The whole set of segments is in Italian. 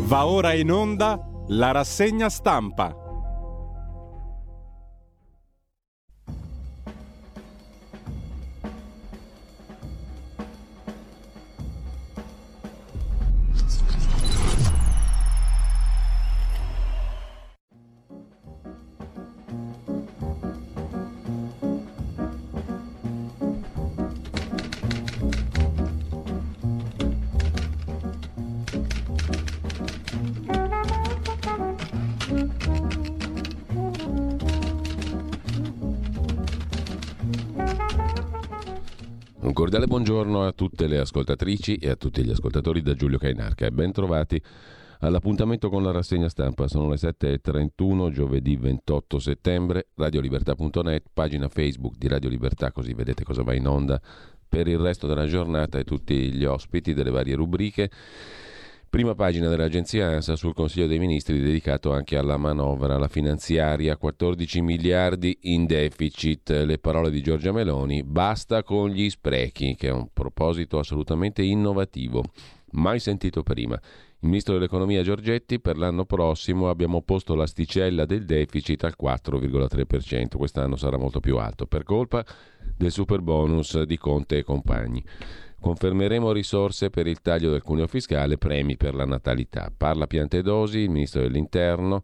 Va ora in onda la rassegna stampa. Un cordiale buongiorno a tutte le ascoltatrici e a tutti gli ascoltatori da Giulio Cainarca e ben trovati all'appuntamento con la rassegna stampa. Sono le 7.31, giovedì 28 settembre, radiolibertà.net, pagina Facebook di Radio Libertà, così vedete cosa va in onda per il resto della giornata e tutti gli ospiti delle varie rubriche. Prima pagina dell'agenzia ANSA sul Consiglio dei Ministri dedicato anche alla manovra, la finanziaria, 14 miliardi in deficit. Le parole di Giorgia Meloni, basta con gli sprechi, che è un proposito assolutamente innovativo, mai sentito prima. Il ministro dell'economia Giorgetti, per l'anno prossimo abbiamo posto l'asticella del deficit al 4,3%, quest'anno sarà molto più alto, per colpa del super bonus di Conte e compagni. Confermeremo risorse per il taglio del cuneo fiscale, premi per la natalità. Parla Piantedosi, il ministro dell'Interno.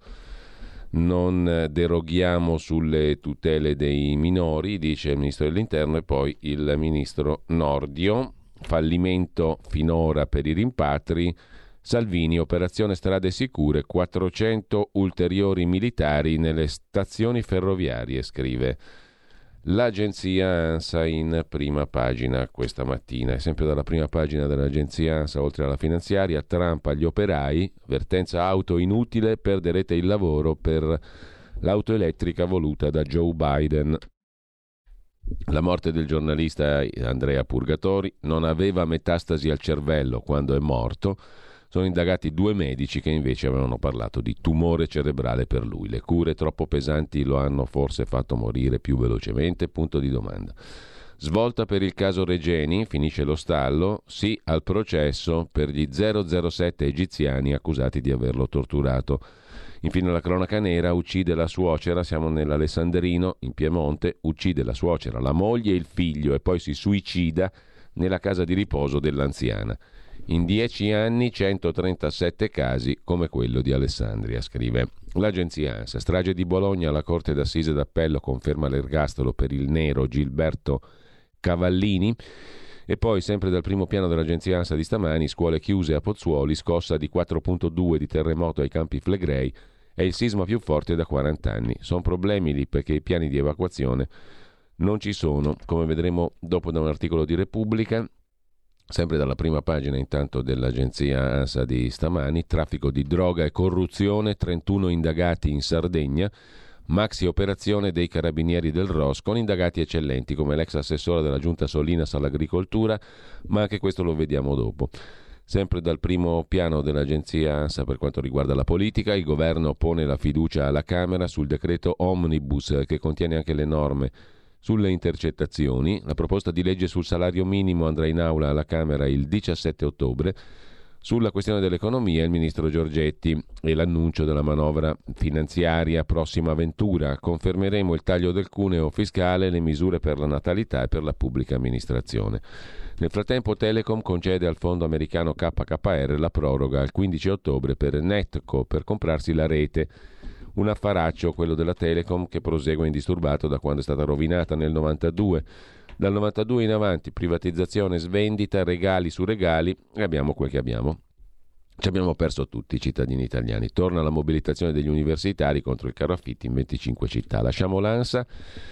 Non deroghiamo sulle tutele dei minori, dice il ministro dell'Interno, e poi il ministro Nordio. Fallimento finora per i rimpatri. Salvini, operazione strade sicure, 400 ulteriori militari nelle stazioni ferroviarie, scrive l'agenzia ANSA in prima pagina questa mattina. E sempre dalla prima pagina dell'agenzia ANSA, oltre alla finanziaria, Trump agli operai, avvertenza auto inutile, perderete il lavoro per l'auto elettrica voluta da Joe Biden. La morte del giornalista Andrea Purgatori, non aveva metastasi al cervello quando è morto. Sono indagati 2 medici che invece avevano parlato di tumore cerebrale per lui. Le cure troppo pesanti lo hanno forse fatto morire più velocemente? Punto di domanda. Svolta per il caso Regeni, finisce lo stallo, sì al processo per gli 007 egiziani accusati di averlo torturato. Infine la cronaca nera, uccide la suocera, siamo nell'Alessandrino, in Piemonte, uccide la suocera, la moglie e il figlio e poi si suicida nella casa di riposo dell'anziana. In 10 anni 137 casi come quello di Alessandria, scrive l'agenzia ANSA. Strage di Bologna, la Corte d'Assise d'Appello conferma l'ergastolo per il nero Gilberto Cavallini. E poi, sempre dal primo piano dell'agenzia ANSA di stamani, scuole chiuse a Pozzuoli, scossa di 4.2 di terremoto ai Campi Flegrei, è il sisma più forte da 40 anni. Sono problemi lì perché i piani di evacuazione non ci sono, come vedremo dopo da un articolo di Repubblica. Sempre dalla prima pagina intanto dell'agenzia ANSA di stamani, traffico di droga e corruzione, 31 indagati in Sardegna, maxi operazione dei carabinieri del ROS con indagati eccellenti come l'ex assessore della giunta Solinas all'agricoltura, ma anche questo lo vediamo dopo. Sempre dal primo piano dell'agenzia ANSA per quanto riguarda la politica, il governo pone la fiducia alla Camera sul decreto Omnibus che contiene anche le norme sulle intercettazioni. La proposta di legge sul salario minimo andrà in aula alla Camera il 17 ottobre. Sulla questione dell'economia il ministro Giorgetti e l'annuncio della manovra finanziaria prossima avventura. Confermeremo il taglio del cuneo fiscale, le misure per la natalità e per la pubblica amministrazione. Nel frattempo Telecom concede al fondo americano KKR la proroga al 15 ottobre per Netco per comprarsi la rete. Un affaraccio, quello della Telecom, che prosegue indisturbato da quando è stata rovinata nel 92. Dal 92 in avanti, privatizzazione, svendita, regali su regali, e abbiamo quel che abbiamo. Ci abbiamo perso tutti i cittadini italiani. Torna la mobilitazione degli universitari contro il caro affitti in 25 città. Lasciamo l'ANSA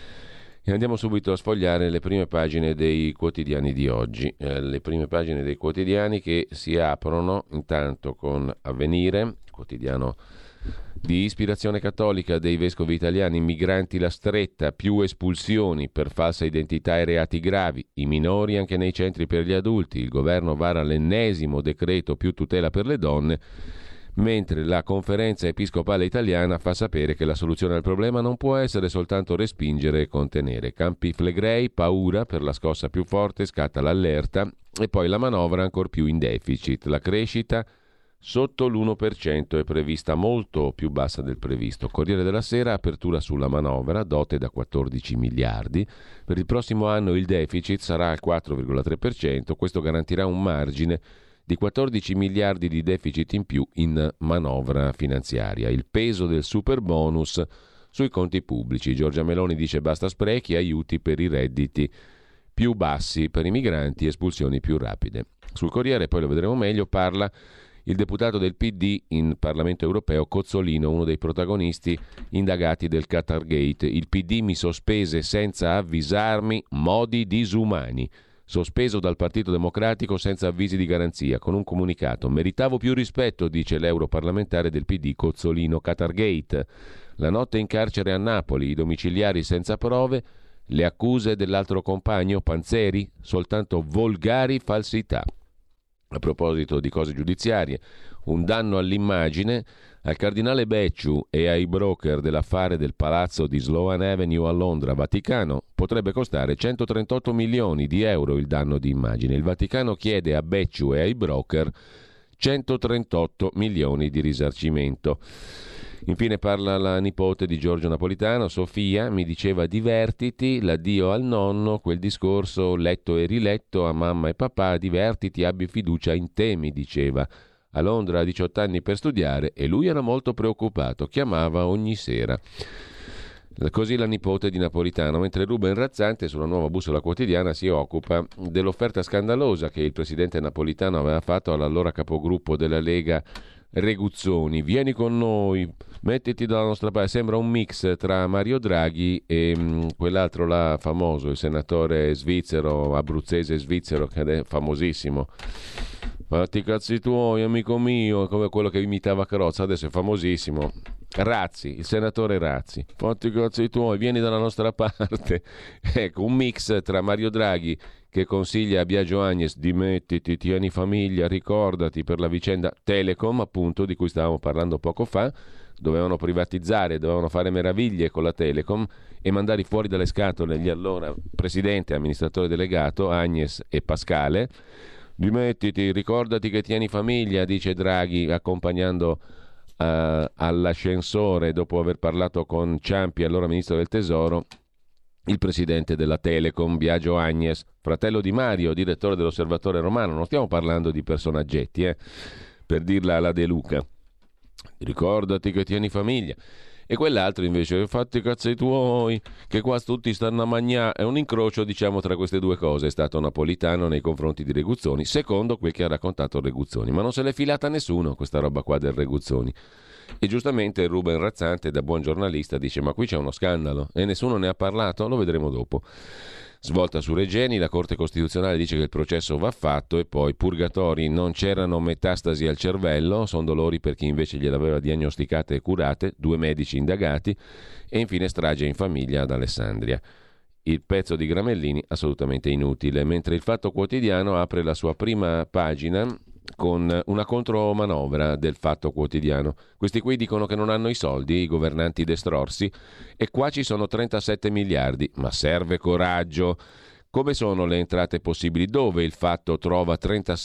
e andiamo subito a sfogliare le prime pagine dei quotidiani di oggi. Le prime pagine dei quotidiani che si aprono intanto con Avvenire, quotidiano di ispirazione cattolica dei vescovi italiani. Migranti la stretta, più espulsioni per falsa identità e reati gravi, i minori anche nei centri per gli adulti, il governo vara l'ennesimo decreto più tutela per le donne, mentre la Conferenza Episcopale Italiana fa sapere che la soluzione al problema non può essere soltanto respingere e contenere. Campi Flegrei, paura per la scossa più forte, scatta l'allerta, e poi la manovra ancor più in deficit, la crescita sotto l'1%, è prevista molto più bassa del previsto. Corriere della Sera, apertura sulla manovra, dote da 14 miliardi. Per il prossimo anno il deficit sarà al 4,3%, questo garantirà un margine di 14 miliardi di deficit in più in manovra finanziaria. Il peso del super bonus sui conti pubblici. Giorgia Meloni dice basta sprechi, aiuti per i redditi più bassi, per i migranti, espulsioni più rapide. Sul Corriere, poi lo vedremo meglio, parla il deputato del PD in Parlamento europeo Cozzolino, uno dei protagonisti indagati del Qatargate. Il PD mi sospese senza avvisarmi, modi disumani. Sospeso dal Partito Democratico senza avvisi di garanzia, con un comunicato. Meritavo più rispetto, dice l'europarlamentare del PD Cozzolino. Qatargate. La notte in carcere a Napoli, i domiciliari senza prove, le accuse dell'altro compagno Panzeri, soltanto volgari falsità. A proposito di cose giudiziarie, un danno all'immagine al cardinale Becciu e ai broker dell'affare del palazzo di Sloane Avenue a Londra, Vaticano, potrebbe costare 138 milioni di euro il danno di immagine. Il Vaticano chiede a Becciu e ai broker 138 milioni di risarcimento. Infine parla la nipote di Giorgio Napolitano, Sofia, mi diceva divertiti, l'addio al nonno, quel discorso letto e riletto a mamma e papà, divertiti, abbi fiducia in te, mi diceva. A Londra a 18 anni per studiare e lui era molto preoccupato, chiamava ogni sera. Così la nipote di Napolitano, mentre Ruben Razzante sulla Nuova Bussola Quotidiana si occupa dell'offerta scandalosa che il presidente Napolitano aveva fatto all'allora capogruppo della Lega Reguzzoni. Vieni con noi, mettiti dalla nostra parte. Sembra un mix tra Mario Draghi e quell'altro là famoso, il senatore svizzero, abruzzese svizzero, che è famosissimo. Fatti i cazzi tuoi, amico mio, come quello che imitava Crozza, adesso è famosissimo. Razzi, il senatore Razzi. Fatti i cazzi tuoi, vieni dalla nostra parte. Ecco, un mix tra Mario Draghi, che consiglia a Biagio Agnes, dimettiti, tieni famiglia, ricordati, per la vicenda Telecom, appunto, di cui stavamo parlando poco fa. Dovevano privatizzare, dovevano fare meraviglie con la Telecom e mandare fuori dalle scatole gli allora presidente e amministratore delegato Agnes e Pascale. Dimettiti, ricordati che tieni famiglia, dice Draghi accompagnando all'ascensore, dopo aver parlato con Ciampi, allora ministro del Tesoro, il presidente della Telecom, Biagio Agnes, fratello di Mario, direttore dell'Osservatore Romano. Non stiamo parlando di personaggetti, per dirla alla De Luca. Ricordati che tieni famiglia. E quell'altro invece, fatti i cazzi tuoi, che qua tutti stanno a mangiare. È un incrocio, diciamo, tra queste due cose. È stato Napolitano nei confronti di Reguzzoni, secondo quel che ha raccontato Reguzzoni. Ma non se l'è filata nessuno questa roba qua del Reguzzoni. E giustamente Ruben Razzante, da buon giornalista, dice ma qui c'è uno scandalo e nessuno ne ha parlato, lo vedremo dopo. Svolta su Regeni, la Corte Costituzionale dice che il processo va fatto e poi purgatori, non c'erano metastasi al cervello, sono dolori per chi invece gliel'aveva diagnosticate e curate, 2 medici indagati e infine strage in famiglia ad Alessandria. Il pezzo di Gramellini assolutamente inutile, mentre il Fatto Quotidiano apre la sua prima pagina con una contromanovra del Fatto Quotidiano. Questi qui dicono che non hanno i soldi, i governanti destrorsi, e qua ci sono 37 miliardi, ma serve coraggio. Come sono le entrate possibili? Dove il Fatto trova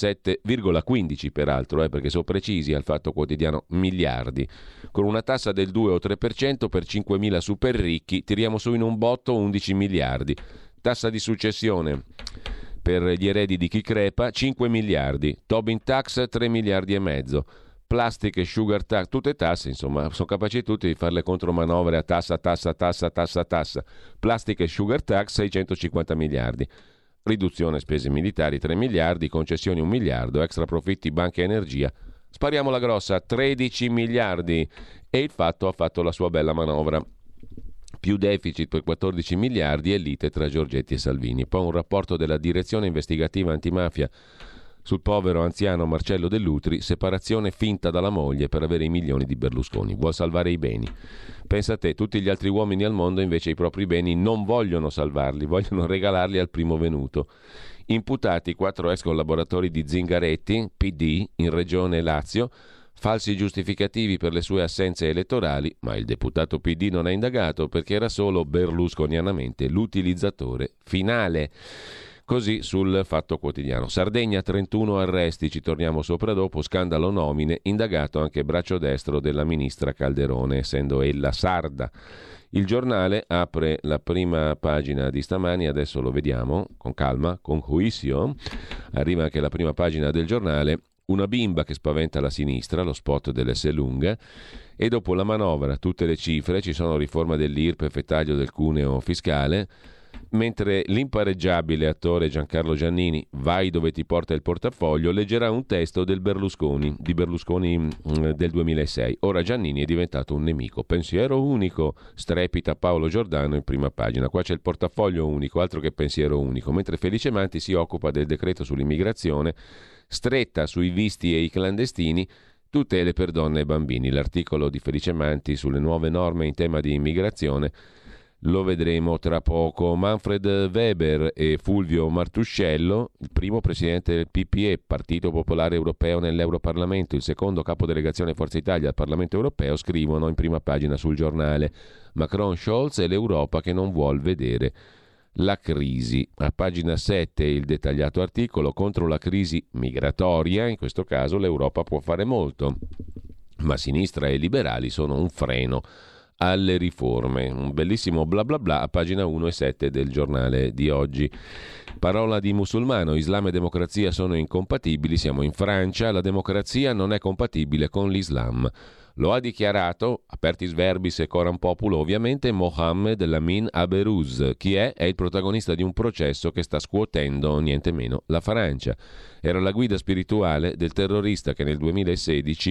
37,15 peraltro, perché sono precisi al Fatto Quotidiano, miliardi. Con una tassa del 2 o 3% per 5.000 super ricchi tiriamo su in un botto 11 miliardi. Tassa di successione per gli eredi di chi crepa 5 miliardi, Tobin tax 3 miliardi e mezzo, plastic e sugar tax, tutte tasse, insomma, sono capaci tutti di fare le contromanovre a tassa, plastic e sugar tax 650 miliardi, riduzione spese militari 3 miliardi, concessioni 1 miliardo, extra profitti banca e energia, spariamo la grossa, 13 miliardi e il Fatto ha fatto la sua bella manovra. Più deficit per 14 miliardi e lite tra Giorgetti e Salvini. Poi un rapporto della direzione investigativa antimafia sul povero anziano Marcello Dell'Utri, separazione finta dalla moglie per avere i milioni di Berlusconi. Vuol salvare i beni. Pensa a te, tutti gli altri uomini al mondo invece i propri beni non vogliono salvarli, vogliono regalarli al primo venuto. Imputati 4 ex collaboratori di Zingaretti, PD, in regione Lazio, falsi giustificativi per le sue assenze elettorali, ma il deputato PD non è indagato perché era solo berlusconianamente l'utilizzatore finale. Così sul Fatto Quotidiano. Sardegna, 31 arresti, ci torniamo sopra dopo, scandalo nomine, indagato anche braccio destro della ministra Calderone, essendo ella sarda. Il Giornale apre la prima pagina di stamani, adesso lo vediamo con calma, con juicio. Arriva anche la prima pagina del Giornale, una bimba che spaventa la sinistra, lo spot dell'Esselunga, e dopo la manovra tutte le cifre, ci sono riforma dell'IRPEF e taglio del cuneo fiscale, mentre l'impareggiabile attore Giancarlo Giannini, vai dove ti porta il portafoglio, leggerà un testo di Berlusconi del 2006. Ora Giannini è diventato un nemico. Pensiero unico, strepita Paolo Giordano in prima pagina. Qua c'è il portafoglio unico, altro che pensiero unico, mentre Felice Manti si occupa del decreto sull'immigrazione, stretta sui visti e i clandestini, tutele per donne e bambini. L'articolo di Felice Manti sulle nuove norme in tema di immigrazione lo vedremo tra poco. Manfred Weber e Fulvio Martuscello, il primo presidente del PPE, Partito Popolare Europeo nell'Europarlamento, il secondo capodelegazione Forza Italia al Parlamento Europeo, scrivono in prima pagina sul Giornale: Macron, Scholz e l'Europa che non vuol vedere la crisi. A pagina 7 il dettagliato articolo: contro la crisi migratoria, in questo caso l'Europa può fare molto, ma sinistra e liberali sono un freno alle riforme. Un bellissimo bla bla bla a pagina 1 e 7 del Giornale di oggi. Parola di musulmano: Islam e democrazia sono incompatibili. Siamo in Francia, la democrazia non è compatibile con l'Islam. Lo ha dichiarato, apertis verbis e coram populo ovviamente, Mohammed Lamin Aberuz. Chi è? È il protagonista di un processo che sta scuotendo niente meno la Francia. Era la guida spirituale del terrorista che nel 2016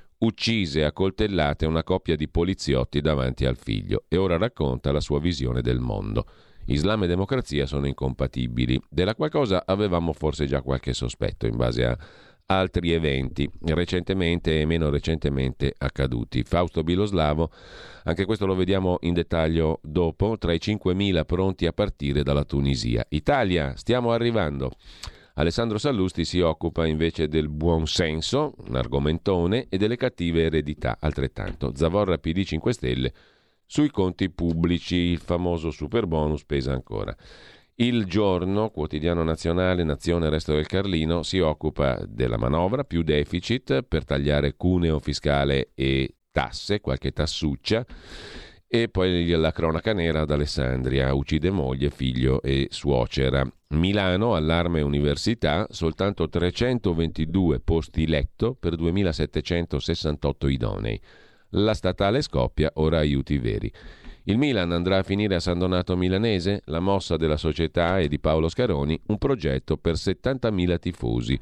uccise a coltellate una coppia di poliziotti davanti al figlio, e ora racconta la sua visione del mondo. Islam e democrazia sono incompatibili, della qual cosa avevamo forse già qualche sospetto in base a altri eventi recentemente e meno recentemente accaduti. Fausto Biloslavo, anche questo lo vediamo in dettaglio dopo, tra i 5.000 pronti a partire dalla Tunisia. Italia, stiamo arrivando. Alessandro Sallusti si occupa invece del buon senso, un argomentone, e delle cattive eredità, altrettanto. Zavorra PD 5 Stelle sui conti pubblici, il famoso super bonus pesa ancora. Il Giorno, quotidiano nazionale, Nazione, Resto del Carlino, si occupa della manovra, più deficit per tagliare cuneo fiscale e tasse, qualche tassuccia. E poi la cronaca nera ad Alessandria, uccide moglie, figlio e suocera. Milano, allarme università, soltanto 322 posti letto per 2768 idonei. La statale scoppia, ora aiuti veri. Il Milan andrà a finire a San Donato Milanese, la mossa della società e di Paolo Scaroni, un progetto per 70.000 tifosi.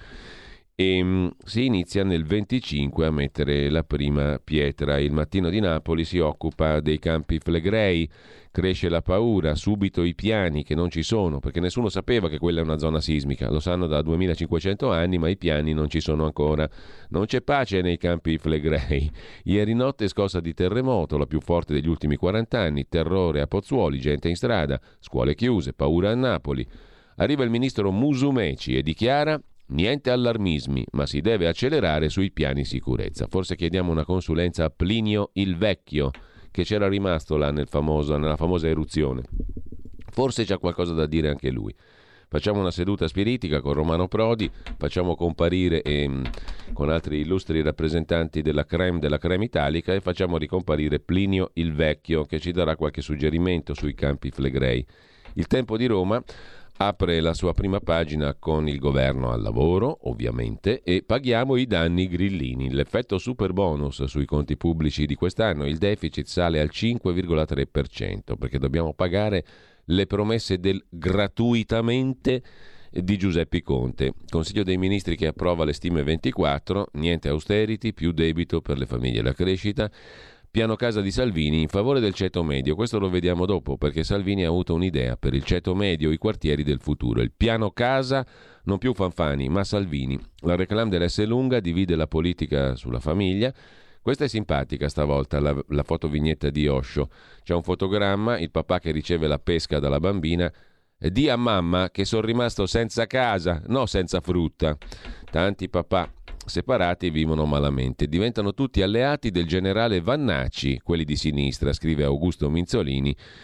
E si inizia nel 25 a mettere la prima pietra. Il Mattino di Napoli si occupa dei Campi Flegrei, cresce la paura, subito i piani che non ci sono, perché nessuno sapeva che quella è una zona sismica, lo sanno da 2500 anni, ma i piani non ci sono ancora. Non c'è pace nei Campi Flegrei. Ieri notte scossa di terremoto, la più forte degli ultimi 40 anni, terrore a Pozzuoli, gente in strada, scuole chiuse, paura a Napoli. Arriva il ministro Musumeci e dichiara: niente allarmismi, ma si deve accelerare sui piani sicurezza. Forse chiediamo una consulenza a Plinio il Vecchio, che c'era rimasto là nella famosa eruzione. Forse c'ha qualcosa da dire anche lui. Facciamo una seduta spiritica con Romano Prodi, facciamo comparire con altri illustri rappresentanti della crème italica, e facciamo ricomparire Plinio il Vecchio, che ci darà qualche suggerimento sui Campi Flegrei. Il Tempo di Roma apre la sua prima pagina con il governo al lavoro, ovviamente, e paghiamo i danni grillini. L'effetto super bonus sui conti pubblici di quest'anno, il deficit sale al 5,3%, perché dobbiamo pagare le promesse del gratuitamente di Giuseppe Conte. Consiglio dei Ministri che approva le stime 24, niente austerity, più debito per le famiglie e la crescita. Piano casa di Salvini in favore del ceto medio. Questo lo vediamo dopo, perché Salvini ha avuto un'idea per il ceto medio, i quartieri del futuro. Il piano casa, non più Fanfani, ma Salvini. La reclame dell'Esselunga divide la politica sulla famiglia. Questa è simpatica stavolta, la fotovignetta di Osho. C'è un fotogramma, il papà che riceve la pesca dalla bambina. Di a mamma che sono rimasto senza casa, no senza frutta. Tanti papà separati vivono malamente, diventano tutti alleati del generale Vannacci, quelli di sinistra, scrive Augusto Minzolini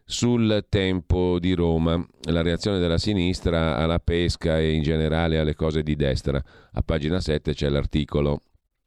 sul Tempo di Roma, la reazione della sinistra alla pesca e in generale alle cose di destra. A pagina 7 c'è l'articolo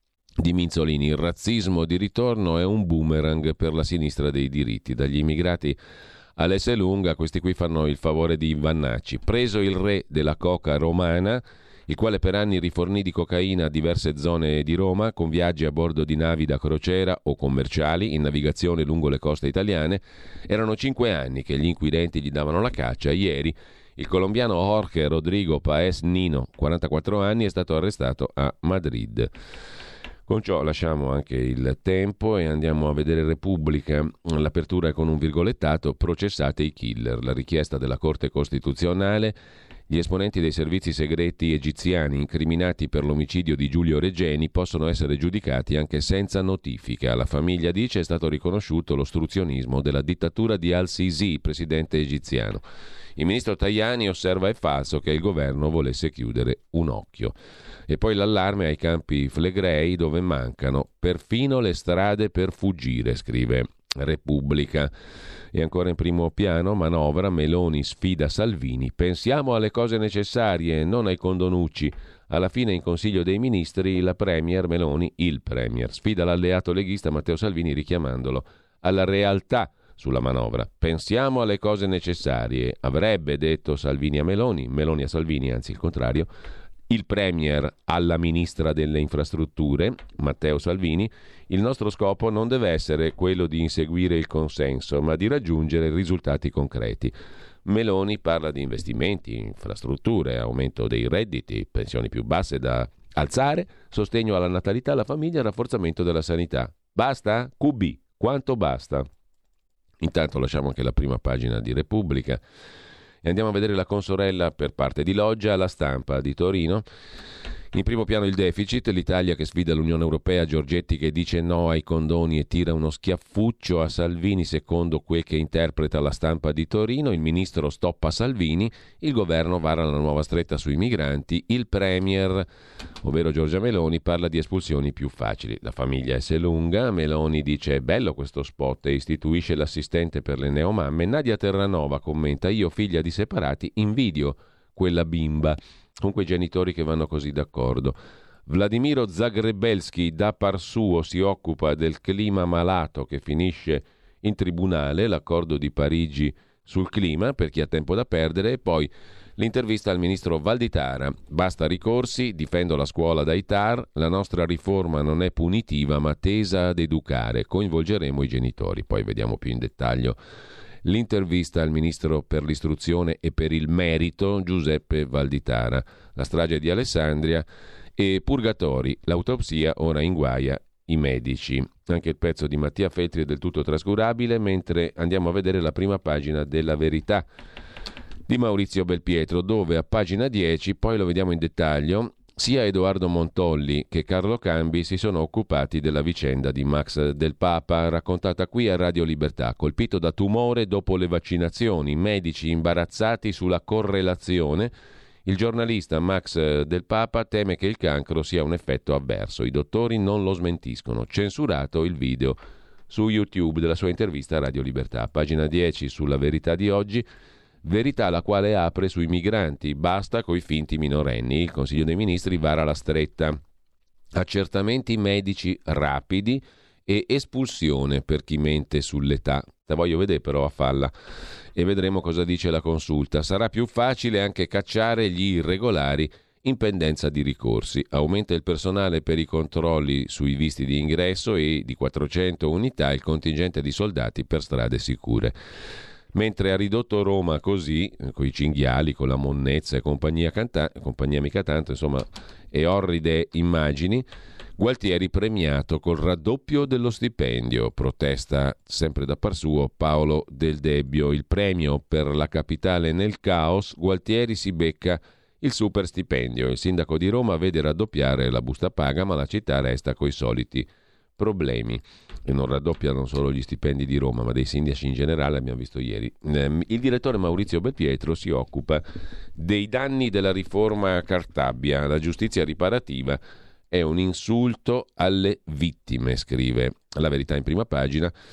di Minzolini: il razzismo di ritorno è un boomerang per la sinistra dei diritti. Dagli immigrati all'Esselunga, questi qui fanno il favore di Vannacci. Preso il re della coca romana, il quale per anni rifornì di cocaina a diverse zone di Roma, con viaggi a bordo di navi da crociera o commerciali in navigazione lungo le coste italiane. Erano 5 anni che gli inquirenti gli davano la caccia. Ieri il colombiano Jorge Rodrigo Paez Nino, 44 anni, è stato arrestato a Madrid. Con ciò lasciamo anche il Tempo e andiamo a vedere Repubblica. L'apertura è con un virgolettato: processate i killer. La richiesta della Corte Costituzionale: gli esponenti dei servizi segreti egiziani incriminati per l'omicidio di Giulio Regeni possono essere giudicati anche senza notifica. La famiglia dice: è stato riconosciuto l'ostruzionismo della dittatura di Al-Sisi, presidente egiziano. Il ministro Tajani osserva: è falso che il governo volesse chiudere un occhio. E poi l'allarme ai Campi Flegrei, dove mancano perfino le strade per fuggire, scrive Repubblica. E ancora in primo piano: manovra, Meloni sfida Salvini, pensiamo alle cose necessarie, non ai condonucci. Alla fine in Consiglio dei Ministri la Premier Meloni, il Premier, sfida l'alleato leghista Matteo Salvini richiamandolo alla realtà sulla manovra. Pensiamo alle cose necessarie, avrebbe detto Salvini a Meloni, Meloni a Salvini, anzi il contrario. Il Premier alla Ministra delle Infrastrutture, Matteo Salvini: il nostro scopo non deve essere quello di inseguire il consenso, ma di raggiungere risultati concreti. Meloni parla di investimenti, infrastrutture, aumento dei redditi, pensioni più basse da alzare, sostegno alla natalità, alla famiglia e rafforzamento della sanità. Basta? QB, quanto basta? Intanto lasciamo anche la prima pagina di Repubblica e andiamo a vedere la consorella per parte di Loggia, La Stampa di Torino. In primo piano il deficit, l'Italia che sfida l'Unione Europea, Giorgetti che dice no ai condoni e tira uno schiaffuccio a Salvini secondo quel che interpreta La Stampa di Torino, il ministro stoppa Salvini, il governo vara la nuova stretta sui migranti, il premier, ovvero Giorgia Meloni, parla di espulsioni più facili. La famiglia Esselunga, Meloni dice è bello questo spot e istituisce l'assistente per le neomamme. Nadia Terranova commenta: io figlia di separati invidio quella bimba. Con quei genitori che vanno così d'accordo. Vladimiro Zagrebelski da par suo si occupa del clima malato che finisce in tribunale, l'accordo di Parigi sul clima per chi ha tempo da perdere, e poi l'intervista al ministro Valditara: basta ricorsi, difendo la scuola dai TAR, la nostra riforma non è punitiva ma tesa ad educare, coinvolgeremo i genitori. Poi vediamo più in dettaglio l'intervista al ministro per l'istruzione e per il merito Giuseppe Valditara, la strage di Alessandria e Purgatori, l'autopsia ora inguaia i medici. Anche il pezzo di Mattia Feltri è del tutto trascurabile, mentre andiamo a vedere la prima pagina della Verità di Maurizio Belpietro, dove a pagina 10, poi lo vediamo in dettaglio, sia Edoardo Montolli che Carlo Cambi si sono occupati della vicenda di Max Del Papa, raccontata qui a Radio Libertà. Colpito da tumore dopo le vaccinazioni, medici imbarazzati sulla correlazione. Il giornalista Max Del Papa teme che il cancro sia un effetto avverso. I dottori non lo smentiscono. Censurato il video su YouTube della sua intervista a Radio Libertà. Pagina 10 sulla Verità di oggi. Verità la quale apre sui migranti, basta coi finti minorenni, il Consiglio dei Ministri vara la stretta, accertamenti medici rapidi e espulsione per chi mente sull'età. La voglio vedere però a falla e vedremo cosa dice la consulta. Sarà più facile anche cacciare gli irregolari in pendenza di ricorsi, aumenta il personale per i controlli sui visti di ingresso e di 400 unità il contingente di soldati per strade sicure. Mentre ha ridotto Roma così, con i cinghiali, con la monnezza e compagnia mica tanto, insomma, e orride immagini, Gualtieri premiato col raddoppio dello stipendio. Protesta sempre da par suo Paolo Del Debbio. Il premio per la capitale nel caos, Gualtieri si becca il super stipendio. Il sindaco di Roma vede raddoppiare la busta paga, ma la città resta coi soliti problemi. E non raddoppiano solo gli stipendi di Roma, ma dei sindaci in generale, abbiamo visto ieri. Il direttore Maurizio Belpietro si occupa dei danni della riforma Cartabia. La giustizia riparativa è un insulto alle vittime, scrive La Verità in prima pagina.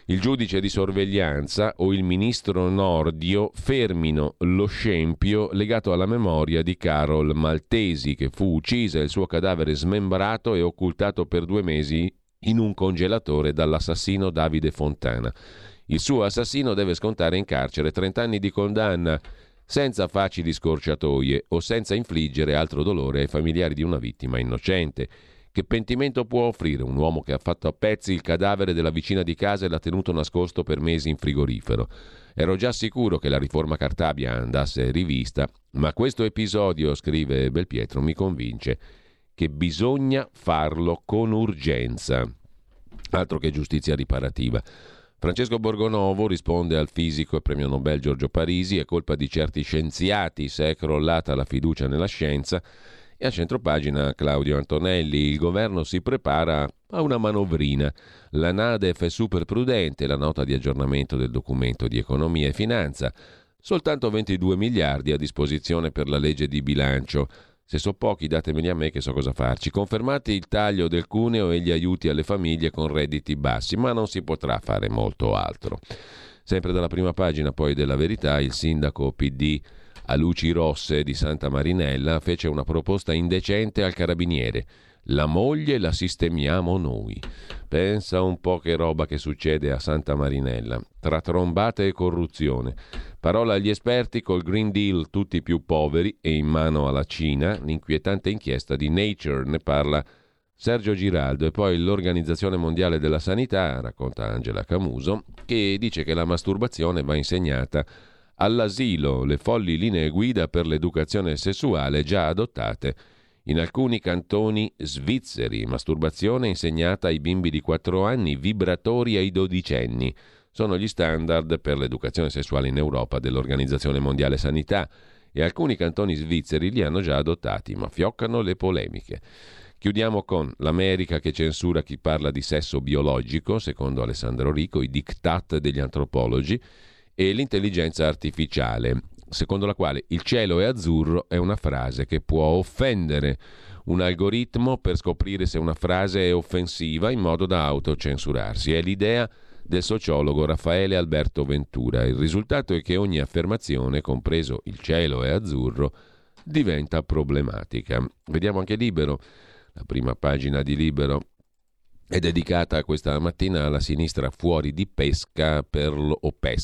Il giudice di sorveglianza o il ministro Nordio fermino lo scempio legato alla memoria di Carol Maltesi, che fu uccisa e il suo cadavere smembrato e occultato per 2 mesi in un congelatore dall'assassino Davide Fontana. Il suo assassino deve scontare in carcere 30 anni di condanna, senza facili scorciatoie o senza infliggere altro dolore ai familiari di una vittima innocente. Che pentimento può offrire un uomo che ha fatto a pezzi il cadavere della vicina di casa e l'ha tenuto nascosto per mesi in frigorifero? Ero già sicuro che la riforma Cartabia andasse rivista, ma questo episodio, scrive Belpietro, mi convince che bisogna farlo con urgenza. Altro che giustizia riparativa. Francesco Borgonovo risponde al fisico e premio Nobel Giorgio Parisi: è colpa di certi scienziati se è crollata la fiducia nella scienza. E a centropagina Claudio Antonelli: il governo si prepara a una manovrina. La NADEF è super prudente, la nota di aggiornamento del documento di economia e finanza. Soltanto 22 miliardi a disposizione per la legge di bilancio. Se so pochi, datemeli a me che so cosa farci. Confermati il taglio del cuneo e gli aiuti alle famiglie con redditi bassi, ma non si potrà fare molto altro. Sempre dalla prima pagina poi della Verità, il sindaco PD a luci rosse di Santa Marinella fece una proposta indecente al carabiniere: la moglie la sistemiamo noi. Pensa un po' che roba che succede a Santa Marinella, tra trombate e corruzione. Parola agli esperti: col Green Deal tutti più poveri e in mano alla Cina. L'inquietante inchiesta di Nature, ne parla Sergio Giraldo. E poi l'Organizzazione Mondiale della Sanità, racconta Angela Camuso, che dice che la masturbazione va insegnata all'asilo, le folli linee guida per l'educazione sessuale già adottate in alcuni cantoni svizzeri. Masturbazione insegnata ai bimbi di 4 anni, vibratori ai 12enni. Sono gli standard per l'educazione sessuale in Europa dell'Organizzazione Mondiale Sanità, e alcuni cantoni svizzeri li hanno già adottati, ma fioccano le polemiche. Chiudiamo con l'America che censura chi parla di sesso biologico, secondo Alessandro Rico, i diktat degli antropologi, e l'intelligenza artificiale, secondo la quale il cielo è azzurro è una frase che può offendere un algoritmo per scoprire se una frase è offensiva in modo da autocensurarsi. È l'idea del sociologo Raffaele Alberto Ventura. Il risultato è che ogni affermazione, compreso il cielo è azzurro, diventa problematica. Vediamo anche Libero. La prima pagina di Libero è dedicata questa mattina alla sinistra fuori di pesca per lo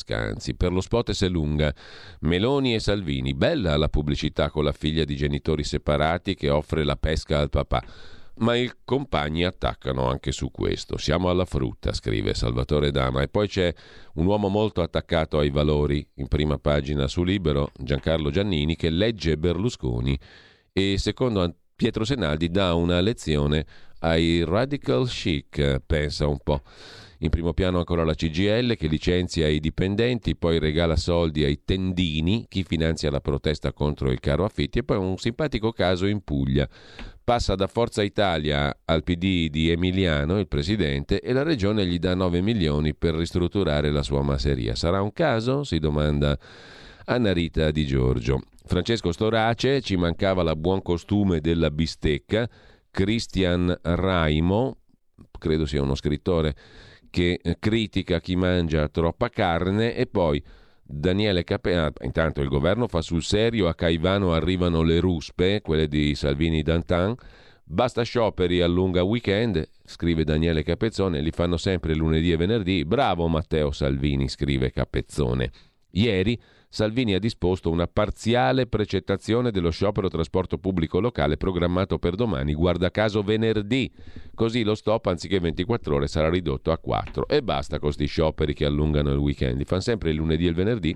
spot Esselunga. Meloni e Salvini: bella la pubblicità con la figlia di genitori separati che offre la pesca al papà, ma i compagni attaccano anche su questo. Siamo alla frutta, scrive Salvatore Dama. E poi c'è un uomo molto attaccato ai valori in prima pagina su Libero, Giancarlo Giannini, che legge Berlusconi e secondo Pietro Senaldi dà una lezione ai radical chic, pensa un po'. In primo piano ancora la CGIL che licenzia i dipendenti, poi regala soldi ai tendini, chi finanzia la protesta contro il caro affitti, e poi un simpatico caso in Puglia. Passa da Forza Italia al PD di Emiliano, il presidente, e la regione gli dà 9 milioni per ristrutturare la sua masseria. Sarà un caso? Si domanda Anna Rita Di Giorgio. Francesco Storace: ci mancava la buon costume della bistecca. Cristian Raimo, credo sia uno scrittore che critica chi mangia troppa carne. E poi Daniele intanto il governo fa sul serio, a Caivano arrivano le ruspe, quelle di Salvini Dantan. Basta scioperi, allunga weekend, scrive Daniele Capezzone, li fanno sempre lunedì e venerdì. Bravo Matteo Salvini, scrive Capezzone. Ieri Salvini ha disposto una parziale precettazione dello sciopero trasporto pubblico locale programmato per domani, guarda caso venerdì. Così lo stop anziché 24 ore sarà ridotto a 4. E basta con sti scioperi che allungano il weekend. Li fanno sempre il lunedì e il venerdì,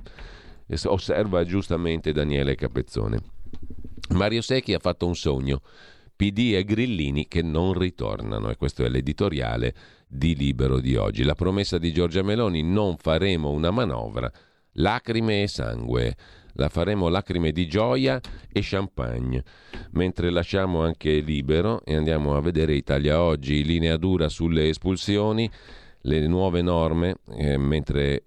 osserva giustamente Daniele Capezzone. Mario Secchi ha fatto un sogno: PD e grillini che non ritornano, e questo è l'editoriale di Libero di oggi. La promessa di Giorgia Meloni: non faremo una manovra lacrime e sangue, la faremo lacrime di gioia e champagne. Mentre lasciamo anche Libero e andiamo a vedere Italia Oggi, linea dura sulle espulsioni, le nuove norme, mentre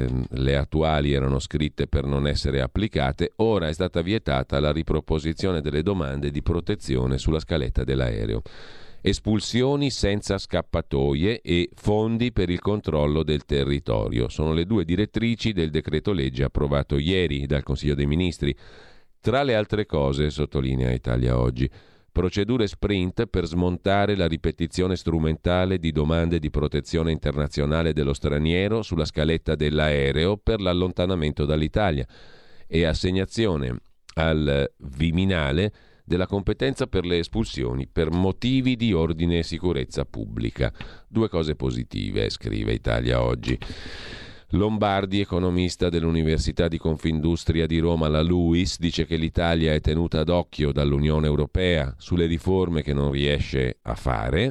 le attuali erano scritte per non essere applicate, ora è stata vietata la riproposizione delle domande di protezione sulla scaletta dell'aereo. espulsioni senza scappatoie e fondi per il controllo del territorio. Sono le due direttrici del decreto legge approvato ieri dal Consiglio dei Ministri. Tra le altre cose, sottolinea Italia Oggi, procedure sprint per smontare la ripetizione strumentale di domande di protezione internazionale dello straniero sulla scaletta dell'aereo per l'allontanamento dall'Italia e assegnazione al Viminale della competenza per le espulsioni per motivi di ordine e sicurezza pubblica. Due cose positive, scrive Italia Oggi. Lombardi, economista dell'Università di Confindustria di Roma, la LUIS, dice che l'Italia è tenuta d'occhio dall'Unione Europea sulle riforme che non riesce a fare.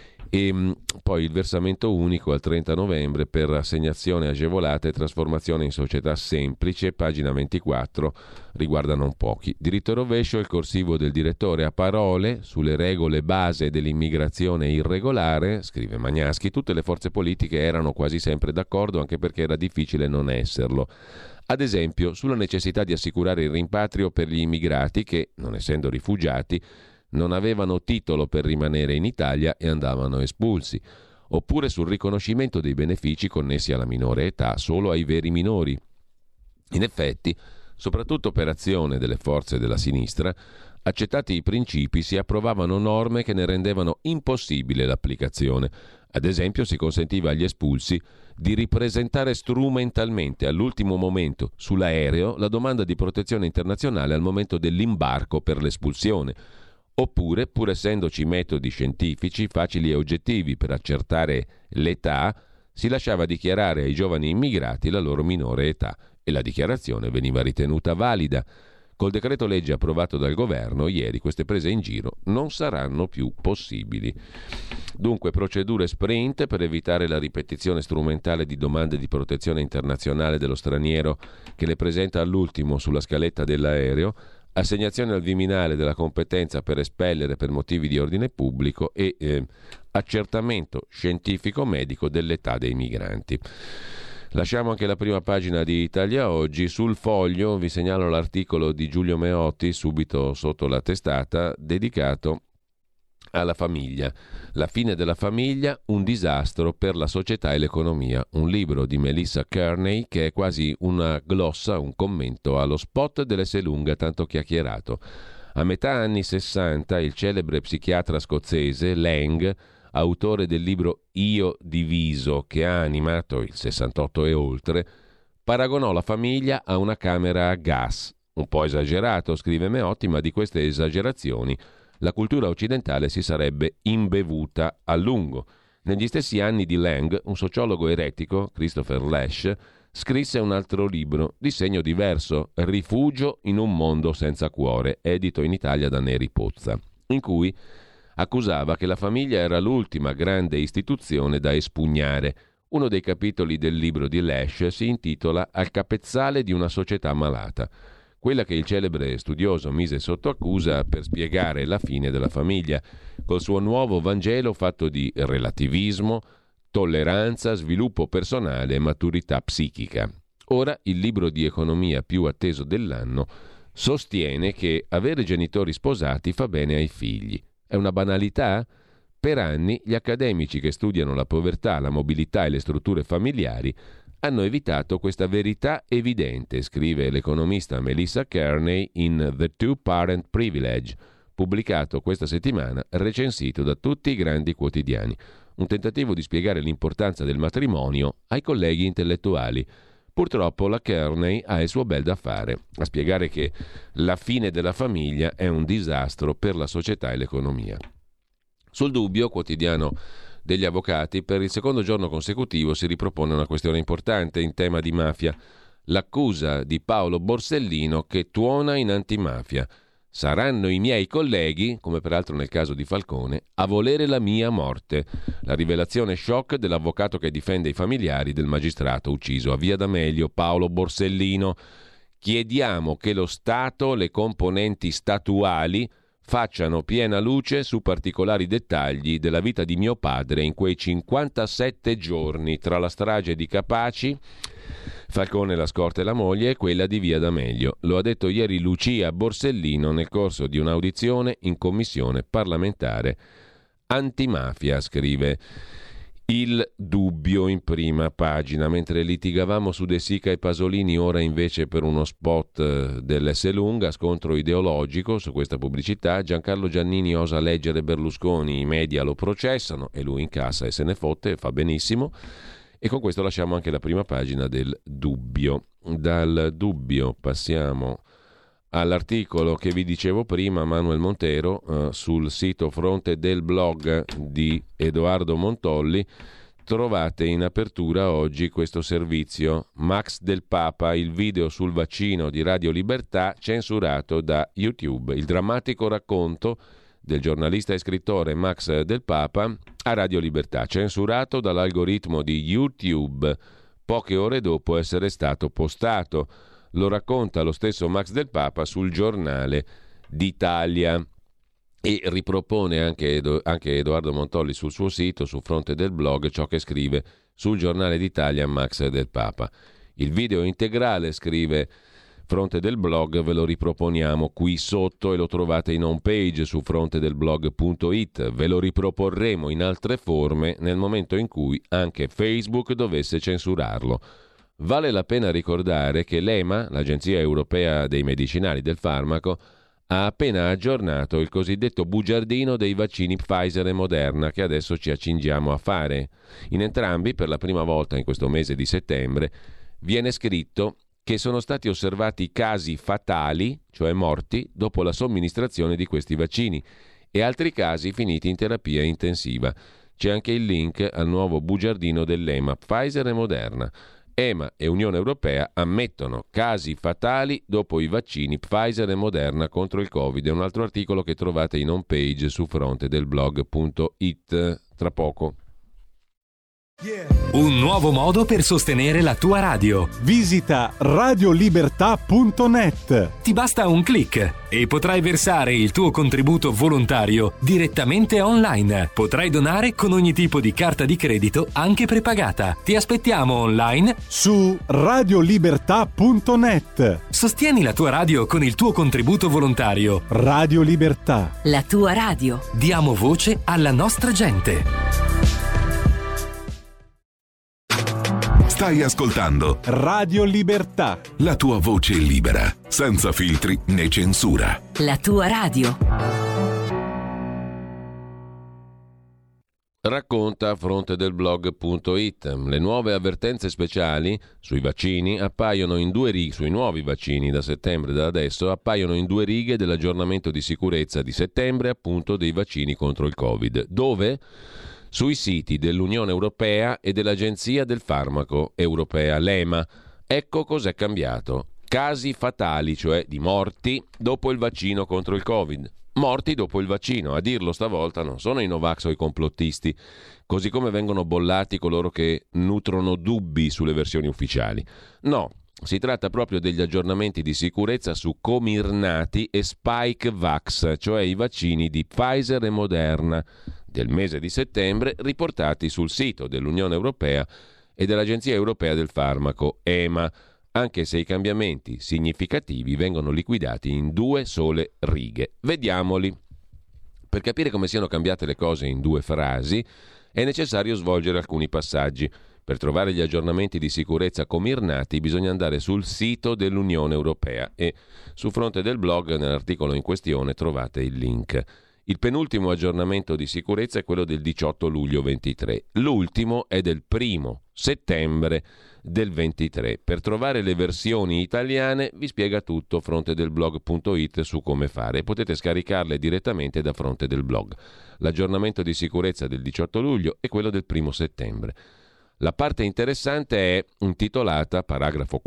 E poi il versamento unico al 30 novembre per assegnazione agevolata e trasformazione in società semplice, pagina 24, riguarda non pochi. Diritto rovescio, il corsivo del direttore a parole sulle regole base dell'immigrazione irregolare, scrive Magnaschi, tutte le forze politiche erano quasi sempre d'accordo, anche perché era difficile non esserlo. Ad esempio, sulla necessità di assicurare il rimpatrio per gli immigrati che, non essendo rifugiati, non avevano titolo per rimanere in Italia e andavano espulsi, oppure sul riconoscimento dei benefici connessi alla minore età solo ai veri minori. In effetti, soprattutto per azione delle forze della sinistra, accettati i principi, si approvavano norme che ne rendevano impossibile l'applicazione. Ad esempio, si consentiva agli espulsi di ripresentare strumentalmente all'ultimo momento sull'aereo la domanda di protezione internazionale al momento dell'imbarco per l'espulsione. Oppure, pur essendoci metodi scientifici facili e oggettivi per accertare l'età, si lasciava dichiarare ai giovani immigrati la loro minore età e la dichiarazione veniva ritenuta valida. Col decreto legge approvato dal governo ieri queste prese in giro non saranno più possibili. Dunque procedure sprint per evitare la ripetizione strumentale di domande di protezione internazionale dello straniero che le presenta all'ultimo sulla scaletta dell'aereo, assegnazione al Viminale della competenza per espellere per motivi di ordine pubblico e accertamento scientifico-medico dell'età dei migranti. Lasciamo anche la prima pagina di Italia Oggi. Sul Foglio vi segnalo l'articolo di Giulio Meotti, subito sotto la testata, dedicato alla famiglia. La fine della famiglia, un disastro per la società e l'economia. Un libro di Melissa Kearney che è quasi una glossa, un commento allo spot dell'Esselunga tanto chiacchierato. A metà anni 60 il celebre psichiatra scozzese Lang, autore del libro Io diviso, che ha animato il 68 e oltre, paragonò la famiglia a una camera a gas. Un po' esagerato, scrive Meotti, ma di queste esagerazioni la cultura occidentale si sarebbe imbevuta a lungo. Negli stessi anni di Lang, un sociologo eretico, Christopher Lasch, scrisse un altro libro di segno diverso, Rifugio in un mondo senza cuore, edito in Italia da Neri Pozza, in cui accusava che la famiglia era l'ultima grande istituzione da espugnare. Uno dei capitoli del libro di Lasch si intitola Al capezzale di una società malata, quella che il celebre studioso mise sotto accusa per spiegare la fine della famiglia, col suo nuovo Vangelo fatto di relativismo, tolleranza, sviluppo personale e maturità psichica. Ora il libro di economia più atteso dell'anno sostiene che avere genitori sposati fa bene ai figli. È una banalità? Per anni gli accademici che studiano la povertà, la mobilità e le strutture familiari hanno evitato questa verità evidente, scrive l'economista Melissa Kearney in The Two-Parent Privilege, pubblicato questa settimana, recensito da tutti i grandi quotidiani. Un tentativo di spiegare l'importanza del matrimonio ai colleghi intellettuali. Purtroppo la Kearney ha il suo bel da fare, a spiegare che la fine della famiglia è un disastro per la società e l'economia. Sul Dubbio, quotidiano degli avvocati, per il secondo giorno consecutivo si ripropone una questione importante in tema di mafia. L'accusa di Paolo Borsellino che tuona in antimafia. Saranno i miei colleghi, come peraltro nel caso di Falcone, a volere la mia morte. La rivelazione shock dell'avvocato che difende i familiari del magistrato ucciso a Via D'Amelio, Paolo Borsellino. Chiediamo che lo Stato, le componenti statuali, facciano piena luce su particolari dettagli della vita di mio padre in quei 57 giorni tra la strage di Capaci, Falcone, la scorta e la moglie, e quella di Via D'Amelio. Lo ha detto ieri Lucia Borsellino nel corso di un'audizione in commissione parlamentare antimafia, scrive Il Dubbio in prima pagina. Mentre litigavamo su De Sica e Pasolini, ora invece per uno spot dell'Esselunga, scontro ideologico su questa pubblicità. Giancarlo Giannini osa leggere Berlusconi, i media lo processano e lui incassa e se ne fotte, fa benissimo. E con questo lasciamo anche la prima pagina del Dubbio. Dal Dubbio passiamo all'articolo che vi dicevo prima, Manuel Montero, sul sito Fronte del Blog di Edoardo Montolli. Trovate in apertura oggi questo servizio, Max del Papa, il video sul vaccino di Radio Libertà censurato da YouTube. Il drammatico racconto del giornalista e scrittore Max del Papa a Radio Libertà, censurato dall'algoritmo di YouTube poche ore dopo essere stato postato. Lo racconta lo stesso Max del Papa sul Giornale d'Italia e ripropone anche Edoardo Montolli sul suo sito, su Fronte del Blog, ciò che scrive sul Giornale d'Italia Max del Papa. Il video integrale, scrive Fronte del Blog, ve lo riproponiamo qui sotto e lo trovate in home page su frontedelblog.it. Ve lo riproporremo in altre forme nel momento in cui anche Facebook dovesse censurarlo. Vale la pena ricordare che l'EMA, l'Agenzia Europea dei Medicinali del Farmaco, ha appena aggiornato il cosiddetto bugiardino dei vaccini Pfizer e Moderna che adesso ci accingiamo a fare. In entrambi, per la prima volta in questo mese di settembre, viene scritto che sono stati osservati casi fatali, cioè morti, dopo la somministrazione di questi vaccini e altri casi finiti in terapia intensiva. C'è anche il link al nuovo bugiardino dell'EMA, Pfizer e Moderna. EMA e Unione Europea ammettono casi fatali dopo i vaccini Pfizer e Moderna contro il Covid. È un altro articolo che trovate in home page su frontedelblog.it. Tra poco. Un nuovo modo per sostenere la tua radio. Visita radiolibertà.net. Ti basta un click e potrai versare il tuo contributo volontario direttamente online. Potrai donare con ogni tipo di carta di credito, anche prepagata. Ti aspettiamo online su radiolibertà.net. Sostieni la tua radio con il tuo contributo volontario. Radio Libertà. La tua radio. Diamo voce alla nostra gente. Stai ascoltando Radio Libertà. La tua voce libera, senza filtri né censura. La tua radio. Racconta frontedelblog.it. Le nuove avvertenze speciali sui vaccini appaiono in due righe, sui nuovi vaccini da settembre, da adesso, appaiono in due righe dell'aggiornamento di sicurezza di settembre, appunto, dei vaccini contro il Covid. Dove? Sui siti dell'Unione Europea e dell'Agenzia del Farmaco Europea, l'EMA. Ecco cos'è cambiato. Casi fatali, cioè di morti dopo il vaccino contro il Covid. Morti dopo il vaccino. A dirlo stavolta non sono i Novax o i complottisti, così come vengono bollati coloro che nutrono dubbi sulle versioni ufficiali. No, si tratta proprio degli aggiornamenti di sicurezza su Comirnaty e Spikevax, cioè i vaccini di Pfizer e Moderna del mese di settembre, riportati sul sito dell'Unione Europea e dell'Agenzia Europea del Farmaco, EMA, anche se i cambiamenti significativi vengono liquidati in due sole righe. Vediamoli. Per capire come siano cambiate le cose in due frasi, è necessario svolgere alcuni passaggi. Per trovare gli aggiornamenti di sicurezza Comirnaty bisogna andare sul sito dell'Unione Europea e su Fronte del Blog, nell'articolo in questione, trovate il link. Il penultimo aggiornamento di sicurezza è quello del 18 luglio 23. L'ultimo è del 1 settembre del 23. Per trovare le versioni italiane vi spiega tutto frontedelblog.it su come fare. Potete scaricarle direttamente da Fronte del Blog. L'aggiornamento di sicurezza del 18 luglio è quello del 1 settembre. La parte interessante è intitolata, paragrafo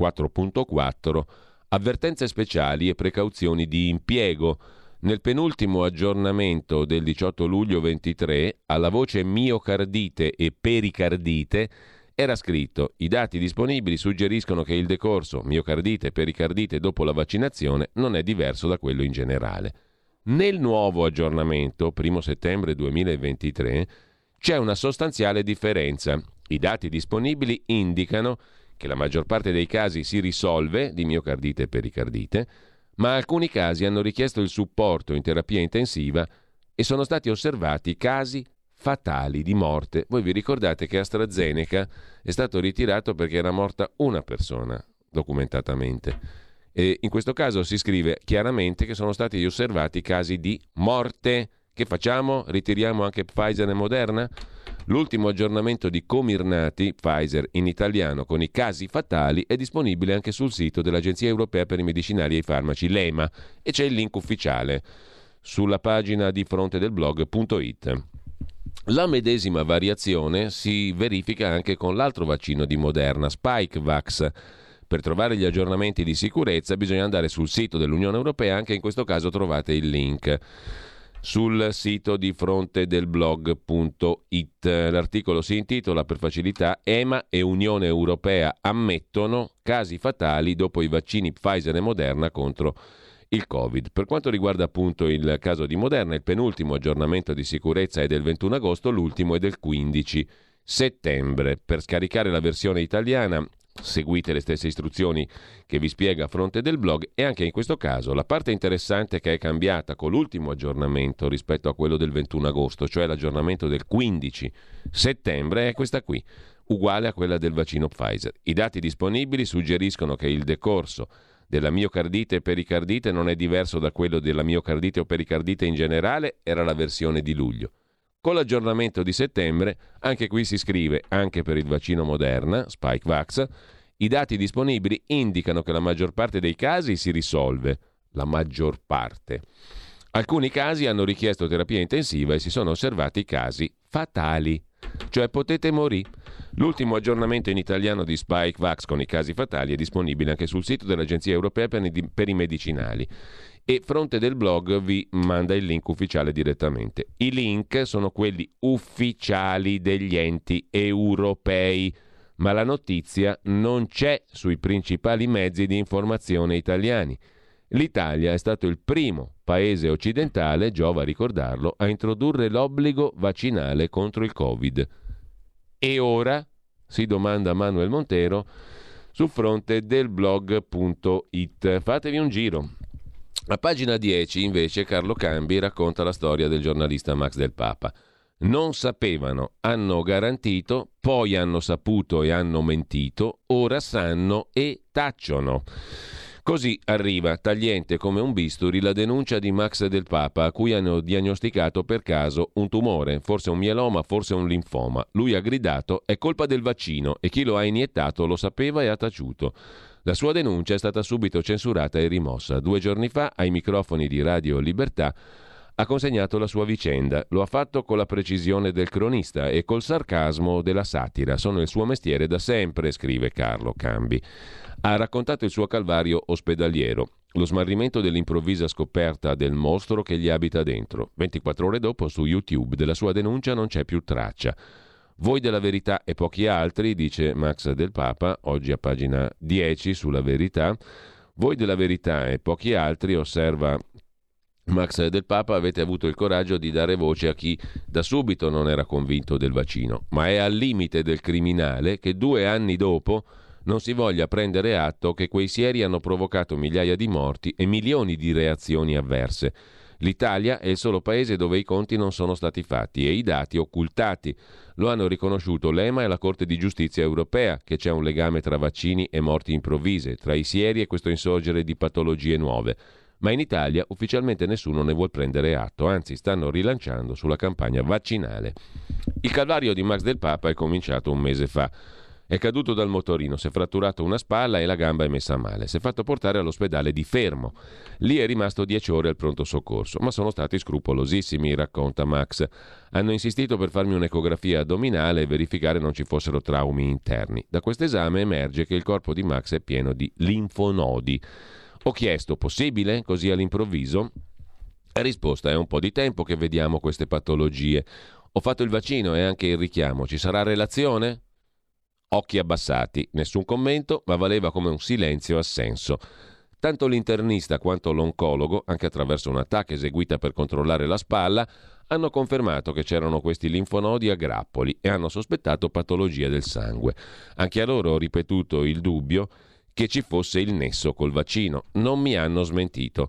4.4, avvertenze speciali e precauzioni di impiego. Nel penultimo aggiornamento del 18 luglio 23, alla voce miocardite e pericardite, era scritto: i dati disponibili suggeriscono che il decorso miocardite e pericardite dopo la vaccinazione non è diverso da quello in generale. Nel nuovo aggiornamento, 1 settembre 2023, c'è una sostanziale differenza. I dati disponibili indicano che la maggior parte dei casi si risolve di miocardite e pericardite, ma alcuni casi hanno richiesto il supporto in terapia intensiva e sono stati osservati casi fatali di morte. Voi vi ricordate che AstraZeneca è stato ritirato perché era morta una persona, documentatamente. E in questo caso si scrive chiaramente che sono stati osservati casi di morte. Che facciamo? Ritiriamo anche Pfizer e Moderna? L'ultimo aggiornamento di Comirnaty, Pfizer in italiano, con i casi fatali è disponibile anche sul sito dell'Agenzia Europea per i Medicinali e i Farmaci, l'EMA, e c'è il link ufficiale sulla pagina di frontedelblog.it. La medesima variazione si verifica anche con l'altro vaccino di Moderna, Spikevax. Per trovare gli aggiornamenti di sicurezza bisogna andare sul sito dell'Unione Europea, anche in questo caso trovate il link sul sito di frontedelblog.it. L'articolo si intitola per facilità EMA e Unione Europea ammettono casi fatali dopo i vaccini Pfizer e Moderna contro il Covid. Per quanto riguarda appunto il caso di Moderna, il penultimo aggiornamento di sicurezza è del 21 agosto, l'ultimo è del 15 settembre. Per scaricare la versione italiana seguite le stesse istruzioni che vi spiega a Fronte del Blog, e anche in questo caso la parte interessante che è cambiata con l'ultimo aggiornamento rispetto a quello del 21 agosto, cioè l'aggiornamento del 15 settembre, è questa qui, uguale a quella del vaccino Pfizer. I dati disponibili suggeriscono che il decorso della miocardite e pericardite non è diverso da quello della miocardite o pericardite in generale, era la versione di luglio. Con l'aggiornamento di settembre, anche qui si scrive, anche per il vaccino Moderna, Spikevax, i dati disponibili indicano che la maggior parte dei casi si risolve. La maggior parte. Alcuni casi hanno richiesto terapia intensiva e si sono osservati casi fatali, cioè potete morire. L'ultimo aggiornamento in italiano di Spikevax con i casi fatali è disponibile anche sul sito dell'Agenzia Europea per i Medicinali. E Fronte del Blog vi manda il link ufficiale direttamente. I link sono quelli ufficiali degli enti europei, ma la notizia non c'è sui principali mezzi di informazione italiani. L'Italia è stato il primo paese occidentale, giova ricordarlo, a introdurre l'obbligo vaccinale contro il Covid. E ora? Si domanda Manuel Montero su frontedelblog.it. Fatevi un giro. A pagina 10 invece Carlo Cambi racconta la storia del giornalista Max Del Papa. Non sapevano, hanno garantito, poi hanno saputo e hanno mentito, ora sanno e tacciono. Così arriva, tagliente come un bisturi, la denuncia di Max Del Papa, a cui hanno diagnosticato per caso un tumore, forse un mieloma, forse un linfoma. Lui ha gridato: è colpa del vaccino, e chi lo ha iniettato lo sapeva e ha taciuto. La sua denuncia è stata subito censurata e rimossa. 2 giorni fa, ai microfoni di Radio Libertà, ha consegnato la sua vicenda. Lo ha fatto con la precisione del cronista e col sarcasmo della satira. Sono il suo mestiere da sempre, scrive Carlo Cambi. Ha raccontato il suo calvario ospedaliero, lo smarrimento dell'improvvisa scoperta del mostro che gli abita dentro. 24 ore dopo, su YouTube, della sua denuncia non c'è più traccia. Voi della Verità e pochi altri, dice Max Del Papa, oggi a pagina 10 sulla Verità, voi della Verità e pochi altri, osserva Max Del Papa, avete avuto il coraggio di dare voce a chi da subito non era convinto del vaccino, ma è al limite del criminale che 2 anni dopo non si voglia prendere atto che quei sieri hanno provocato migliaia di morti e milioni di reazioni avverse. L'Italia è il solo paese dove i conti non sono stati fatti e i dati occultati. Lo hanno riconosciuto l'EMA e la Corte di Giustizia Europea, che c'è un legame tra vaccini e morti improvvise, tra i sieri e questo insorgere di patologie nuove. Ma in Italia ufficialmente nessuno ne vuol prendere atto, anzi stanno rilanciando sulla campagna vaccinale. Il calvario di Max Del Papa è cominciato un mese fa. È caduto dal motorino, si è fratturato una spalla e la gamba è messa male. Si è fatto portare all'ospedale di Fermo. Lì è rimasto 10 ore al pronto soccorso, ma sono stati scrupolosissimi, racconta Max. Hanno insistito per farmi un'ecografia addominale e verificare non ci fossero traumi interni. Da questo esame emerge che il corpo di Max è pieno di linfonodi. Ho chiesto: possibile così all'improvviso? La risposta è: un po' di tempo che vediamo queste patologie. Ho fatto il vaccino e anche il richiamo. Ci sarà relazione? Occhi abbassati, nessun commento, ma valeva come un silenzio assenso. Tanto l'internista quanto l'oncologo, anche attraverso una TAC eseguita per controllare la spalla, hanno confermato che c'erano questi linfonodi a grappoli e hanno sospettato patologia del sangue. Anche a loro ho ripetuto il dubbio che ci fosse il nesso col vaccino. Non mi hanno smentito.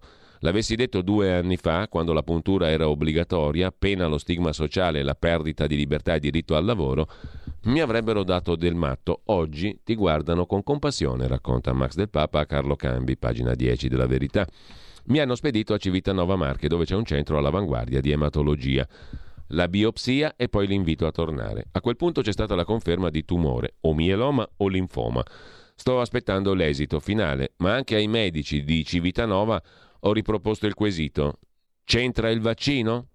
L'avessi detto 2 anni fa, quando la puntura era obbligatoria, pena lo stigma sociale e la perdita di libertà e diritto al lavoro, mi avrebbero dato del matto. Oggi ti guardano con compassione, racconta Max Del Papa a Carlo Cambi, pagina 10 della Verità. Mi hanno spedito a Civitanova Marche, dove c'è un centro all'avanguardia di ematologia. La biopsia e poi l'invito a tornare. A quel punto c'è stata la conferma di tumore, o mieloma o linfoma. Sto aspettando l'esito finale, ma anche ai medici di Civitanova ho riproposto il quesito: c'entra il vaccino?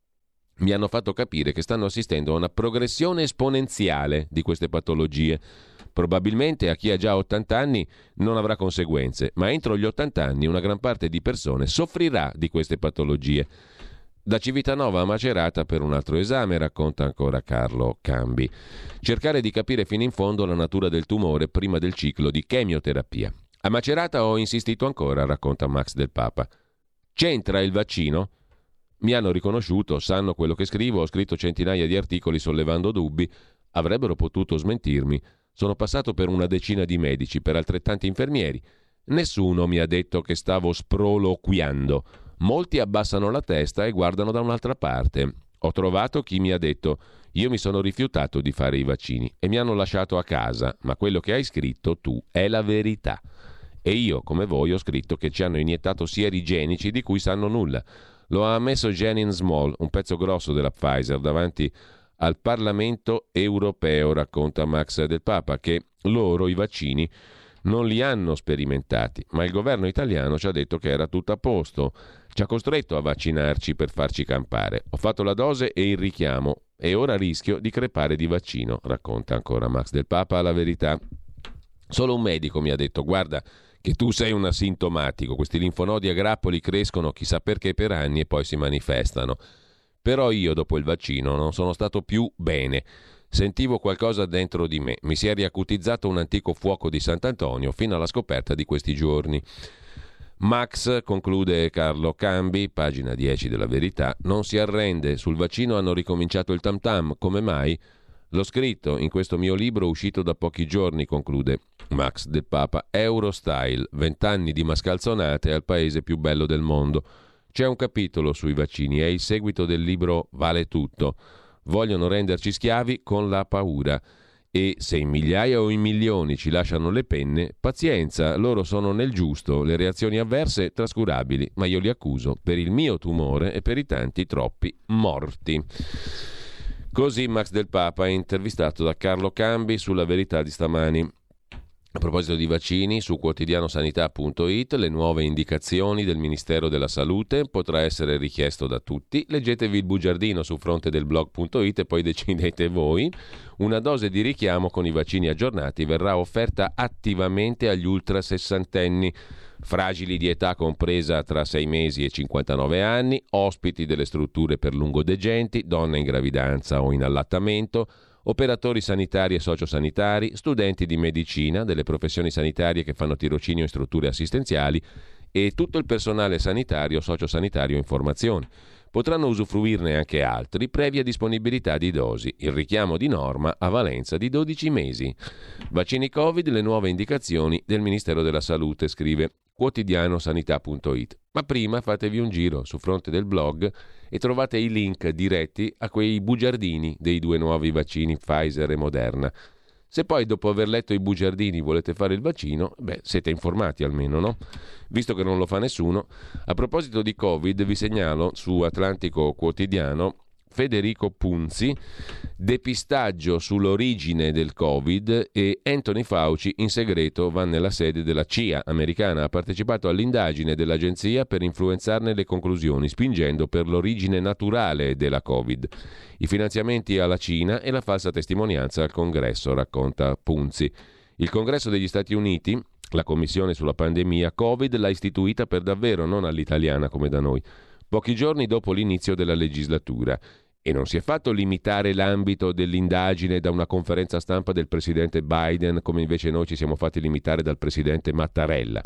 Mi hanno fatto capire che stanno assistendo a una progressione esponenziale di queste patologie. Probabilmente a chi ha già 80 anni non avrà conseguenze, ma entro gli 80 anni una gran parte di persone soffrirà di queste patologie. Da Civitanova a Macerata per un altro esame, racconta ancora Carlo Cambi. Cercare di capire fino in fondo la natura del tumore prima del ciclo di chemioterapia. A Macerata ho insistito ancora, racconta Max Del Papa. C'entra il vaccino? Mi hanno riconosciuto, sanno quello che scrivo, ho scritto centinaia di articoli sollevando dubbi, avrebbero potuto smentirmi. Sono passato per una decina di medici, per altrettanti infermieri. Nessuno mi ha detto che stavo sproloquiando. Molti abbassano la testa e guardano da un'altra parte. Ho trovato chi mi ha detto: io mi sono rifiutato di fare i vaccini e mi hanno lasciato a casa, ma quello che hai scritto tu è la verità. E io, come voi, ho scritto che ci hanno iniettato sieri genici di cui sanno nulla. Lo ha ammesso Janine Small, un pezzo grosso della Pfizer, davanti al Parlamento europeo, racconta Max Del Papa, che loro i vaccini non li hanno sperimentati, ma il governo italiano ci ha detto che era tutto a posto. Ci ha costretto a vaccinarci per farci campare. Ho fatto la dose e il richiamo e ora rischio di crepare di vaccino, racconta ancora Max Del Papa alla Verità. Solo un medico mi ha detto: guarda che tu sei un asintomatico, questi linfonodi a grappoli crescono chissà perché per anni e poi si manifestano. Però io dopo il vaccino non sono stato più bene. Sentivo qualcosa dentro di me, mi si è riacutizzato un antico fuoco di Sant'Antonio fino alla scoperta di questi giorni. Max, conclude Carlo Cambi, pagina 10 della Verità, non si arrende, sul vaccino hanno ricominciato il tam tam, come mai? L'ho scritto in questo mio libro uscito da pochi giorni, conclude Max Del Papa, Eurostyle, 20 anni di mascalzonate al paese più bello del mondo. C'è un capitolo sui vaccini, è il seguito del libro Vale tutto. Vogliono renderci schiavi con la paura e se in migliaia o in milioni ci lasciano le penne, pazienza, loro sono nel giusto, le reazioni avverse trascurabili, ma io li accuso per il mio tumore e per i tanti troppi morti. Così Max Del Papa è intervistato da Carlo Cambi sulla Verità di stamani. A proposito di vaccini, su quotidianosanità.it le nuove indicazioni del Ministero della Salute potrà essere richiesto da tutti. Leggetevi il bugiardino su frontedelblog.it e poi decidete voi. Una dose di richiamo con i vaccini aggiornati verrà offerta attivamente agli ultrasessantenni, fragili di età compresa tra 6 mesi e 59 anni, ospiti delle strutture per lungodegenti, donne in gravidanza o in allattamento, operatori sanitari e sociosanitari, studenti di medicina, delle professioni sanitarie che fanno tirocinio in strutture assistenziali e tutto il personale sanitario, sociosanitario in formazione. Potranno usufruirne anche altri, previa disponibilità di dosi. Il richiamo di norma ha valenza di 12 mesi. Vaccini Covid, le nuove indicazioni del Ministero della Salute, scrive quotidianosanità.it. Ma prima fatevi un giro su Fronte del Blog e trovate i link diretti a quei bugiardini dei 2 nuovi vaccini Pfizer e Moderna. Se poi dopo aver letto i bugiardini volete fare il vaccino, siete informati almeno, no? Visto che non lo fa nessuno. A proposito di Covid vi segnalo su Atlantico Quotidiano Federico Punzi, depistaggio sull'origine del Covid, e Anthony Fauci in segreto va nella sede della CIA americana, ha partecipato all'indagine dell'agenzia per influenzarne le conclusioni, spingendo per l'origine naturale della Covid, i finanziamenti alla Cina e la falsa testimonianza al Congresso, racconta Punzi. Il Congresso degli Stati Uniti, la Commissione sulla pandemia Covid, l'ha istituita per davvero, non all'italiana come da noi, pochi giorni dopo l'inizio della legislatura. E non si è fatto limitare l'ambito dell'indagine da una conferenza stampa del presidente Biden, come invece noi ci siamo fatti limitare dal presidente Mattarella.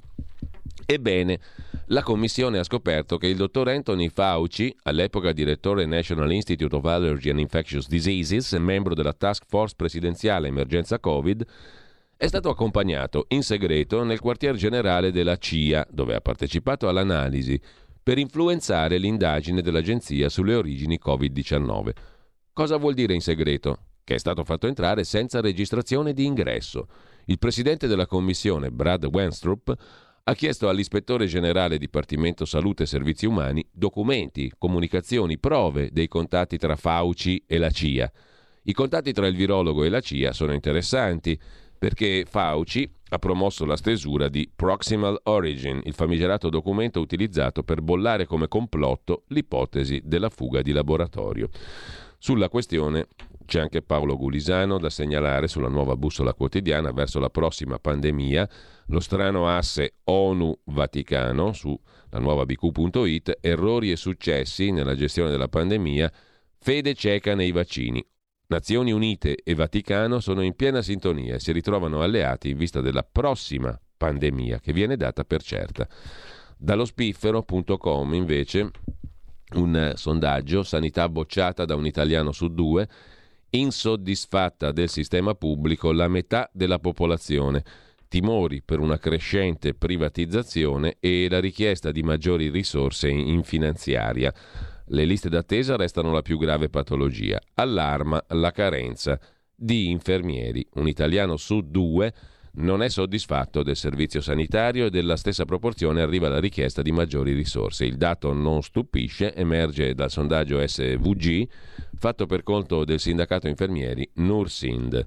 Ebbene, la commissione ha scoperto che il dottor Anthony Fauci, all'epoca direttore National Institute of Allergy and Infectious Diseases e membro della Task Force presidenziale emergenza Covid, è stato accompagnato in segreto nel quartier generale della CIA, dove ha partecipato all'analisi, per influenzare l'indagine dell'agenzia sulle origini Covid-19. Cosa vuol dire in segreto? Che è stato fatto entrare senza registrazione di ingresso. Il presidente della commissione, Brad Wenstrup, ha chiesto all'ispettore generale Dipartimento Salute e Servizi Umani documenti, comunicazioni, prove dei contatti tra Fauci e la CIA. I contatti tra il virologo e la CIA sono interessanti perché Fauci ha promosso la stesura di Proximal Origin, il famigerato documento utilizzato per bollare come complotto l'ipotesi della fuga di laboratorio. Sulla questione c'è anche Paolo Gulisano da segnalare sulla nuova bussola quotidiana verso la prossima pandemia, lo strano asse ONU-Vaticano su la nuova BQ.it, errori e successi nella gestione della pandemia, fede cieca nei vaccini. Nazioni Unite e Vaticano sono in piena sintonia e si ritrovano alleati in vista della prossima pandemia che viene data per certa. Dallo spiffero.com invece un sondaggio, sanità bocciata da un italiano su 2, insoddisfatta del sistema pubblico la metà della popolazione, timori per una crescente privatizzazione e la richiesta di maggiori risorse in finanziaria. Le liste d'attesa restano la più grave patologia. Allarma la carenza di infermieri. Un italiano su 2 non è soddisfatto del servizio sanitario e della stessa proporzione arriva la richiesta di maggiori risorse. Il dato non stupisce, emerge dal sondaggio SVG fatto per conto del sindacato infermieri Nursind.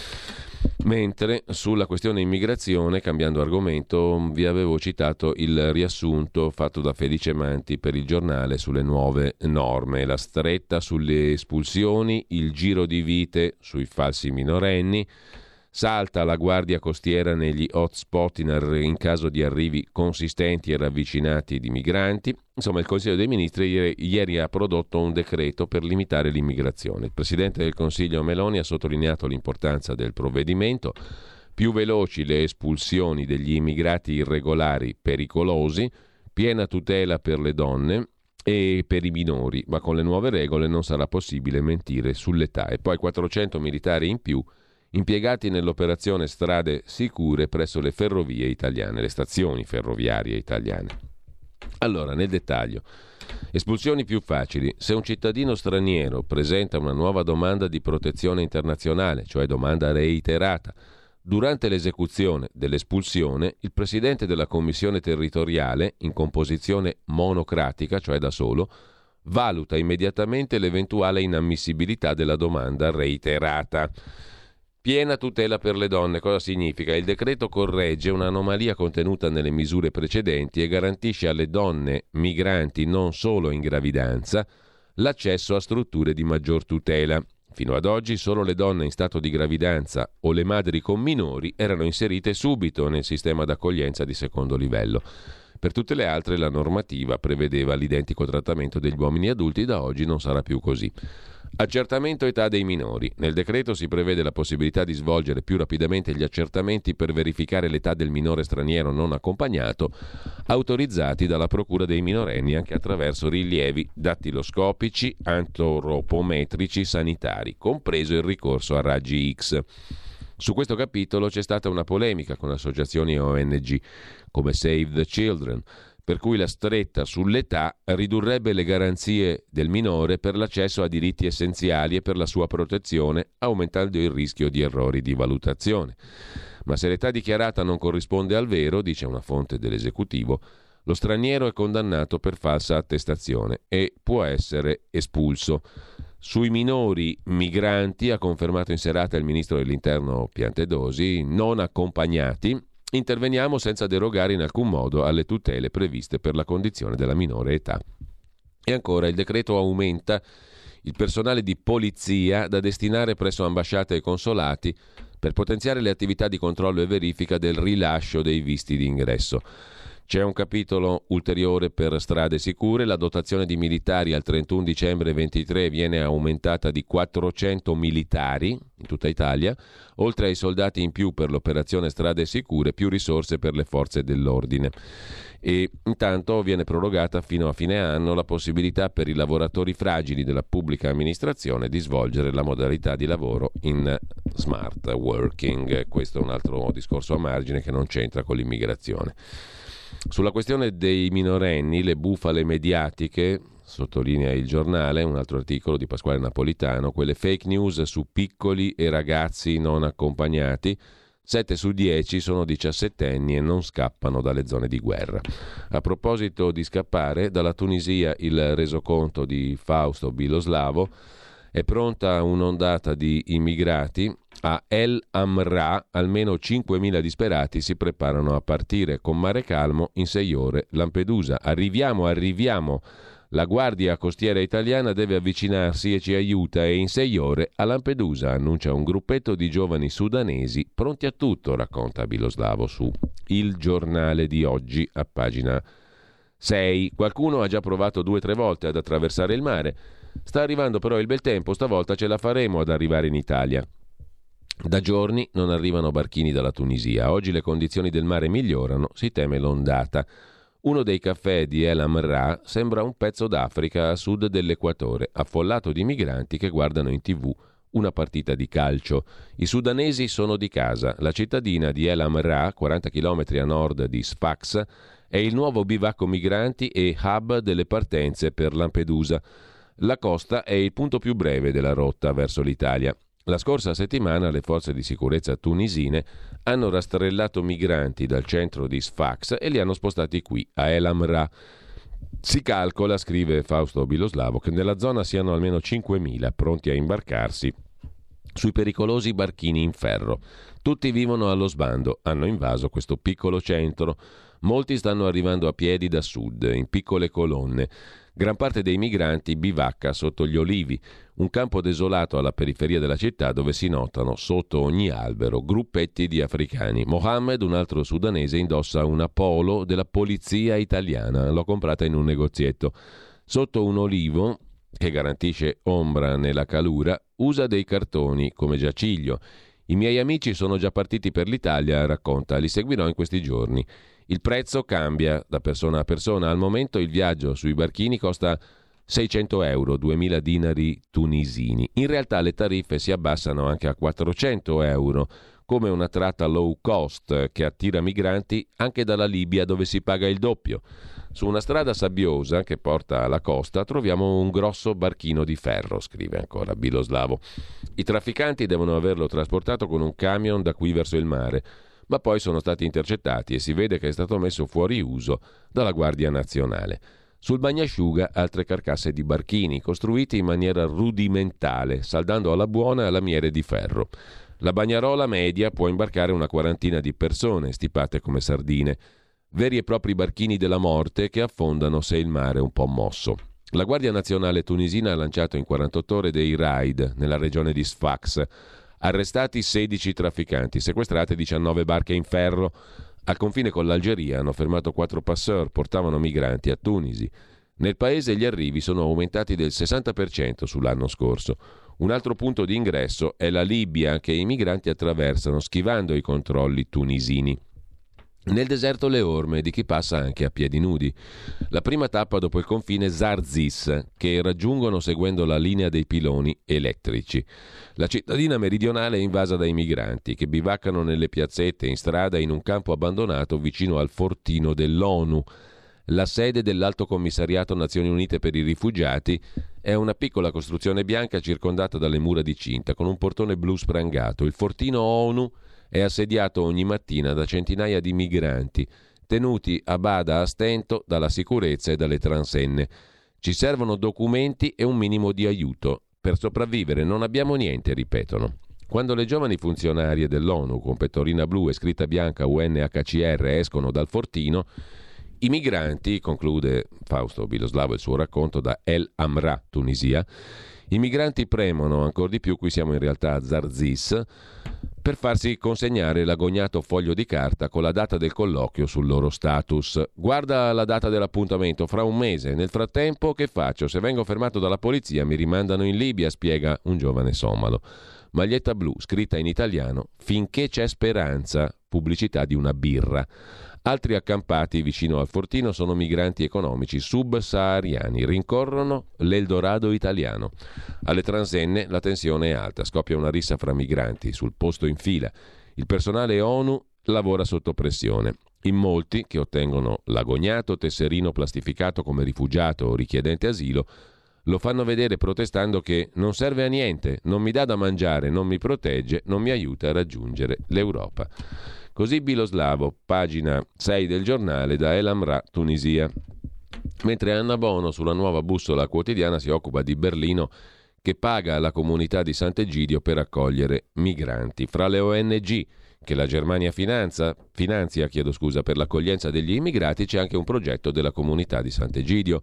Mentre sulla questione immigrazione, cambiando argomento, vi avevo citato il riassunto fatto da Felice Manti per il giornale sulle nuove norme, la stretta sulle espulsioni, il giro di vite sui falsi minorenni, salta la guardia costiera negli hotspot in caso di arrivi consistenti e ravvicinati di migranti. Insomma, il Consiglio dei Ministri ieri ha prodotto un decreto per limitare l'immigrazione. Il Presidente del Consiglio Meloni ha sottolineato l'importanza del provvedimento. Più veloci le espulsioni degli immigrati irregolari pericolosi, piena tutela per le donne e per i minori, ma con le nuove regole non sarà possibile mentire sull'età. E poi 400 militari in più impiegati nell'operazione Strade Sicure presso le ferrovie italiane, le stazioni ferroviarie italiane. Allora, nel dettaglio, espulsioni più facili. Se un cittadino straniero presenta una nuova domanda di protezione internazionale, cioè domanda reiterata, durante l'esecuzione dell'espulsione, il presidente della commissione territoriale, in composizione monocratica, cioè da solo, valuta immediatamente l'eventuale inammissibilità della domanda reiterata. Piena tutela per le donne. Cosa significa? Il decreto corregge un'anomalia contenuta nelle misure precedenti e garantisce alle donne migranti non solo in gravidanza l'accesso a strutture di maggior tutela. Fino ad oggi solo le donne in stato di gravidanza o le madri con minori erano inserite subito nel sistema d'accoglienza di secondo livello. Per tutte le altre la normativa prevedeva l'identico trattamento degli uomini adulti, da oggi non sarà più così. Accertamento età dei minori. Nel decreto si prevede la possibilità di svolgere più rapidamente gli accertamenti per verificare l'età del minore straniero non accompagnato, autorizzati dalla Procura dei minorenni anche attraverso rilievi dattiloscopici, antropometrici, sanitari, compreso il ricorso a raggi X. Su questo capitolo c'è stata una polemica con associazioni e ONG come Save the Children, per cui la stretta sull'età ridurrebbe le garanzie del minore per l'accesso a diritti essenziali e per la sua protezione, aumentando il rischio di errori di valutazione. Ma se l'età dichiarata non corrisponde al vero, dice una fonte dell'esecutivo, lo straniero è condannato per falsa attestazione e può essere espulso. Sui minori migranti, ha confermato in serata il ministro dell'Interno Piantedosi, non accompagnati, interveniamo senza derogare in alcun modo alle tutele previste per la condizione della minore età. E ancora, il decreto aumenta il personale di polizia da destinare presso ambasciate e consolati per potenziare le attività di controllo e verifica del rilascio dei visti di ingresso. C'è un capitolo ulteriore per strade sicure, la dotazione di militari al 31 dicembre 23 viene aumentata di 400 militari in tutta Italia, oltre ai soldati in più per l'operazione strade sicure, più risorse per le forze dell'ordine. E intanto viene prorogata fino a fine anno la possibilità per i lavoratori fragili della pubblica amministrazione di svolgere la modalità di lavoro in smart working. Questo è un altro discorso a margine che non c'entra con l'immigrazione. Sulla questione dei minorenni, le bufale mediatiche, sottolinea il giornale, un altro articolo di Pasquale Napolitano, quelle fake news su piccoli e ragazzi non accompagnati, 7 su 10 sono 17enni e non scappano dalle zone di guerra. A proposito di scappare, dalla Tunisia il resoconto di Fausto Biloslavo: è pronta un'ondata di immigrati. A El Amra almeno 5.000 disperati si preparano a partire con mare calmo in 6 ore. Lampedusa, arriviamo. La Guardia Costiera Italiana deve avvicinarsi e ci aiuta, e in 6 ore a Lampedusa, annuncia un gruppetto di giovani sudanesi pronti a tutto, racconta Biloslavo su Il Giornale di oggi a pagina 6. Qualcuno ha già provato 2 o 3 volte ad attraversare il mare. Sta arrivando però il bel tempo, stavolta ce la faremo ad arrivare in Italia. Da giorni non arrivano barchini dalla Tunisia. Oggi le condizioni del mare migliorano, si teme l'ondata. Uno dei caffè di El Amra sembra un pezzo d'Africa a sud dell'equatore, affollato di migranti che guardano in TV una partita di calcio. I sudanesi sono di casa. La cittadina di El Amra, 40 km a nord di Sfax, è il nuovo bivacco migranti e hub delle partenze per Lampedusa. La costa è il punto più breve della rotta verso l'Italia. La scorsa settimana le forze di sicurezza tunisine hanno rastrellato migranti dal centro di Sfax e li hanno spostati qui, a El Amra. Si calcola, scrive Fausto Biloslavo, che nella zona siano almeno 5.000 pronti a imbarcarsi sui pericolosi barchini in ferro. Tutti vivono allo sbando, hanno invaso questo piccolo centro. Molti stanno arrivando a piedi da sud, in piccole colonne. Gran parte dei migranti bivacca sotto gli olivi, un campo desolato alla periferia della città dove si notano sotto ogni albero gruppetti di africani. Mohammed, un altro sudanese, indossa una polo della polizia italiana, l'ho comprata in un negozietto. Sotto un olivo, che garantisce ombra nella calura, usa dei cartoni come giaciglio. I miei amici sono già partiti per l'Italia, racconta, li seguirò in questi giorni. Il prezzo cambia da persona a persona. Al momento il viaggio sui barchini costa 600 euro, 2.000 dinari tunisini. In realtà le tariffe si abbassano anche a 400 euro, come una tratta low cost che attira migranti anche dalla Libia, dove si paga il doppio. Su una strada sabbiosa che porta alla costa troviamo un grosso barchino di ferro, scrive ancora Biloslavo. I trafficanti devono averlo trasportato con un camion da qui verso il mare, ma poi sono stati intercettati e si vede che è stato messo fuori uso dalla Guardia Nazionale. Sul bagnasciuga altre carcasse di barchini, costruiti in maniera rudimentale, saldando alla buona lamiere di ferro. La bagnarola media può imbarcare una 40 di persone, stipate come sardine. Veri e propri barchini della morte che affondano se il mare è un po' mosso. La Guardia Nazionale tunisina ha lanciato in 48 ore dei raid nella regione di Sfax. Arrestati 16 trafficanti, sequestrate 19 barche in ferro. Al confine con l'Algeria hanno fermato 4 passeur, portavano migranti a Tunisi. Nel paese gli arrivi sono aumentati del 60% sull'anno scorso. Un altro punto di ingresso è la Libia, che i migranti attraversano schivando i controlli tunisini. Nel deserto le orme di chi passa anche a piedi nudi. La prima tappa dopo il confine Zarzis, che raggiungono seguendo la linea dei piloni elettrici. La cittadina meridionale è invasa dai migranti che bivaccano nelle piazzette, in strada, in un campo abbandonato vicino al fortino dell'ONU. La sede dell'Alto Commissariato Nazioni Unite per i Rifugiati è una piccola costruzione bianca circondata dalle mura di cinta con un portone blu sprangato. Il fortino ONU è assediato ogni mattina da centinaia di migranti, tenuti a bada a stento dalla sicurezza e dalle transenne. Ci servono documenti e un minimo di aiuto. Per sopravvivere non abbiamo niente, ripetono. Quando le giovani funzionarie dell'ONU con pettorina blu e scritta bianca UNHCR escono dal fortino, i migranti, conclude Fausto Biloslavo il suo racconto da El Amra, Tunisia, i migranti premono ancora di più, qui siamo in realtà a Zarzis, per farsi consegnare l'agognato foglio di carta con la data del colloquio sul loro status. Guarda la data dell'appuntamento, fra un mese. Nel frattempo che faccio? Se vengo fermato dalla polizia mi rimandano in Libia, spiega un giovane somalo. Maglietta blu, scritta in italiano, finché c'è speranza, pubblicità di una birra. Altri accampati vicino al fortino sono migranti economici subsahariani, rincorrono l'Eldorado italiano. Alle transenne la tensione è alta, scoppia una rissa fra migranti sul posto in fila. Il personale ONU lavora sotto pressione. In molti, che ottengono l'agognato tesserino plastificato come rifugiato o richiedente asilo, lo fanno vedere protestando che non serve a niente, non mi dà da mangiare, non mi protegge, non mi aiuta a raggiungere l'Europa. Così Biloslavo, pagina 6 del giornale, da El Amra, Tunisia. Mentre Anna Bono sulla Nuova Bussola Quotidiana si occupa di Berlino, che paga la comunità di Sant'Egidio per accogliere migranti. Fra le ONG che la Germania finanzia per l'accoglienza degli immigrati c'è anche un progetto della comunità di Sant'Egidio.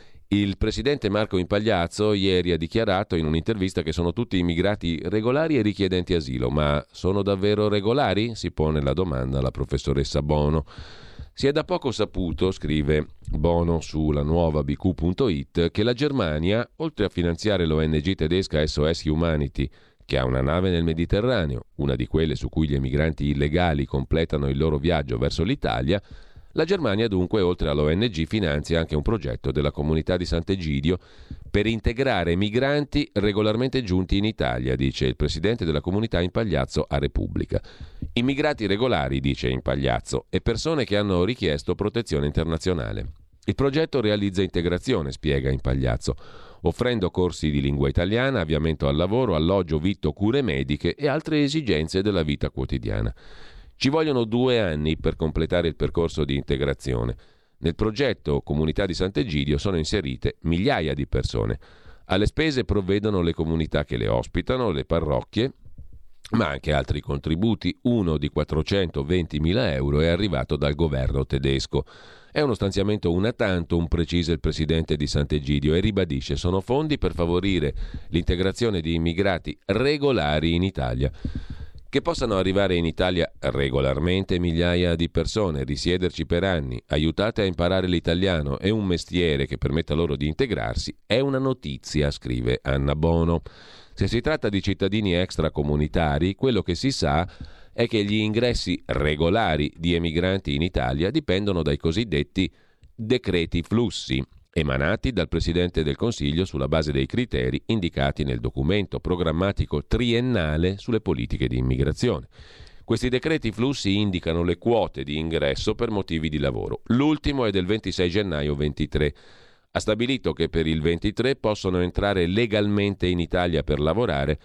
Il presidente Marco Impagliazzo ieri ha dichiarato in un'intervista che sono tutti immigrati regolari e richiedenti asilo, ma sono davvero regolari? Si pone la domanda la professoressa Bono. Si è da poco saputo, scrive Bono sulla nuova bq.it, che la Germania, oltre a finanziare l'ONG tedesca SOS Humanity, che ha una nave nel Mediterraneo, una di quelle su cui gli emigranti illegali completano il loro viaggio verso l'Italia, la Germania dunque, oltre all'ONG, finanzia anche un progetto della comunità di Sant'Egidio per integrare migranti regolarmente giunti in Italia, dice il presidente della comunità Impagliazzo a Repubblica. Immigrati regolari, dice Impagliazzo, e persone che hanno richiesto protezione internazionale. Il progetto realizza integrazione, spiega Impagliazzo, offrendo corsi di lingua italiana, avviamento al lavoro, alloggio, vitto, cure mediche e altre esigenze della vita quotidiana. Ci vogliono 2 anni per completare il percorso di integrazione. Nel progetto Comunità di Sant'Egidio sono inserite migliaia di persone. Alle spese provvedono le comunità che le ospitano, le parrocchie, ma anche altri contributi. Uno di 420.000 euro è arrivato dal governo tedesco. È uno stanziamento una tantum, precisa il presidente di Sant'Egidio, e ribadisce sono fondi per favorire l'integrazione di immigrati regolari in Italia. Che possano arrivare in Italia regolarmente migliaia di persone, risiederci per anni, aiutate a imparare l'italiano e un mestiere che permetta loro di integrarsi, è una notizia, scrive Anna Bono. Se si tratta di cittadini extracomunitari, quello che si sa è che gli ingressi regolari di emigranti in Italia dipendono dai cosiddetti decreti flussi, emanati dal Presidente del Consiglio sulla base dei criteri indicati nel documento programmatico triennale sulle politiche di immigrazione. Questi decreti flussi indicano le quote di ingresso per motivi di lavoro. L'ultimo è del 26 gennaio 23. Ha stabilito che per il 23 possono entrare legalmente in Italia per lavorare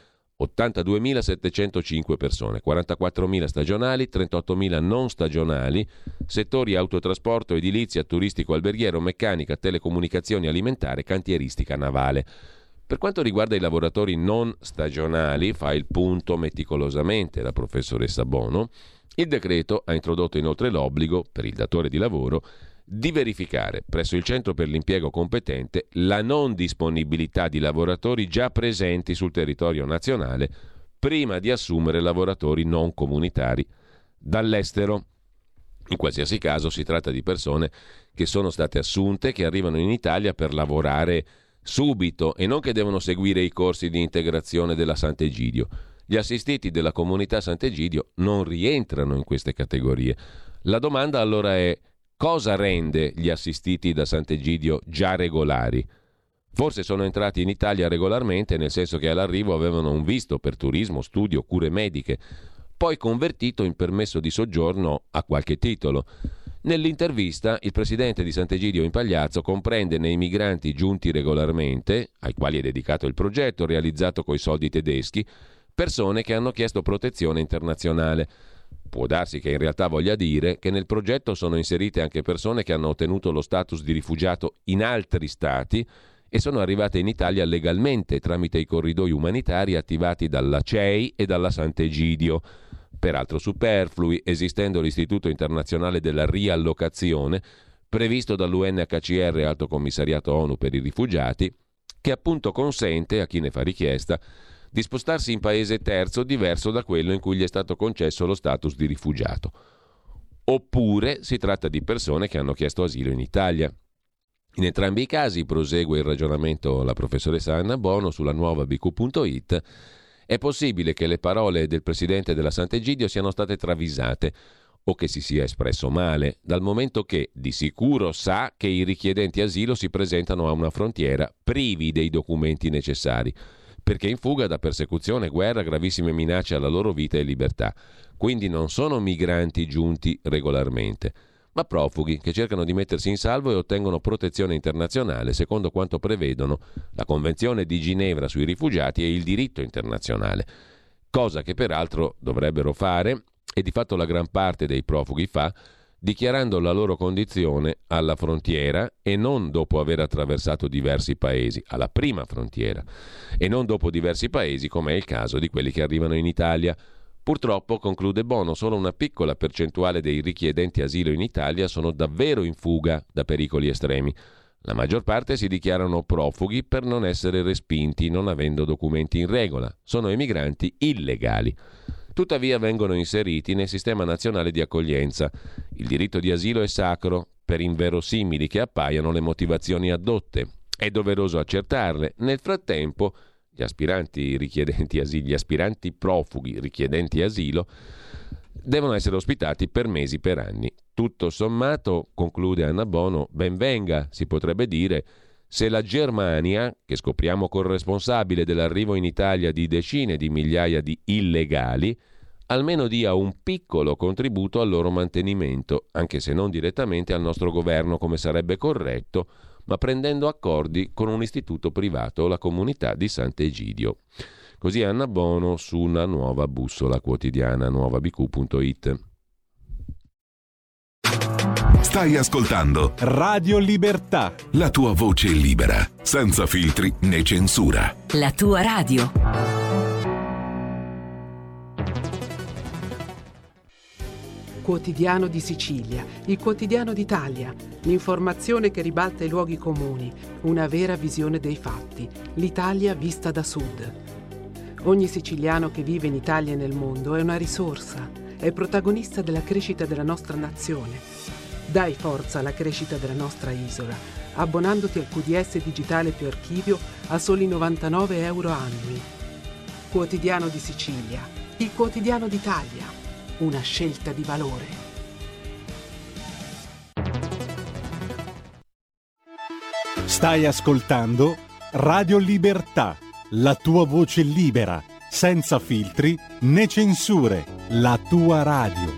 82.705 persone, 44.000 stagionali, 38.000 non stagionali, settori autotrasporto, edilizia, turistico-alberghiero, meccanica, telecomunicazioni, alimentare, cantieristica navale. Per quanto riguarda i lavoratori non stagionali, fa il punto meticolosamente la professoressa Bono, il decreto ha introdotto inoltre l'obbligo per il datore di lavoro di verificare presso il centro per l'impiego competente la non disponibilità di lavoratori già presenti sul territorio nazionale prima di assumere lavoratori non comunitari dall'estero. In qualsiasi caso si tratta di persone che sono state assunte, che arrivano in Italia per lavorare subito e non che devono seguire i corsi di integrazione della Sant'Egidio. Gli assistiti della comunità Sant'Egidio non rientrano in queste categorie. La domanda allora è: cosa rende gli assistiti da Sant'Egidio già regolari? Forse sono entrati in Italia regolarmente, nel senso che all'arrivo avevano un visto per turismo, studio, cure mediche, poi convertito in permesso di soggiorno a qualche titolo. Nell'intervista il presidente di Sant'Egidio Impagliazzo comprende nei migranti giunti regolarmente, ai quali è dedicato il progetto realizzato coi soldi tedeschi, persone che hanno chiesto protezione internazionale. Può darsi che in realtà voglia dire che nel progetto sono inserite anche persone che hanno ottenuto lo status di rifugiato in altri stati e sono arrivate in Italia legalmente tramite i corridoi umanitari attivati dalla CEI e dalla Sant'Egidio, peraltro superflui, esistendo l'Istituto Internazionale della Riallocazione, previsto dall'UNHCR, Alto Commissariato ONU per i Rifugiati, che appunto consente a chi ne fa richiesta di spostarsi in paese terzo diverso da quello in cui gli è stato concesso lo status di rifugiato. Oppure si tratta di persone che hanno chiesto asilo in Italia. In entrambi i casi, prosegue il ragionamento la professoressa Anna Bono sulla nuova bq.it, è possibile che le parole del presidente della Sant'Egidio siano state travisate o che si sia espresso male, dal momento che di sicuro sa che i richiedenti asilo si presentano a una frontiera privi dei documenti necessari, perché in fuga da persecuzione, guerra, gravissime minacce alla loro vita e libertà. quindi non sono migranti giunti regolarmente, ma profughi che cercano di mettersi in salvo e ottengono protezione internazionale secondo quanto prevedono la Convenzione di Ginevra sui rifugiati e il diritto internazionale, cosa che peraltro dovrebbero fare e di fatto la gran parte dei profughi fa, dichiarando la loro condizione alla frontiera e non dopo aver attraversato diversi paesi, alla prima frontiera, e non dopo diversi paesi come è il caso di quelli che arrivano in Italia. Purtroppo, conclude Bono, solo una piccola percentuale dei richiedenti asilo in Italia sono davvero in fuga da pericoli estremi. La maggior parte si dichiarano profughi per non essere respinti, non avendo documenti in regola. Sono emigranti illegali. Tuttavia vengono inseriti nel sistema nazionale di accoglienza. Il diritto di asilo è sacro, per inverosimili che appaiano le motivazioni addotte. È doveroso accertarle. Nel frattempo, gli aspiranti profughi richiedenti asilo devono essere ospitati per mesi, per anni. Tutto sommato, conclude Anna Bono, ben venga, si potrebbe dire, se la Germania, che scopriamo corresponsabile dell'arrivo in Italia di decine di migliaia di illegali, almeno dia un piccolo contributo al loro mantenimento, anche se non direttamente al nostro governo come sarebbe corretto, ma prendendo accordi con un istituto privato, la comunità di Sant'Egidio. Così Anna Bono su una nuova bussola quotidiana, nuovabq.it. Stai ascoltando Radio Libertà. la tua voce libera, senza filtri né censura. La tua radio. Quotidiano di Sicilia, il quotidiano d'Italia, l'informazione che ribalta i luoghi comuni, una vera visione dei fatti, l'Italia vista da sud. Ogni siciliano che vive in Italia e nel mondo è una risorsa, è protagonista della crescita della nostra nazione. Dai forza alla crescita della nostra isola, abbonandoti al QDS digitale più archivio a soli 99 euro annui. Quotidiano di Sicilia, il quotidiano d'Italia. Una scelta di valore. Stai ascoltando Radio Libertà, la tua voce libera, senza filtri né censure, la tua radio.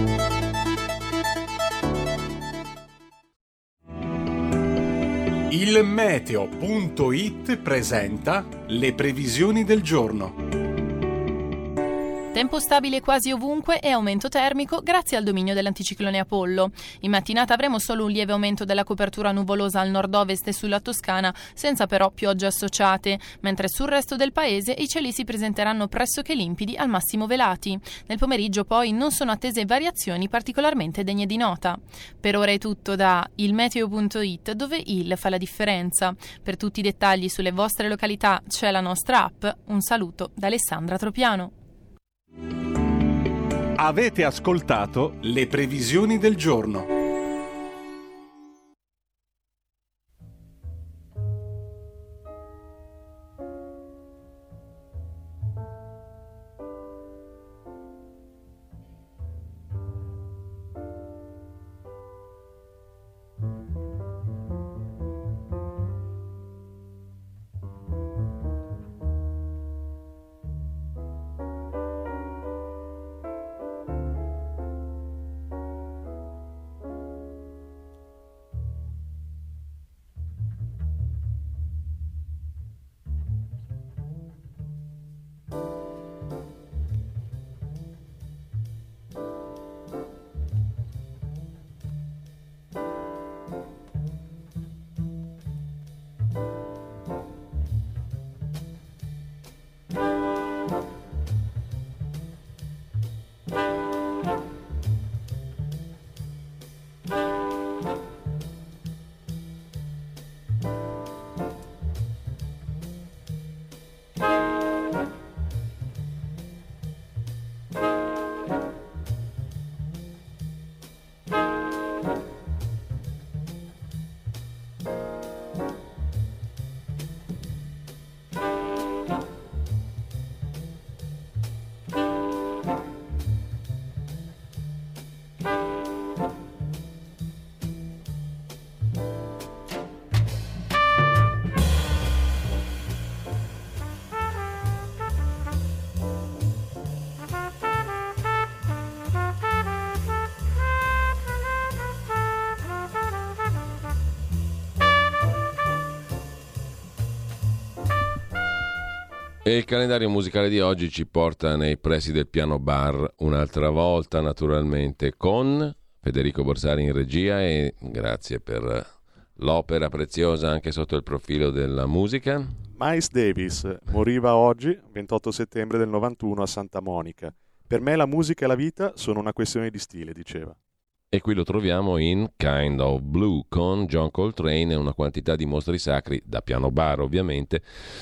Il meteo.it presenta le previsioni del giorno. Tempo stabile quasi ovunque e aumento termico grazie al dominio dell'anticiclone Apollo. In mattinata avremo solo un lieve aumento della copertura nuvolosa al nord-ovest e sulla Toscana, senza però piogge associate, mentre sul resto del paese i cieli si presenteranno pressoché limpidi, al massimo velati. Nel pomeriggio poi non sono attese variazioni particolarmente degne di nota. Per ora è tutto da ilmeteo.it, dove il fa la differenza. Per tutti i dettagli sulle vostre località c'è la nostra app. Un saluto da Alessandra Tropiano. Avete ascoltato le previsioni del giorno. E il calendario musicale di oggi ci porta nei pressi del Piano Bar, un'altra volta naturalmente, con Federico Borsari in regia, e grazie per l'opera preziosa anche sotto il profilo della musica. Miles Davis moriva oggi, 28 settembre del 91, a Santa Monica. Per me la musica e la vita sono una questione di stile, diceva. E qui lo troviamo in Kind of Blue con John Coltrane e una quantità di mostri sacri, da Piano Bar ovviamente,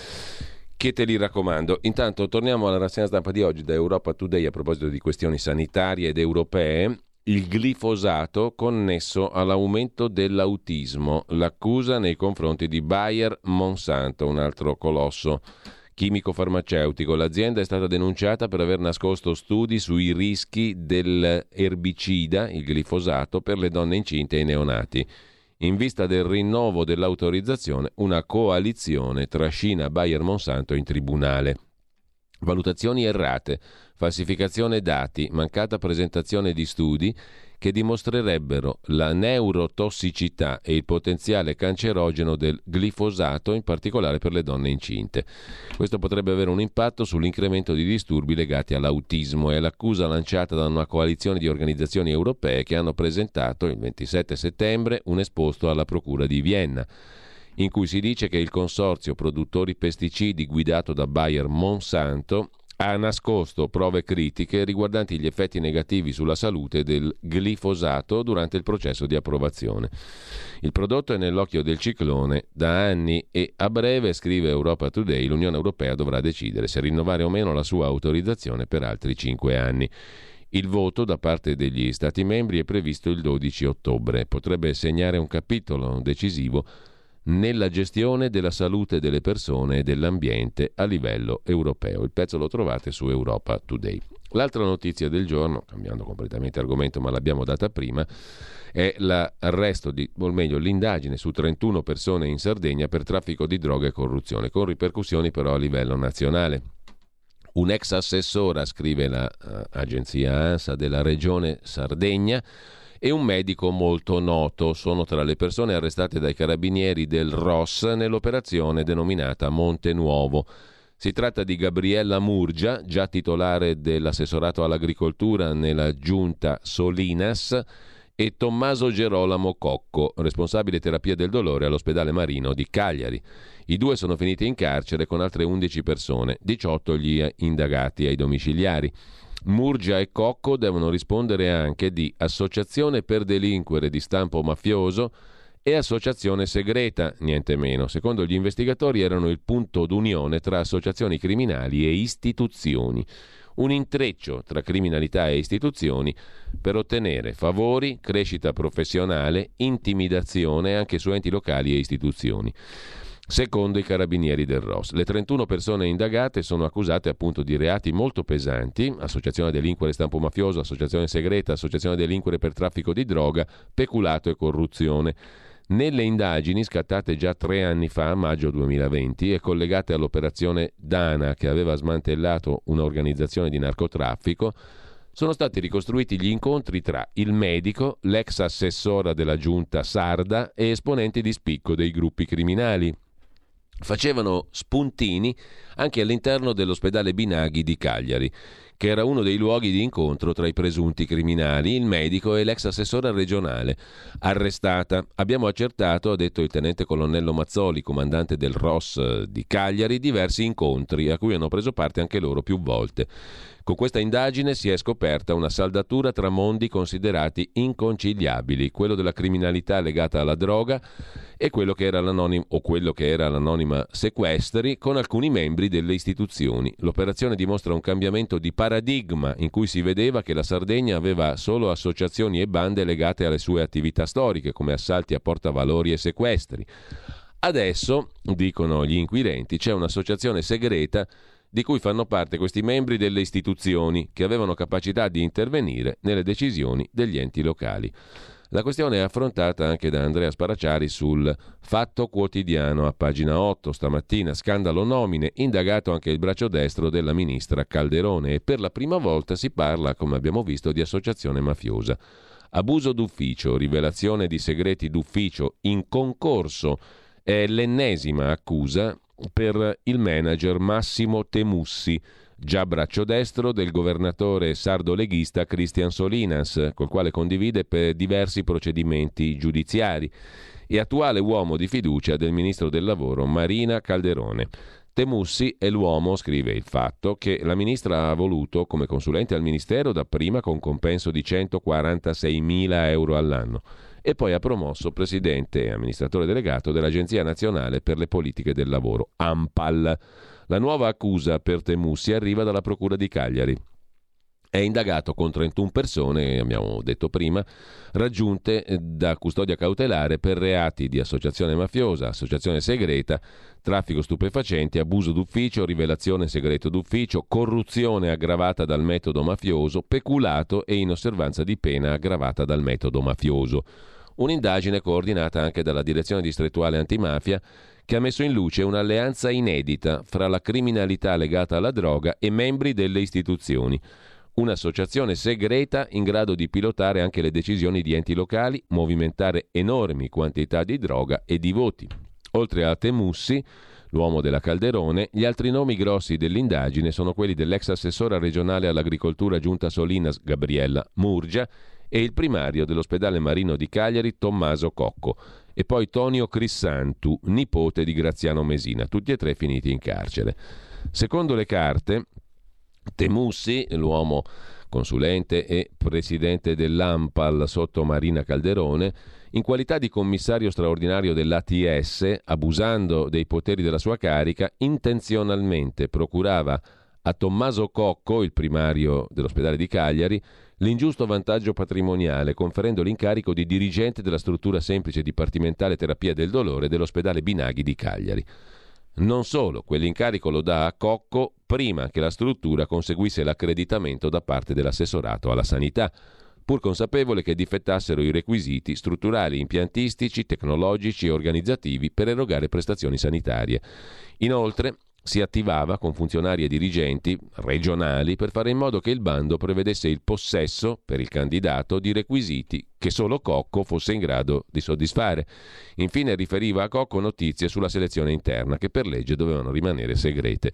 che te li raccomando. Intanto torniamo alla rassegna stampa di oggi da Europa Today a proposito di questioni sanitarie ed europee. Il glifosato connesso all'aumento dell'autismo, l'accusa nei confronti di Bayer Monsanto, un altro colosso chimico-farmaceutico. L'azienda è stata denunciata per aver nascosto studi sui rischi dell'erbicida, il glifosato, per le donne incinte e i neonati. In vista del rinnovo dell'autorizzazione, una coalizione trascina Bayer Monsanto in tribunale. Valutazioni errate, falsificazione dati, mancata presentazione di studi che dimostrerebbero la neurotossicità e il potenziale cancerogeno del glifosato, in particolare per le donne incinte. Questo potrebbe avere un impatto sull'incremento di disturbi legati all'autismo, è l'accusa lanciata da una coalizione di organizzazioni europee che hanno presentato il 27 settembre un esposto alla Procura di Vienna, in cui si dice che il consorzio produttori pesticidi guidato da Bayer Monsanto ha nascosto prove critiche riguardanti gli effetti negativi sulla salute del glifosato durante il processo di approvazione. Il prodotto è nell'occhio del ciclone da anni e a breve, scrive Europa Today, l'Unione Europea dovrà decidere se rinnovare o meno la sua autorizzazione per altri 5 anni. Il voto da parte degli Stati membri è previsto il 12 ottobre. Potrebbe segnare un capitolo decisivo nella gestione della salute delle persone e dell'ambiente a livello europeo. Il pezzo lo trovate su Europa Today. L'altra notizia del giorno, cambiando completamente argomento ma l'abbiamo data prima, è l'arresto o meglio l'indagine su 31 persone in Sardegna per traffico di droga e corruzione, con ripercussioni però a livello nazionale. Un ex assessora, scrive l'agenzia ANSA della regione Sardegna, e un medico molto noto sono tra le persone arrestate dai carabinieri del ROS nell'operazione denominata Monte Nuovo. Si tratta di Gabriella Murgia, già titolare dell'assessorato all'agricoltura nella giunta Solinas, e Tommaso Gerolamo Cocco, responsabile terapia del dolore all'ospedale Marino di Cagliari. I due sono finiti in carcere con altre 11 persone, 18 gli indagati ai domiciliari. Murgia e Cocco devono rispondere anche di associazione per delinquere di stampo mafioso e associazione segreta, niente meno. Secondo gli investigatori erano il punto d'unione tra associazioni criminali e istituzioni. Un intreccio tra criminalità e istituzioni per ottenere favori, crescita professionale, intimidazione anche su enti locali e istituzioni. Secondo i carabinieri del ROS, le 31 persone indagate sono accusate appunto di reati molto pesanti: associazione a delinquere stampo mafioso, associazione segreta, associazione a delinquere per traffico di droga, peculato e corruzione. Nelle indagini scattate già 3 anni fa, a maggio 2020, e collegate all'operazione Dana che aveva smantellato un'organizzazione di narcotraffico, sono stati ricostruiti gli incontri tra il medico, l'ex assessora della giunta sarda e esponenti di spicco dei gruppi criminali. Facevano spuntini anche all'interno dell'ospedale Binaghi di Cagliari, che era uno dei luoghi di incontro tra i presunti criminali, il medico e l'ex assessore regionale. Arrestata. Abbiamo accertato, ha detto il tenente colonnello Mazzoli, comandante del ROS di Cagliari, diversi incontri a cui hanno preso parte anche loro più volte. Con questa indagine si è scoperta una saldatura tra mondi considerati inconciliabili, quello della criminalità legata alla droga e quello che era l'anonima sequestri con alcuni membri delle istituzioni. L'operazione dimostra un cambiamento di paradigma in cui si vedeva che la Sardegna aveva solo associazioni e bande legate alle sue attività storiche, come assalti a portavalori e sequestri. Adesso, dicono gli inquirenti, c'è un'associazione segreta di cui fanno parte questi membri delle istituzioni che avevano capacità di intervenire nelle decisioni degli enti locali. La questione è affrontata anche da Andrea Sparaciari sul Fatto Quotidiano a pagina 8 stamattina. Scandalo nomine, indagato anche il braccio destro della ministra Calderone, e per la prima volta si parla, come abbiamo visto, di associazione mafiosa. Abuso d'ufficio, rivelazione di segreti d'ufficio in concorso è l'ennesima accusa per il manager Massimo Temussi, già braccio destro del governatore sardo-leghista Christian Solinas, col quale condivide per diversi procedimenti giudiziari, e attuale uomo di fiducia del ministro del lavoro Marina Calderone. Temussi è l'uomo, scrive Il Fatto, che la ministra ha voluto come consulente al ministero dapprima con compenso di 146.000 euro all'anno e poi ha promosso presidente e amministratore delegato dell'Agenzia Nazionale per le Politiche del Lavoro, ANPAL. La nuova accusa per Temussi arriva dalla Procura di Cagliari. È indagato con 31 persone, abbiamo detto prima, raggiunte da custodia cautelare per reati di associazione mafiosa, associazione segreta, traffico stupefacenti, abuso d'ufficio, rivelazione segreto d'ufficio, corruzione aggravata dal metodo mafioso, peculato e inosservanza di pena aggravata dal metodo mafioso. Un'indagine coordinata anche dalla Direzione Distrettuale Antimafia, che ha messo in luce un'alleanza inedita fra la criminalità legata alla droga e membri delle istituzioni. Un'associazione segreta in grado di pilotare anche le decisioni di enti locali, movimentare enormi quantità di droga e di voti. Oltre a Temussi, l'uomo della Calderone, gli altri nomi grossi dell'indagine sono quelli dell'ex assessora regionale all'agricoltura giunta Solinas Gabriella Murgia e il primario dell'ospedale marino di Cagliari Tommaso Cocco, e poi Tonio Crissantu, nipote di Graziano Mesina, tutti e tre finiti in carcere. Secondo le carte, Temussi, l'uomo consulente e presidente dell'ANPAL sotto Marina Calderone, in qualità di commissario straordinario dell'ATS, abusando dei poteri della sua carica, intenzionalmente procurava a Tommaso Cocco, il primario dell'ospedale di Cagliari, l'ingiusto vantaggio patrimoniale, conferendo l'incarico di dirigente della struttura semplice dipartimentale terapia del dolore dell'ospedale Binaghi di Cagliari. Non solo, quell'incarico lo dà a Cocco prima che la struttura conseguisse l'accreditamento da parte dell'assessorato alla sanità, pur consapevole che difettassero i requisiti strutturali, impiantistici, tecnologici e organizzativi per erogare prestazioni sanitarie. Inoltre, si attivava con funzionari e dirigenti regionali per fare in modo che il bando prevedesse il possesso per il candidato di requisiti che solo Cocco fosse in grado di soddisfare. Infine riferiva a Cocco notizie sulla selezione interna che per legge dovevano rimanere segrete.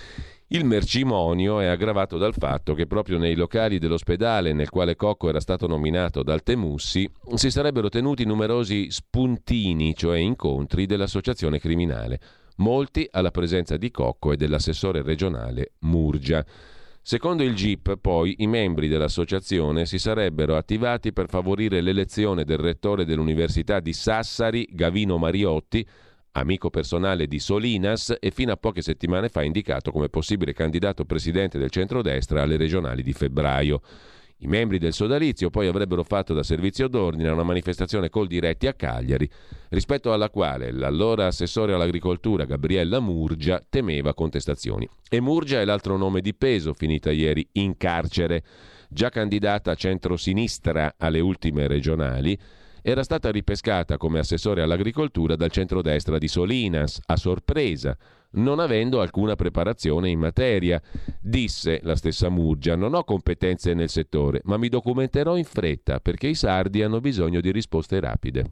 Il mercimonio è aggravato dal fatto che proprio nei locali dell'ospedale nel quale Cocco era stato nominato dal Temussi si sarebbero tenuti numerosi spuntini, cioè incontri dell'associazione criminale, molti alla presenza di Cocco e dell'assessore regionale Murgia. Secondo il GIP, poi, i membri dell'associazione si sarebbero attivati per favorire l'elezione del rettore dell'Università di Sassari, Gavino Mariotti, amico personale di Solinas e fino a poche settimane fa indicato come possibile candidato presidente del centrodestra alle regionali di febbraio. I membri del sodalizio poi avrebbero fatto da servizio d'ordine a una manifestazione Coldiretti a Cagliari, rispetto alla quale l'allora assessore all'agricoltura Gabriella Murgia temeva contestazioni. E Murgia è l'altro nome di peso finita ieri in carcere. Già candidata a centrosinistra alle ultime regionali, era stata ripescata come assessore all'agricoltura dal centrodestra di Solinas, a sorpresa, non avendo alcuna preparazione in materia. Disse la stessa Murgia: non ho competenze nel settore, ma mi documenterò in fretta perché i sardi hanno bisogno di risposte rapide.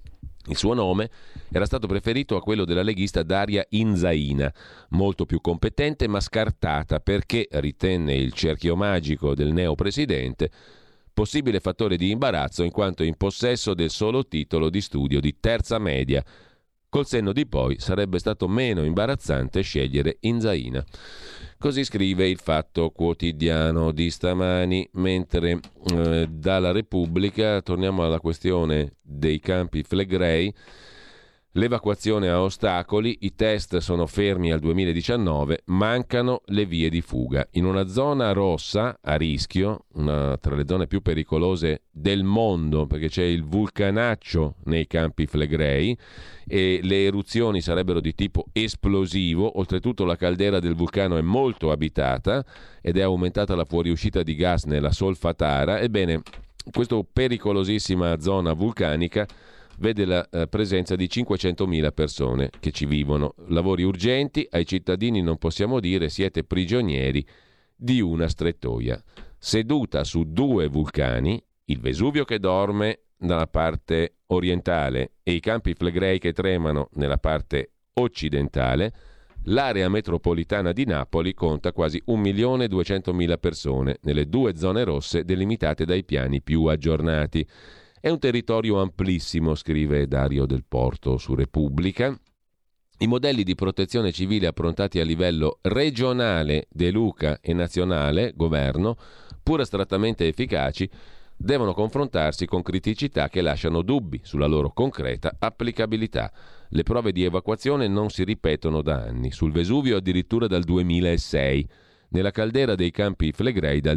Il suo nome era stato preferito a quello della leghista Daria Inzaina, molto più competente ma scartata perché, ritenne il cerchio magico del neopresidente, possibile fattore di imbarazzo in quanto in possesso del solo titolo di studio di terza media. Col senno di poi sarebbe stato meno imbarazzante scegliere Inzaina. Così scrive il Fatto Quotidiano di stamani, mentre dalla Repubblica torniamo alla questione dei Campi Flegrei. L'evacuazione a ostacoli, i test sono fermi al 2019, mancano le vie di fuga. In una zona rossa, a rischio, una tra le zone più pericolose del mondo, perché c'è il vulcanaccio nei Campi Flegrei e le eruzioni sarebbero di tipo esplosivo, oltretutto la caldera del vulcano è molto abitata ed è aumentata la fuoriuscita di gas nella solfatara. Ebbene, questa pericolosissima zona vulcanica vede la presenza di 500.000 persone che ci vivono. Lavori urgenti, ai cittadini non possiamo dire siete prigionieri di una strettoia. Seduta su due vulcani, il Vesuvio che dorme nella parte orientale e i Campi Flegrei che tremano nella parte occidentale, L'area metropolitana di Napoli conta quasi 1.200.000 persone, nelle 2 zone rosse delimitate dai piani più aggiornati. È un territorio amplissimo, scrive Dario Del Porto su Repubblica. I modelli di protezione civile approntati a livello regionale, De Luca, e nazionale, governo, pur astrattamente efficaci, devono confrontarsi con criticità che lasciano dubbi sulla loro concreta applicabilità. Le prove di evacuazione non si ripetono da anni, sul Vesuvio addirittura dal 2006, nella caldera dei Campi Flegrei dal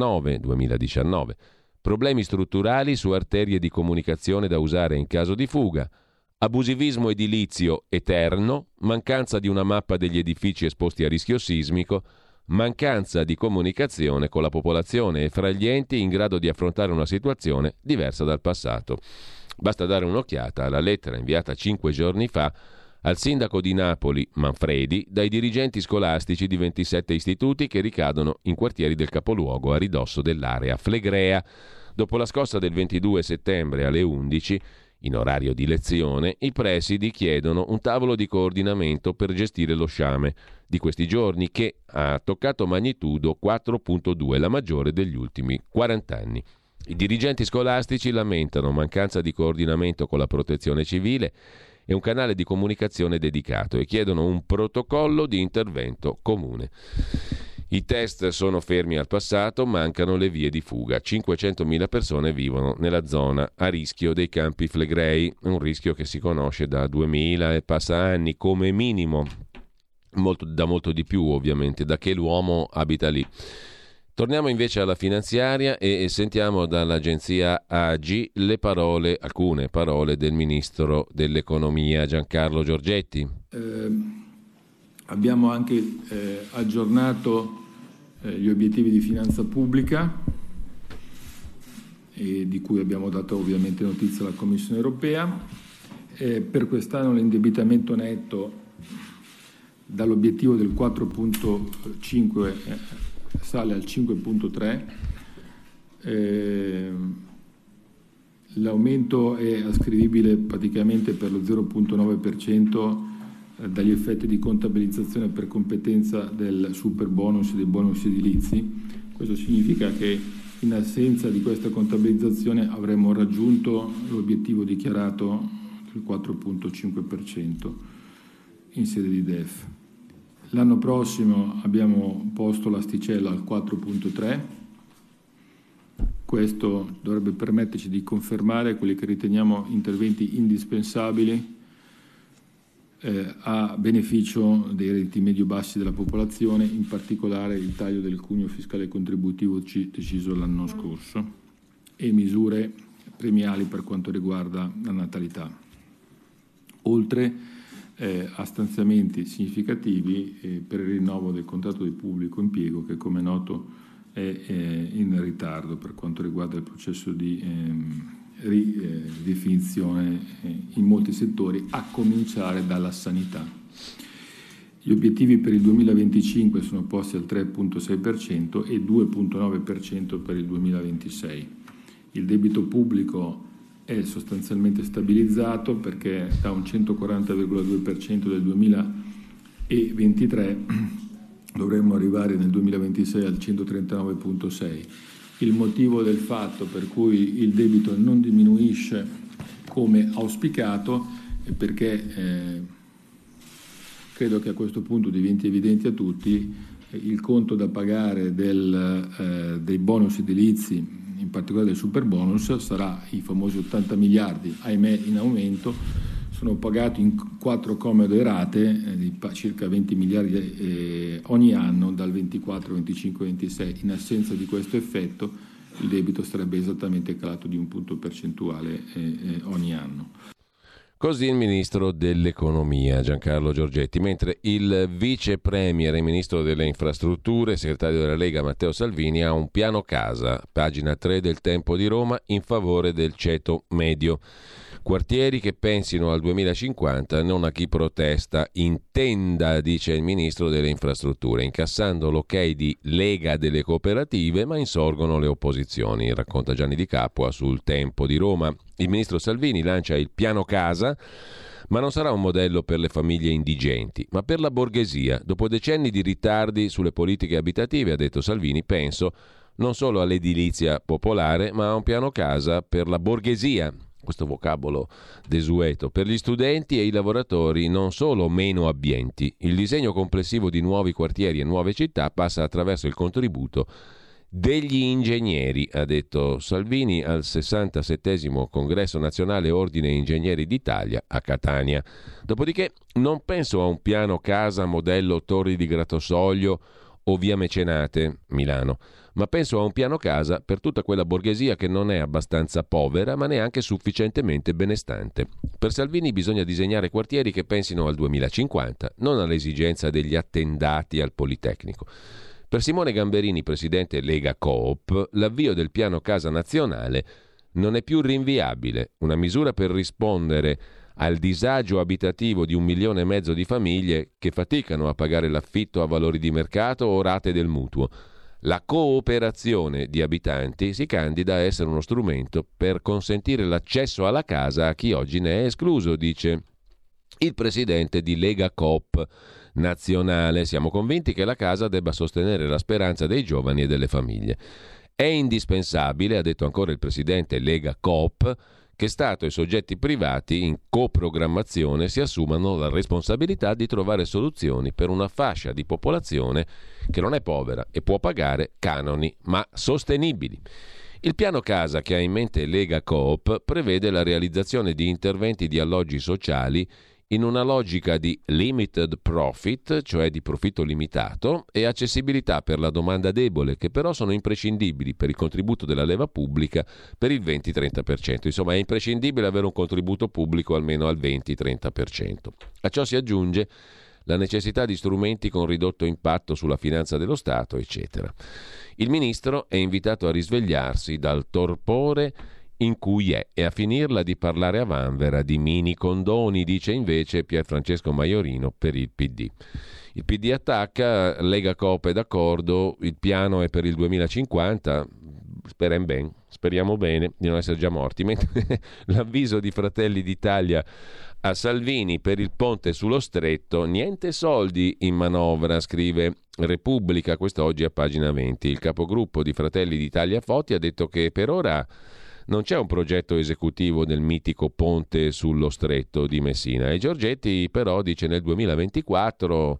2019. Problemi strutturali su arterie di comunicazione da usare in caso di fuga, abusivismo edilizio eterno, mancanza di una mappa degli edifici esposti a rischio sismico, mancanza di comunicazione con la popolazione e fra gli enti in grado di affrontare una situazione diversa dal passato. Basta dare un'occhiata alla lettera inviata 5 giorni fa al sindaco di Napoli, Manfredi, dai dirigenti scolastici di 27 istituti che ricadono in quartieri del capoluogo a ridosso dell'area flegrea. Dopo la scossa del 22 settembre alle 11, in orario di lezione, i presidi chiedono un tavolo di coordinamento per gestire lo sciame di questi giorni che ha toccato magnitudo 4.2, la maggiore degli ultimi 40 anni. I dirigenti scolastici lamentano mancanza di coordinamento con la protezione civile e un canale di comunicazione dedicato e chiedono un protocollo di intervento comune. I test sono fermi al passato, mancano le vie di fuga. 500.000 persone vivono nella zona a rischio dei Campi Flegrei, un rischio che si conosce da 2000 e passa anni come minimo, da molto di più ovviamente, da che l'uomo abita lì. Torniamo invece alla finanziaria e sentiamo dall'agenzia AGI alcune parole del ministro dell'economia Giancarlo Giorgetti. Abbiamo anche aggiornato gli obiettivi di finanza pubblica e di cui abbiamo dato ovviamente notizia alla Commissione europea. Per quest'anno l'indebitamento netto dall'obiettivo del 4.5 sale al 5.3. L'aumento è ascrivibile praticamente per lo 0.9% dagli effetti di contabilizzazione per competenza del super bonus e dei bonus edilizi. Questo significa che in assenza di questa contabilizzazione avremmo raggiunto l'obiettivo dichiarato del 4.5% in sede di DEF. L'anno prossimo abbiamo posto l'asticella al 4.3. Questo dovrebbe permetterci di confermare quelli che riteniamo interventi indispensabili a beneficio dei redditi medio-bassi della popolazione, in particolare il taglio del cuneo fiscale contributivo deciso l'anno scorso e misure premiali per quanto riguarda la natalità, oltre a stanziamenti significativi per il rinnovo del contratto di pubblico impiego che, come è noto, è in ritardo per quanto riguarda il processo di ridefinizione in molti settori, a cominciare dalla sanità. Gli obiettivi per il 2025 sono posti al 3.6% e 2.9% per il 2026. Il debito pubblico è sostanzialmente stabilizzato perché da un 140,2% del 2023 dovremmo arrivare nel 2026 al 139,6%. Il motivo del fatto per cui il debito non diminuisce come auspicato è perché credo che a questo punto diventi evidente a tutti il conto da pagare dei bonus edilizi, in particolare del super bonus, sarà i famosi 80 miliardi, ahimè in aumento, sono pagati in 4 comode rate di circa 20 miliardi ogni anno dal 24, 25, 26. In assenza di questo effetto il debito sarebbe esattamente calato di un punto percentuale ogni anno. Così il ministro dell'economia Giancarlo Giorgetti, mentre il vice premier e ministro delle infrastrutture, segretario della Lega Matteo Salvini, ha un piano casa, pagina 3 del Tempo di Roma, in favore del ceto medio. Quartieri che pensino al 2050, non a chi protesta. Intenda, dice il ministro delle infrastrutture, incassando l'ok di Lega delle cooperative, ma insorgono le opposizioni, racconta Gianni Di Capua sul Tempo di Roma. Il ministro Salvini lancia il piano casa, Ma non sarà un modello per le famiglie indigenti, ma per la borghesia. Dopo decenni di ritardi sulle politiche abitative, ha detto Salvini, penso non solo all'edilizia popolare, ma a un piano casa per la borghesia. Questo vocabolo desueto, per gli studenti e i lavoratori non solo meno abbienti. Il disegno complessivo di nuovi quartieri e nuove città passa attraverso il contributo degli ingegneri, ha detto Salvini al 67° Congresso Nazionale Ordine Ingegneri d'Italia a Catania. Dopodiché non penso a un piano casa modello Torri di Gratosoglio o via Mecenate, Milano, ma penso a un piano casa per tutta quella borghesia che non è abbastanza povera ma neanche sufficientemente benestante. Per Salvini bisogna disegnare quartieri che pensino al 2050, non all'esigenza degli attendati al Politecnico. Per Simone Gamberini, presidente Lega Coop, l'avvio del piano casa nazionale non è più rinviabile, una misura per rispondere al disagio abitativo di 1,5 milioni di famiglie che faticano a pagare l'affitto a valori di mercato o rate del mutuo. La cooperazione di abitanti si candida a essere uno strumento per consentire l'accesso alla casa a chi oggi ne è escluso, dice il presidente di Lega Coop nazionale. Siamo convinti che la casa debba sostenere la speranza dei giovani e delle famiglie. È indispensabile, ha detto ancora il presidente Lega Coop, che Stato e soggetti privati in coprogrammazione si assumano la responsabilità di trovare soluzioni per una fascia di popolazione che non è povera e può pagare canoni, ma sostenibili. Il piano casa che ha in mente Lega Coop prevede la realizzazione di interventi di alloggi sociali in una logica di limited profit, cioè di profitto limitato, e accessibilità per la domanda debole, che però sono imprescindibili per il contributo della leva pubblica per il 20-30%. Insomma, è imprescindibile avere un contributo pubblico almeno al 20-30%. A ciò si aggiunge la necessità di strumenti con ridotto impatto sulla finanza dello Stato, eccetera. Il ministro è invitato a risvegliarsi dal torpore in cui è e a finirla di parlare a vanvera di mini condoni, dice invece Pierfrancesco Maiorino per il PD. Il PD attacca, Lega Coop è d'accordo, il piano è per il 2050, speriamo bene di non essere già morti, mentre l'avviso di Fratelli d'Italia a Salvini per il ponte sullo Stretto, niente soldi in manovra, scrive Repubblica quest'oggi a pagina 20. Il capogruppo di Fratelli d'Italia Foti ha detto che per ora non c'è un progetto esecutivo del mitico ponte sullo Stretto di Messina e Giorgetti però dice nel 2024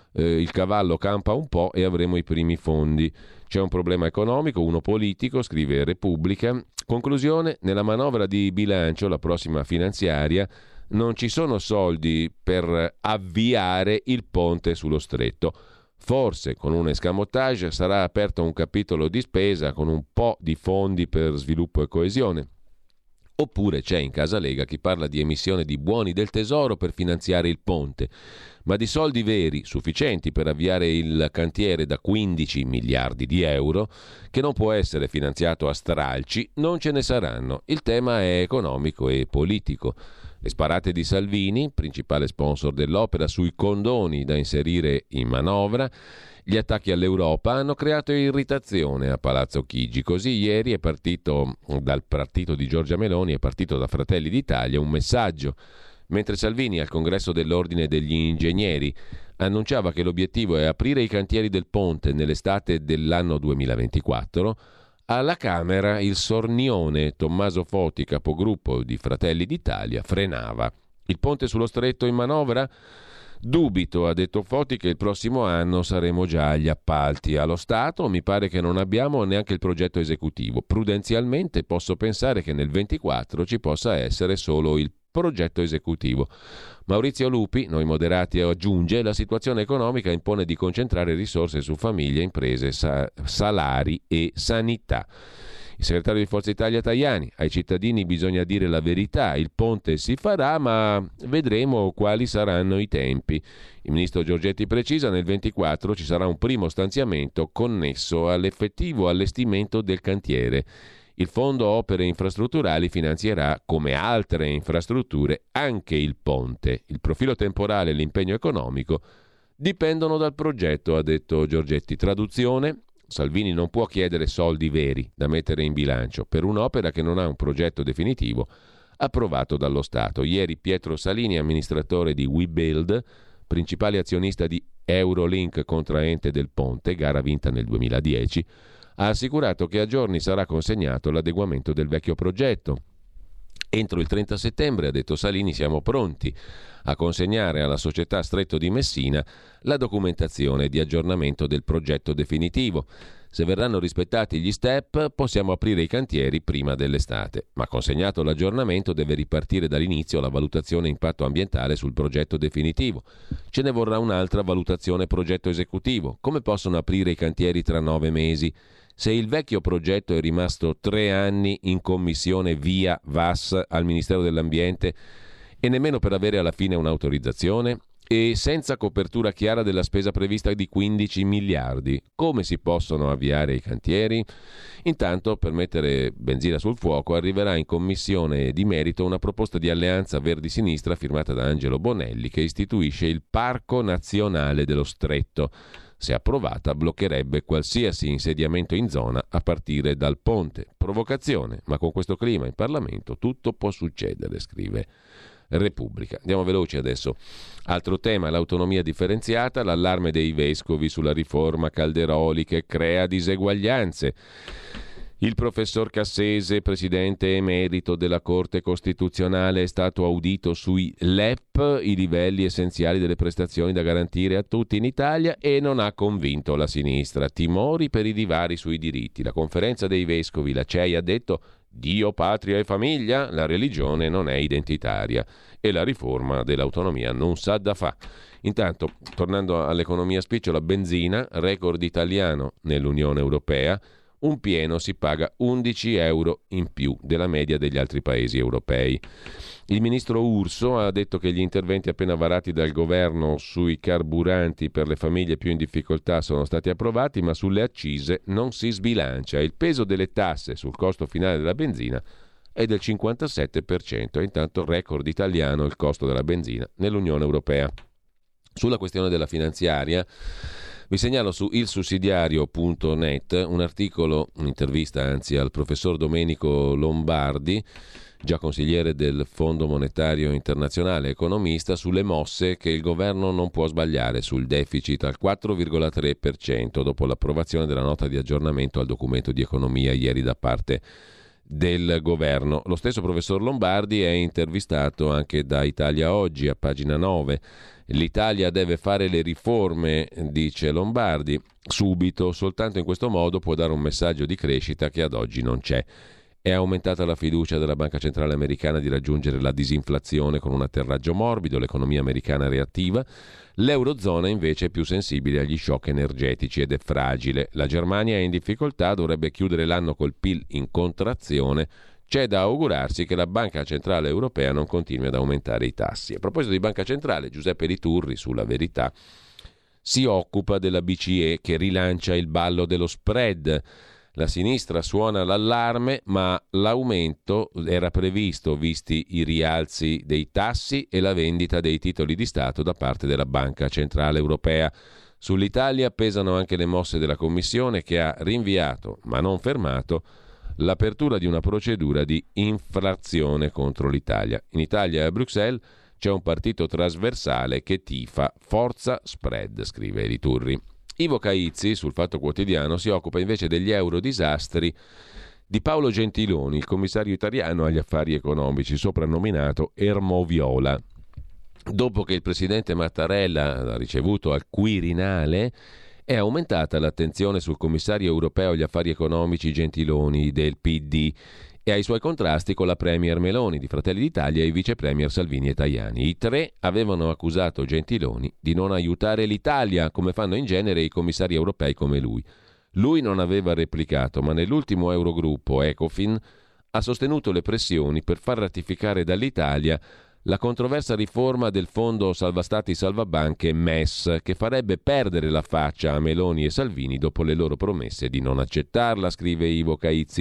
il cavallo campa un po' e avremo i primi fondi. C'è un problema economico, uno politico, scrive Repubblica. Conclusione, nella manovra di bilancio, la prossima finanziaria, non ci sono soldi per avviare il ponte sullo Stretto. Forse con un escamotage sarà aperto un capitolo di spesa con un po' di fondi per sviluppo e coesione. Oppure c'è in Casa Lega chi parla di emissione di buoni del tesoro per finanziare il ponte, ma di soldi veri sufficienti per avviare il cantiere da 15 miliardi di euro, che non può essere finanziato a stralci, non ce ne saranno. Il tema è economico e politico. Le sparate di Salvini, principale sponsor dell'opera, sui condoni da inserire in manovra, gli attacchi all'Europa hanno creato irritazione a Palazzo Chigi. Così ieri è partito dal partito di Giorgia Meloni, è partito da Fratelli d'Italia un messaggio. Mentre Salvini al congresso dell'Ordine degli Ingegneri annunciava che l'obiettivo è aprire i cantieri del ponte nell'estate dell'anno 2024, alla Camera il sornione Tommaso Foti, capogruppo di Fratelli d'Italia, frenava. Il ponte sullo Stretto in manovra? Dubito, ha detto Foti, che il prossimo anno saremo già agli appalti. Allo Stato mi pare che non abbiamo neanche il progetto esecutivo. Prudenzialmente posso pensare che nel 24 ci possa essere solo il progetto esecutivo. Maurizio Lupi, Noi Moderati, aggiunge: la situazione economica impone di concentrare risorse su famiglie, imprese, salari e sanità. Il segretario di Forza Italia Tajani: ai cittadini bisogna dire la verità, il ponte si farà ma vedremo quali saranno i tempi. Il ministro Giorgetti precisa: nel 24 ci sarà un primo stanziamento connesso all'effettivo allestimento del cantiere. Il Fondo Opere Infrastrutturali finanzierà, come altre infrastrutture, anche il ponte. Il profilo temporale e l'impegno economico dipendono dal progetto, ha detto Giorgetti. Traduzione: Salvini non può chiedere soldi veri da mettere in bilancio per un'opera che non ha un progetto definitivo, approvato dallo Stato. Ieri Pietro Salini, amministratore di WeBuild, principale azionista di Eurolink, contraente del ponte, gara vinta nel 2010, ha assicurato che a giorni sarà consegnato l'adeguamento del vecchio progetto. Entro il 30 settembre, ha detto Salini, siamo pronti a consegnare alla società Stretto di Messina la documentazione di aggiornamento del progetto definitivo. Se verranno rispettati gli step, possiamo aprire i cantieri prima dell'estate. Ma consegnato l'aggiornamento, deve ripartire dall'inizio la valutazione impatto ambientale sul progetto definitivo. Ce ne vorrà un'altra valutazione progetto esecutivo. Come possono aprire i cantieri tra 9 mesi? Se il vecchio progetto è rimasto 3 anni in commissione via VAS al Ministero dell'Ambiente e nemmeno per avere alla fine un'autorizzazione, e senza copertura chiara della spesa prevista di 15 miliardi, come si possono avviare i cantieri? Intanto, per mettere benzina sul fuoco, arriverà in commissione di merito una proposta di alleanza Verdi-Sinistra firmata da Angelo Bonelli che istituisce il Parco Nazionale dello Stretto. Se approvata, bloccherebbe qualsiasi insediamento in zona a partire dal ponte. Provocazione, ma con questo clima in Parlamento tutto può succedere, scrive Repubblica. Andiamo veloci adesso. Altro tema, l'autonomia differenziata, l'allarme dei vescovi sulla riforma Calderoli che crea diseguaglianze. Il professor Cassese, presidente emerito della Corte Costituzionale, è stato audito sui LEP, i livelli essenziali delle prestazioni da garantire a tutti in Italia, e non ha convinto la sinistra. Timori per i divari sui diritti. La conferenza dei vescovi, la CEI, ha detto Dio, patria e famiglia, la religione non è identitaria e la riforma dell'autonomia non sa da fa. Intanto, tornando all'economia spicciola, benzina, record italiano nell'Unione Europea. Un pieno si paga 11 euro in più della media degli altri paesi europei. Il ministro Urso ha detto che gli interventi appena varati dal governo sui carburanti per le famiglie più in difficoltà sono stati approvati, ma sulle accise non si sbilancia. Il peso delle tasse sul costo finale della benzina è del 57%, e intanto record italiano il costo della benzina nell'Unione Europea. Sulla questione della finanziaria, vi segnalo su ilsussidiario.net un articolo, un'intervista anzi al professor Domenico Lombardi, già consigliere del Fondo Monetario Internazionale, economista, sulle mosse che il governo non può sbagliare sul deficit al 4,3% dopo l'approvazione della nota di aggiornamento al documento di economia ieri da parte del governo. Lo stesso professor Lombardi è intervistato anche da Italia Oggi a pagina 9. L'Italia deve fare le riforme, dice Lombardi, subito, soltanto in questo modo può dare un messaggio di crescita che ad oggi non c'è. È aumentata la fiducia della Banca Centrale Americana di raggiungere la disinflazione con un atterraggio morbido, l'economia americana è reattiva, l'Eurozona invece è più sensibile agli shock energetici ed è fragile. La Germania è in difficoltà, dovrebbe chiudere l'anno col PIL in contrazione. C'è da augurarsi che la Banca Centrale Europea non continui ad aumentare i tassi. A proposito di Banca Centrale, Giuseppe Liturri, sulla Verità, si occupa della BCE che rilancia il ballo dello spread. La sinistra suona l'allarme, ma l'aumento era previsto visti i rialzi dei tassi e la vendita dei titoli di Stato da parte della Banca Centrale Europea. Sull'Italia pesano anche le mosse della Commissione che ha rinviato, ma non fermato, l'apertura di una procedura di infrazione contro l'Italia. In Italia e a Bruxelles c'è un partito trasversale che tifa Forza Spread, scrive Liturri. Ivo Caizzi, sul Fatto Quotidiano, si occupa invece degli eurodisastri di Paolo Gentiloni, il commissario italiano agli affari economici, soprannominato Ermoviola. Dopo che il presidente Mattarella l'ha ricevuto al Quirinale, è aumentata l'attenzione sul commissario europeo agli affari economici Gentiloni del PD e ai suoi contrasti con la premier Meloni di Fratelli d'Italia e i vice premier Salvini e Tajani. I tre avevano accusato Gentiloni di non aiutare l'Italia, come fanno in genere i commissari europei come lui. Lui non aveva replicato, ma nell'ultimo Eurogruppo Ecofin ha sostenuto le pressioni per far ratificare dall'Italia la controversa riforma del Fondo Salva Stati Salva Banche MES, che farebbe perdere la faccia a Meloni e Salvini dopo le loro promesse di non accettarla, scrive Ivo Caizzi.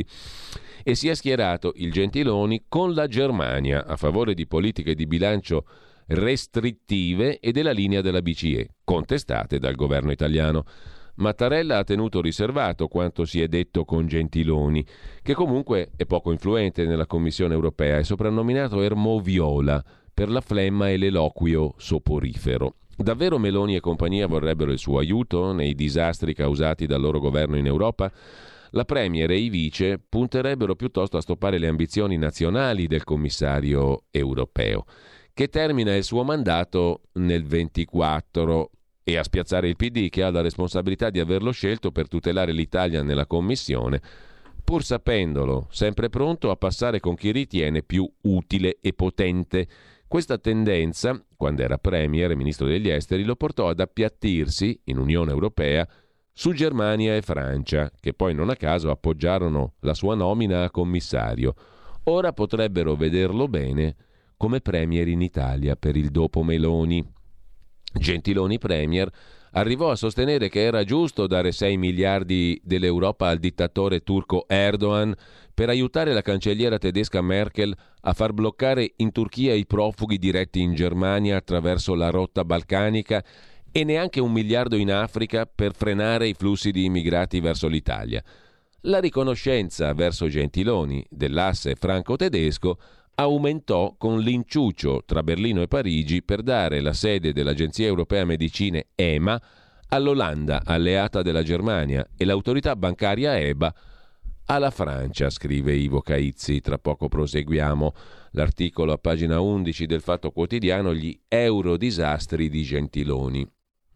E si è schierato il Gentiloni con la Germania a favore di politiche di bilancio restrittive e della linea della BCE, contestate dal governo italiano. Mattarella ha tenuto riservato quanto si è detto con Gentiloni, che comunque è poco influente nella Commissione europea, è soprannominato Ermoviola per la flemma e l'eloquio soporifero. Davvero Meloni e compagnia vorrebbero il suo aiuto nei disastri causati dal loro governo in Europa? La Premier e i vice punterebbero piuttosto a stoppare le ambizioni nazionali del commissario europeo, che termina il suo mandato nel 24, e a spiazzare il PD, che ha la responsabilità di averlo scelto per tutelare l'Italia nella Commissione, pur sapendolo, sempre pronto a passare con chi ritiene più utile e potente. Questa tendenza, quando era Premier e Ministro degli Esteri, lo portò ad appiattirsi, in Unione Europea, su Germania e Francia, che poi non a caso appoggiarono la sua nomina a commissario. Ora potrebbero vederlo bene come Premier in Italia per il dopo Meloni. Gentiloni Premier arrivò a sostenere che era giusto dare 6 miliardi dell'Europa al dittatore turco Erdogan per aiutare la cancelliera tedesca Merkel a far bloccare in Turchia i profughi diretti in Germania attraverso la rotta balcanica, e neanche 1 miliardo in Africa per frenare i flussi di immigrati verso l'Italia. La riconoscenza verso Gentiloni dell'asse franco-tedesco aumentò con l'inciuccio tra Berlino e Parigi per dare la sede dell'Agenzia Europea Medicine EMA all'Olanda, alleata della Germania, e l'autorità bancaria EBA alla Francia, scrive Ivo Caizzi. Tra poco proseguiamo l'articolo a pagina 11 del Fatto Quotidiano, gli eurodisastri di Gentiloni.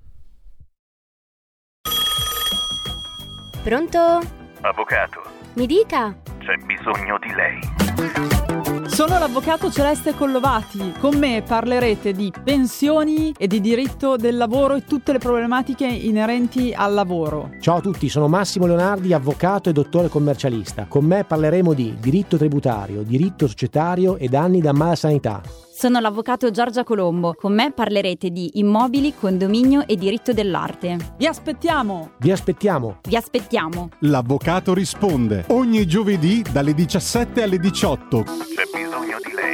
Pronto? Avvocato. Mi dica. C'è bisogno di lei. Sono l'avvocato Celeste Collovati. Con me parlerete di pensioni e di diritto del lavoro e tutte le problematiche inerenti al lavoro. Ciao a tutti, sono Massimo Leonardi, avvocato e dottore commercialista. Con me parleremo di diritto tributario, diritto societario e danni da malasanità. Sono l'avvocato Giorgia Colombo. Con me parlerete di immobili, condominio e diritto dell'arte. Vi aspettiamo! Vi aspettiamo! Vi aspettiamo! L'avvocato risponde ogni giovedì dalle 17 alle 18. C'è bisogno di lei.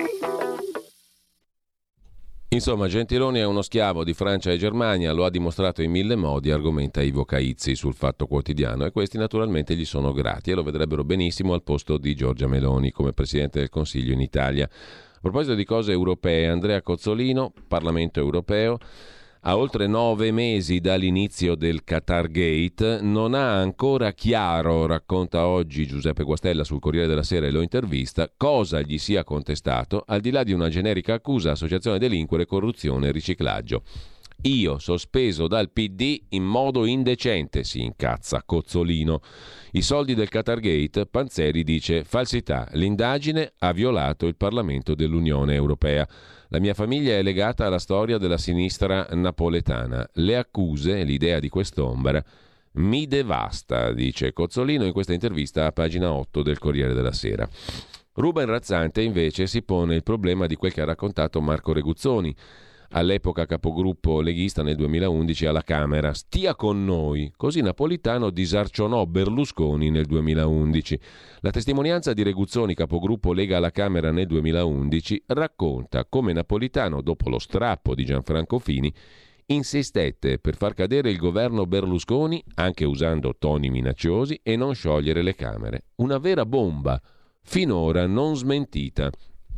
Insomma, Gentiloni è uno schiavo di Francia e Germania, lo ha dimostrato in 1000 modi, argomenta Ivo Caizzi sul Fatto Quotidiano, e questi naturalmente gli sono grati e lo vedrebbero benissimo al posto di Giorgia Meloni come Presidente del Consiglio in Italia. A proposito di cose europee, Andrea Cozzolino, Parlamento europeo, a oltre 9 mesi dall'inizio del Qatar Gate, non ha ancora chiaro, racconta oggi Giuseppe Guastella sul Corriere della Sera e lo intervista, cosa gli sia contestato, al di là di una generica accusa, associazione delinquere, corruzione e riciclaggio. Io sospeso dal PD in modo indecente, si incazza Cozzolino. I soldi del Qatar Gate, Panzeri dice falsità, l'indagine ha violato il Parlamento dell'Unione Europea. La mia famiglia è legata alla storia della sinistra napoletana. Le accuse, l'idea di quest'ombra, mi devasta, dice Cozzolino in questa intervista a pagina 8 del Corriere della Sera. Ruben Razzante invece si pone il problema di quel che ha raccontato Marco Reguzzoni, all'epoca capogruppo leghista nel 2011 alla Camera. Stia con noi, così Napolitano disarcionò Berlusconi nel 2011. La testimonianza di Reguzzoni, capogruppo Lega alla Camera nel 2011, racconta come Napolitano, dopo lo strappo di Gianfranco Fini, insistette per far cadere il governo Berlusconi, anche usando toni minacciosi, e non sciogliere le Camere. Una vera bomba, finora non smentita.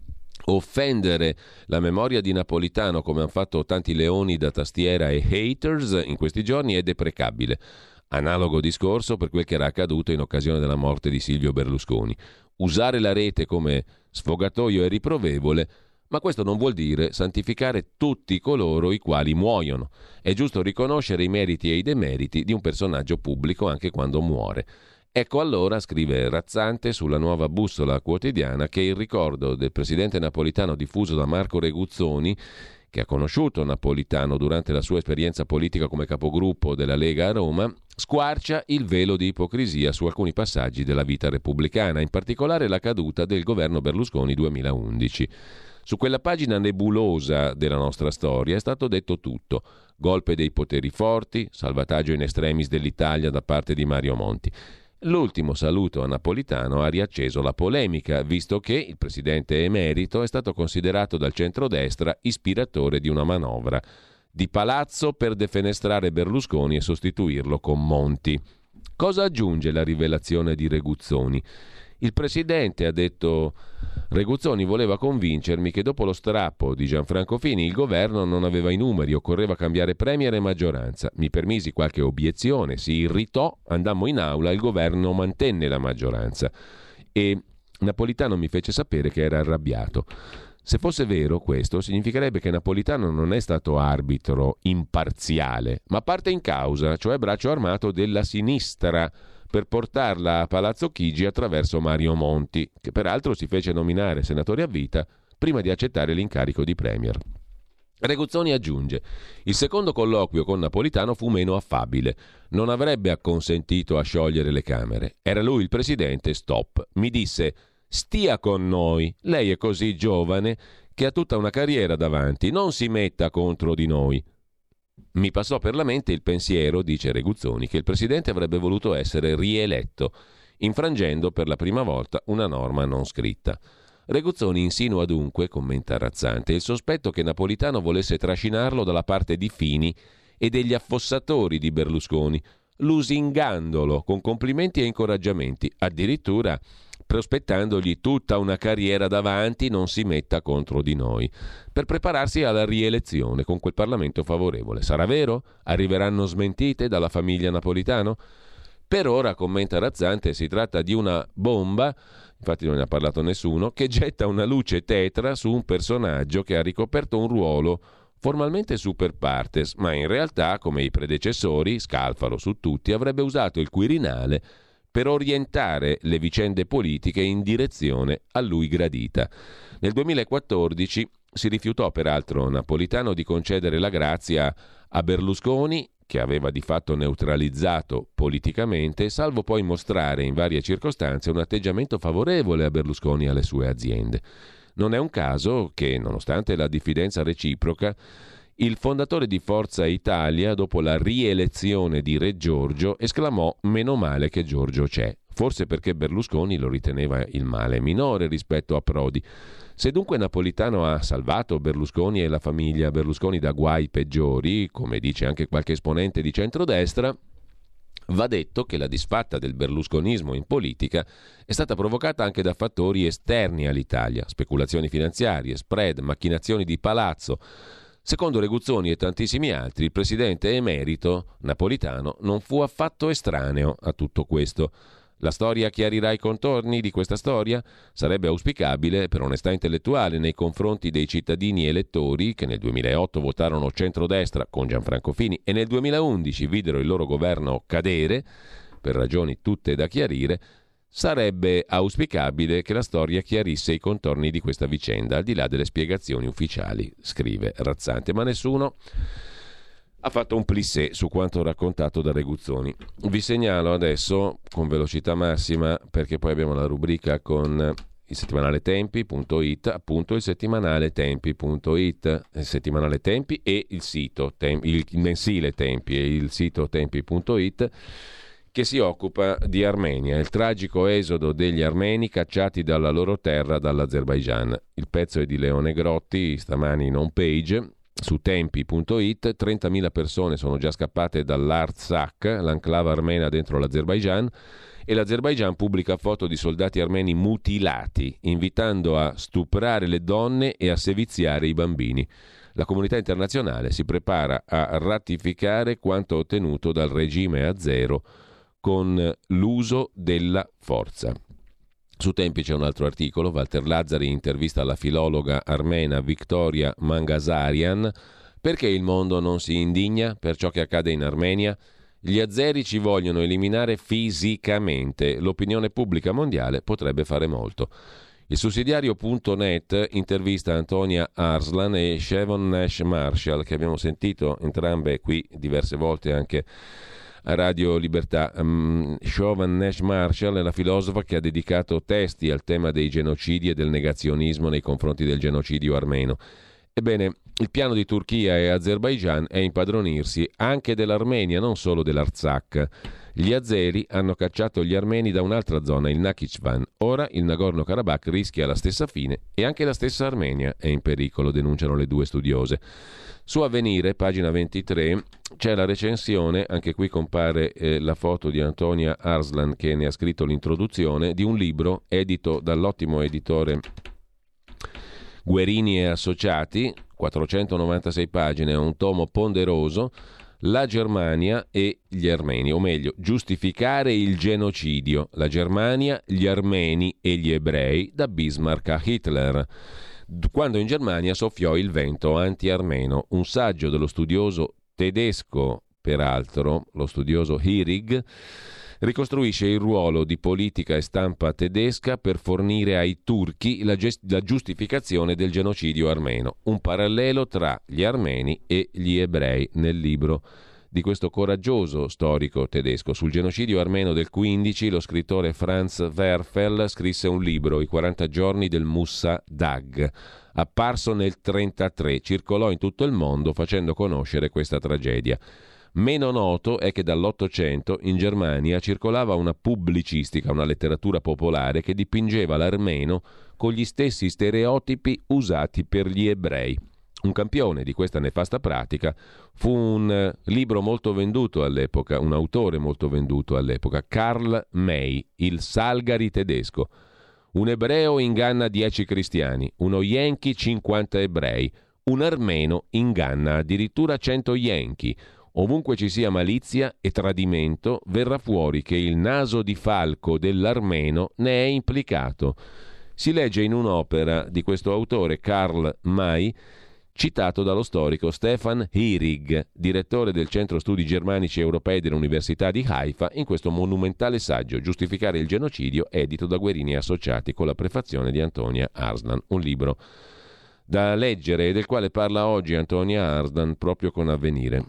Offendere la memoria di Napolitano, come hanno fatto tanti leoni da tastiera e haters in questi giorni, è deprecabile. Analogo discorso per quel che era accaduto in occasione della morte di Silvio Berlusconi. Usare la rete come sfogatoio è riprovevole, ma questo non vuol dire santificare tutti coloro i quali muoiono. È giusto riconoscere i meriti e i demeriti di un personaggio pubblico anche quando muore. Ecco allora, scrive Razzante sulla Nuova Bussola Quotidiana, che il ricordo del presidente napolitano diffuso da Marco Reguzzoni, che ha conosciuto Napolitano durante la sua esperienza politica come capogruppo della Lega a Roma, squarcia il velo di ipocrisia su alcuni passaggi della vita repubblicana, in particolare la caduta del governo Berlusconi 2011. Su quella pagina nebulosa della nostra storia è stato detto tutto. Golpe dei poteri forti, salvataggio in extremis dell'Italia da parte di Mario Monti. L'ultimo saluto a Napolitano ha riacceso la polemica, visto che il presidente emerito è stato considerato dal centrodestra ispiratore di una manovra di palazzo per defenestrare Berlusconi e sostituirlo con Monti. Cosa aggiunge la rivelazione di Reguzzoni? Il presidente ha detto: Reguzzoni voleva convincermi che dopo lo strappo di Gianfranco Fini il governo non aveva i numeri, occorreva cambiare premier e maggioranza. Mi permisi qualche obiezione, si irritò, andammo in aula, il governo mantenne la maggioranza e Napolitano mi fece sapere che era arrabbiato. Se fosse vero questo, significherebbe che Napolitano non è stato arbitro imparziale, ma parte in causa, cioè braccio armato della sinistra, per portarla a Palazzo Chigi attraverso Mario Monti, che peraltro si fece nominare senatore a vita prima di accettare l'incarico di premier. Reguzzoni aggiunge: il secondo colloquio con Napolitano fu meno affabile, non avrebbe acconsentito a sciogliere le Camere. Era lui il presidente, stop. Mi disse: stia con noi, lei è così giovane che ha tutta una carriera davanti, non si metta contro di noi. Mi passò per la mente il pensiero, dice Reguzzoni, che il presidente avrebbe voluto essere rieletto, infrangendo per la prima volta una norma non scritta. Reguzzoni insinua dunque, commenta Razzante, il sospetto che Napolitano volesse trascinarlo dalla parte di Fini e degli affossatori di Berlusconi, lusingandolo con complimenti e incoraggiamenti, addirittura prospettandogli tutta una carriera davanti, non si metta contro di noi, per prepararsi alla rielezione con quel Parlamento favorevole. Sarà vero? Arriveranno smentite dalla famiglia Napolitano? Per ora, commenta Razzante, si tratta di una bomba, infatti non ne ha parlato nessuno, che getta una luce tetra su un personaggio che ha ricoperto un ruolo formalmente super partes, ma in realtà, come i predecessori, Scalfaro su tutti, avrebbe usato il Quirinale per orientare le vicende politiche in direzione a lui gradita. Nel 2014 si rifiutò peraltro Napolitano di concedere la grazia a Berlusconi, che aveva di fatto neutralizzato politicamente, salvo poi mostrare in varie circostanze un atteggiamento favorevole a Berlusconi e alle sue aziende. Non è un caso che, nonostante la diffidenza reciproca, il fondatore di Forza Italia, dopo la rielezione di Re Giorgio, esclamò: meno male che Giorgio c'è, forse perché Berlusconi lo riteneva il male minore rispetto a Prodi. Se dunque Napolitano ha salvato Berlusconi e la famiglia Berlusconi da guai peggiori, come dice anche qualche esponente di centrodestra, va detto che la disfatta del berlusconismo in politica è stata provocata anche da fattori esterni all'Italia: speculazioni finanziarie, spread, macchinazioni di palazzo. Secondo Reguzzoni e tantissimi altri, il presidente emerito Napolitano non fu affatto estraneo a tutto questo. La storia chiarirà i contorni di questa storia? Sarebbe auspicabile, per onestà intellettuale nei confronti dei cittadini elettori che nel 2008 votarono centrodestra con Gianfranco Fini e nel 2011 videro il loro governo cadere, per ragioni tutte da chiarire. Sarebbe auspicabile che la storia chiarisse i contorni di questa vicenda, al di là delle spiegazioni ufficiali, scrive Razzante, ma nessuno ha fatto un plissé su quanto raccontato da Reguzzoni. Vi segnalo adesso, con velocità massima, perché poi abbiamo la rubrica con il settimanale Tempi.it, appunto il settimanale Tempi.it, il settimanale Tempi e il sito, il mensile Tempi e il sito Tempi.it, che si occupa di Armenia, il tragico esodo degli armeni cacciati dalla loro terra dall'Azerbaigian. Il pezzo è di Leone Grotti, stamani in home page. Su tempi.it 30.000 persone sono già scappate dall'Artsakh, l'enclave armena dentro l'Azerbaigian, e l'Azerbaigian pubblica foto di soldati armeni mutilati, invitando a stuprare le donne e a seviziare i bambini. La comunità internazionale si prepara a ratificare quanto ottenuto dal regime azero con l'uso della forza. Su Tempi c'è un altro articolo, Walter Lazzari intervista la filologa armena Victoria Mangasarian. Perché il mondo non si indigna per ciò che accade in Armenia? Gli azeri ci vogliono eliminare fisicamente, l'opinione pubblica mondiale potrebbe fare molto. Il sussidiario.net intervista Antonia Arslan e Siobhan Nash Marshall, che abbiamo sentito entrambe qui diverse volte anche a Radio Libertà. Siobhan Nash Marshall è la filosofa che ha dedicato testi al tema dei genocidi e del negazionismo nei confronti del genocidio armeno. Ebbene, Il piano di Turchia e Azerbaigian è impadronirsi anche dell'Armenia, non solo dell'Artsakh. Gli azeri hanno cacciato gli armeni da un'altra zona, il Nakhchivan. Ora il Nagorno-Karabakh rischia la stessa fine e anche la stessa Armenia è in pericolo, denunciano le due studiose. Su Avvenire, pagina 23, c'è la recensione, anche qui compare la foto di Antonia Arslan che ne ha scritto l'introduzione, di un libro edito dall'ottimo editore Guerini e Associati, 496 pagine, un tomo ponderoso, La Germania e gli armeni, o meglio, giustificare il genocidio, la Germania, gli armeni e gli ebrei, da Bismarck a Hitler, quando in Germania soffiò il vento anti-armeno, un saggio dello studioso tedesco, peraltro, lo studioso Hierig, ricostruisce il ruolo di politica e stampa tedesca per fornire ai turchi la giustificazione del genocidio armeno, un parallelo tra gli armeni e gli ebrei nel libro di questo coraggioso storico tedesco. Sul genocidio armeno del 15 lo scrittore Franz Werfel scrisse un libro, I 40 giorni del Musa Dag, apparso nel 1933, circolò in tutto il mondo facendo conoscere questa tragedia. Meno noto è che dall'800 in Germania circolava una pubblicistica, una letteratura popolare che dipingeva l'armeno con gli stessi stereotipi usati per gli ebrei. Un campione di questa nefasta pratica fu un libro molto venduto all'epoca, un autore molto venduto all'epoca, Karl May, il Salgari tedesco. Un ebreo inganna 10 cristiani, uno yankee 50 ebrei, un armeno inganna addirittura 100 yankee. Ovunque ci sia malizia e tradimento, verrà fuori che il naso di falco dell'armeno ne è implicato. Si legge in un'opera di questo autore, Karl May, citato dallo storico Stefan Hierig, direttore del Centro Studi Germanici Europei dell'Università di Haifa, in questo monumentale saggio, Giustificare il genocidio, edito da Guerini e Associati, con la prefazione di Antonia Arslan. Un libro da leggere e del quale parla oggi Antonia Arslan proprio con Avvenire.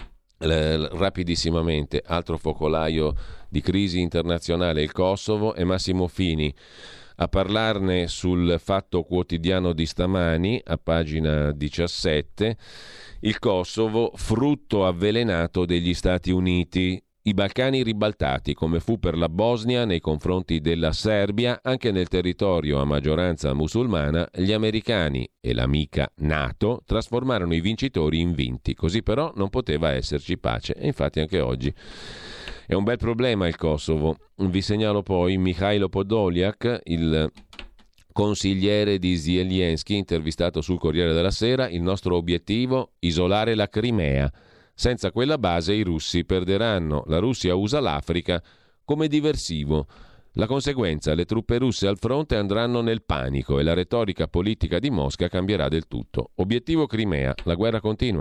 Rapidissimamente, altro focolaio di crisi internazionale, il Kosovo, e Massimo Fini a parlarne sul Fatto Quotidiano di stamani, a pagina 17. Il Kosovo, frutto avvelenato degli Stati Uniti. I Balcani ribaltati, come fu per la Bosnia nei confronti della Serbia, anche nel territorio a maggioranza musulmana, gli americani e l'amica NATO trasformarono i vincitori in vinti. Così però non poteva esserci pace, e infatti anche oggi è un bel problema il Kosovo. Vi segnalo poi Mikhailo Podolyak, il consigliere di Zelensky, intervistato sul Corriere della Sera. Il nostro obiettivo, isolare la Crimea. Senza quella base i russi perderanno. La Russia usa l'Africa come diversivo. La conseguenza, le truppe russe al fronte andranno nel panico e la retorica politica di Mosca cambierà del tutto. Obiettivo Crimea, la guerra continua.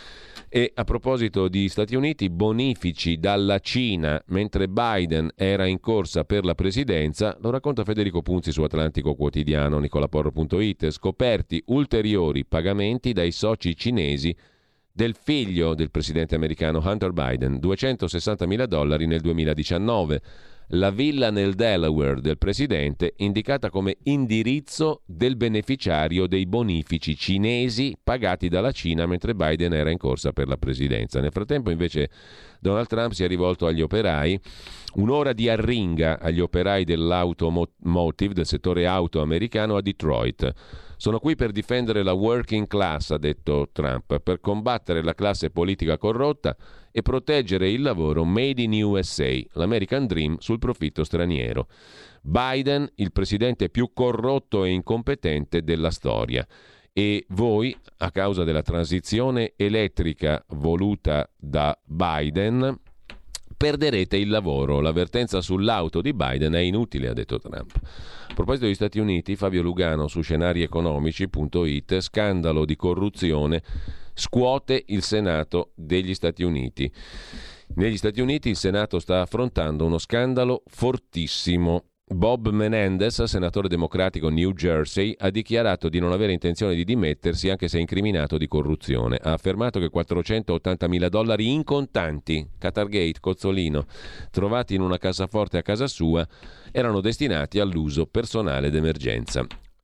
E a proposito di Stati Uniti, bonifici dalla Cina mentre Biden era in corsa per la presidenza, lo racconta Federico Punzi su Atlantico Quotidiano, nicolaporro.it, scoperti ulteriori pagamenti dai soci cinesi del figlio del presidente americano Hunter Biden, $260.000 nel 2019. La villa nel Delaware del presidente indicata come indirizzo del beneficiario dei bonifici cinesi pagati dalla Cina mentre Biden era in corsa per la presidenza. Nel frattempo invece Donald Trump si è rivolto agli operai, un'ora di arringa agli operai dell'automotive, del settore auto americano a Detroit. Sono qui per difendere la working class, ha detto Trump, per combattere la classe politica corrotta e proteggere il lavoro made in USA, l'American Dream sul profitto straniero. Biden, il presidente più corrotto e incompetente della storia. E voi, a causa della transizione elettrica voluta da Biden, perderete il lavoro. L'avvertenza sull'auto di Biden è inutile, ha detto Trump. A proposito degli Stati Uniti, Fabio Lugano su scenarieconomici.it, scandalo di corruzione scuote il Senato degli Stati Uniti. Negli Stati Uniti il Senato sta affrontando uno scandalo fortissimo. Bob Menendez, senatore democratico New Jersey, ha dichiarato di non avere intenzione di dimettersi anche se incriminato di corruzione. Ha affermato che $480.000 in contanti, Qatargate, Cozzolino, trovati in una cassaforte a casa sua, erano destinati all'uso personale d'emergenza.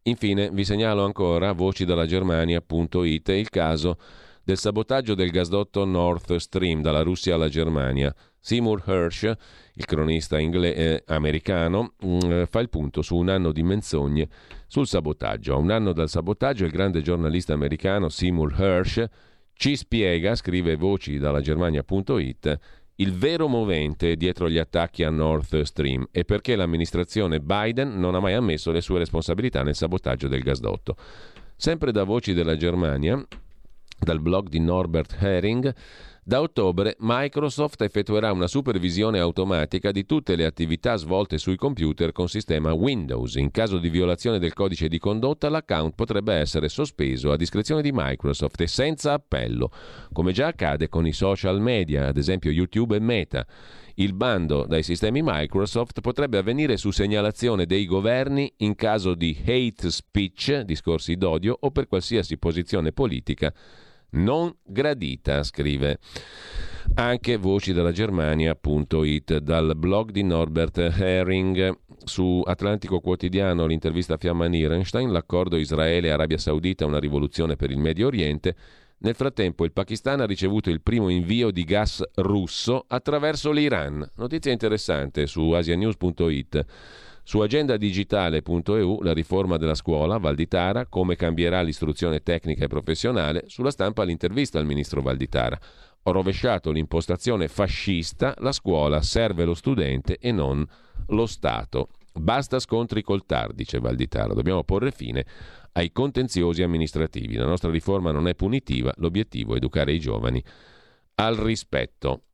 Infine vi segnalo ancora voci dalla Germania.it il caso del sabotaggio del gasdotto Nord Stream dalla Russia alla Germania. Seymour Hersh, il cronista americano, fa il punto su un anno di menzogne sul sabotaggio. A un anno dal sabotaggio il grande giornalista americano Seymour Hersh ci spiega, scrive voci dalla Germania.it, il vero movente dietro gli attacchi a Nord Stream e perché l'amministrazione Biden non ha mai ammesso le sue responsabilità nel sabotaggio del gasdotto. Sempre da voci della Germania, dal blog di Norbert Hering, da ottobre Microsoft effettuerà una supervisione automatica di tutte le attività svolte sui computer con sistema Windows. In caso di violazione del codice di condotta, l'account potrebbe essere sospeso a discrezione di Microsoft e senza appello, come già accade con i social media, ad esempio YouTube e Meta. Il bando dai sistemi Microsoft potrebbe avvenire su segnalazione dei governi in caso di hate speech, discorsi d'odio o per qualsiasi posizione politica non gradita, scrive anche voci dalla Germania.it. Dal blog di Norbert Hering su Atlantico Quotidiano l'intervista a Fiamma Nierenstein, l'accordo Israele-Arabia Saudita, una rivoluzione per il Medio Oriente. Nel frattempo il Pakistan ha ricevuto il primo invio di gas russo attraverso l'Iran. Notizia interessante su asianews.it. Su agendadigitale.eu la riforma della scuola, Valditara, come cambierà l'istruzione tecnica e professionale, sulla stampa l'intervista al ministro Valditara. Ho rovesciato l'impostazione fascista, la scuola serve lo studente e non lo Stato. Basta scontri col TAR, dice Valditara, dobbiamo porre fine ai contenziosi amministrativi. La nostra riforma non è punitiva, l'obiettivo è educare i giovani al rispetto.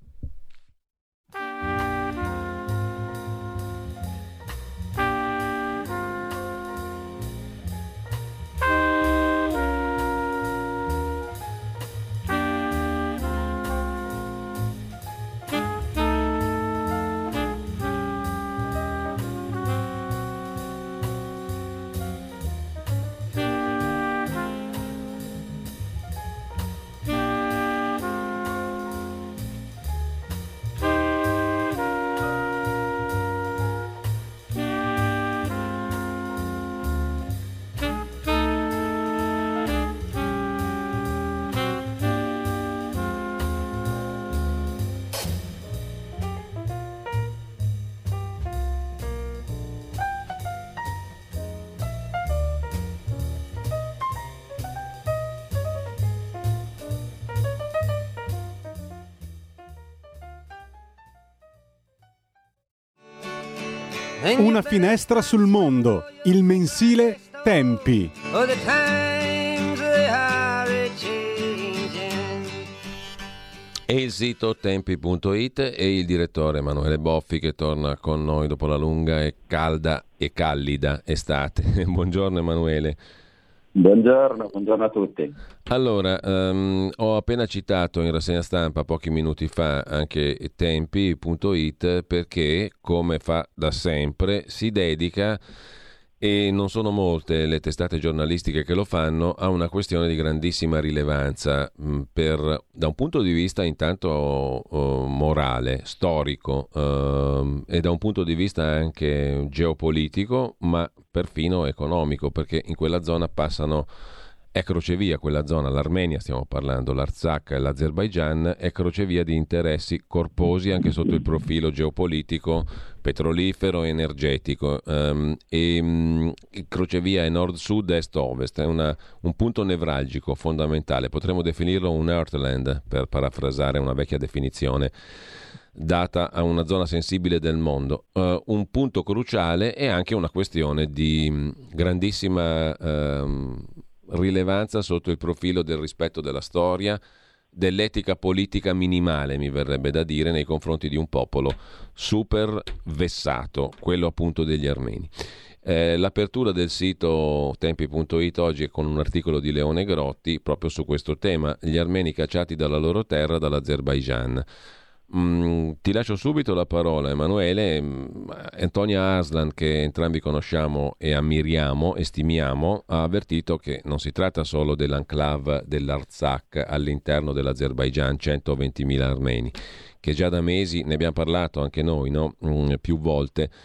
Una finestra sul mondo, il mensile Tempi. E il sito tempi.it e il direttore Emanuele Boffi che torna con noi dopo la lunga e calda e callida estate. Buongiorno Emanuele. Buongiorno a tutti. Allora, ho appena citato in rassegna stampa pochi minuti fa anche tempi.it perché, come fa da sempre, si dedica, e non sono molte le testate giornalistiche che lo fanno, a una questione di grandissima rilevanza da un punto di vista intanto morale, storico e da un punto di vista anche geopolitico, ma perfino economico, perché in quella zona passano, è crocevia quella zona, l'Armenia stiamo parlando, l'Artsakh e l'Azerbaigian, è crocevia di interessi corposi anche sotto il profilo geopolitico, petrolifero e energetico, crocevia è nord-sud, est-ovest, è un punto nevralgico fondamentale, potremmo definirlo un heartland per parafrasare una vecchia definizione data a una zona sensibile del mondo, un punto cruciale e anche una questione di grandissima rilevanza sotto il profilo del rispetto della storia, dell'etica politica minimale, mi verrebbe da dire, nei confronti di un popolo super vessato, quello appunto degli armeni. L'apertura del sito tempi.it oggi è con un articolo di Leone Grotti proprio su questo tema, gli armeni cacciati dalla loro terra dall'Azerbaigian. Ti lascio subito la parola, Emanuele. Antonia Arslan, che entrambi conosciamo e ammiriamo e stimiamo, ha avvertito che non si tratta solo dell'enclave dell'Artsakh all'interno dell'Azerbaigian, 120.000 armeni, che già da mesi, ne abbiamo parlato anche noi, no? Più volte,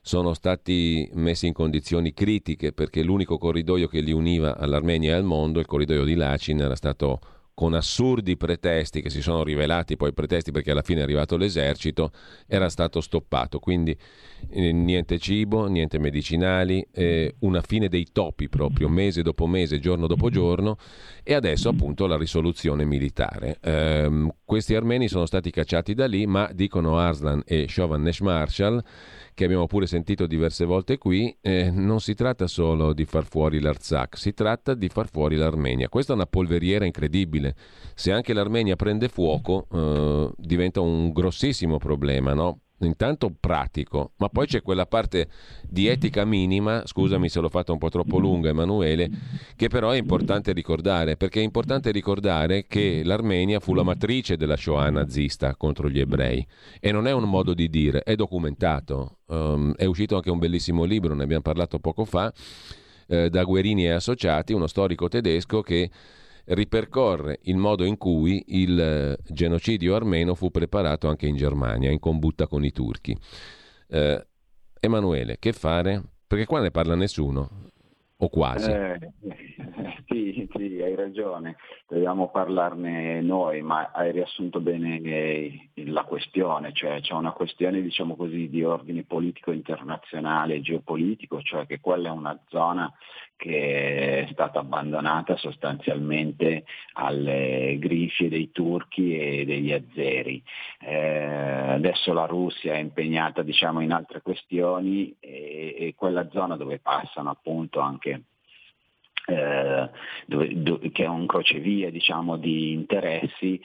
sono stati messi in condizioni critiche perché l'unico corridoio che li univa all'Armenia e al mondo, il corridoio di Lachin, era stato, con assurdi pretesti che si sono rivelati poi pretesti perché alla fine è arrivato l'esercito, era stato stoppato. Quindi niente cibo, niente medicinali, una fine dei topi proprio mese dopo mese, giorno dopo giorno, e adesso appunto la risoluzione militare. Questi armeni sono stati cacciati da lì, ma dicono Arslan e Shovan Nesh-Marshall, che abbiamo pure sentito diverse volte qui, non si tratta solo di far fuori l'Artsakh, si tratta di far fuori l'Armenia. Questa è una polveriera incredibile. Se anche l'Armenia prende fuoco, diventa un grossissimo problema, no? Intanto pratico, ma poi c'è quella parte di etica minima, scusami se l'ho fatta un po' troppo lunga Emanuele, che però è importante ricordare, perché è importante ricordare che l'Armenia fu la matrice della Shoah nazista contro gli ebrei, e non è un modo di dire, è documentato. È uscito anche un bellissimo libro, ne abbiamo parlato poco fa, da Guerini e Associati, uno storico tedesco che ripercorre il modo in cui il genocidio armeno fu preparato anche in Germania, in combutta con i turchi. Emanuele, che fare? Perché qua ne parla nessuno, o quasi. Sì, hai ragione, dobbiamo parlarne noi, ma hai riassunto bene la questione, cioè c'è una questione, diciamo così, di ordine politico internazionale e geopolitico, cioè che quella è una zona che è stata abbandonata sostanzialmente alle grinfie dei turchi e degli azeri. Adesso la Russia è impegnata, diciamo, in altre questioni, e quella zona dove passano appunto anche che è un crocevia, diciamo, di interessi,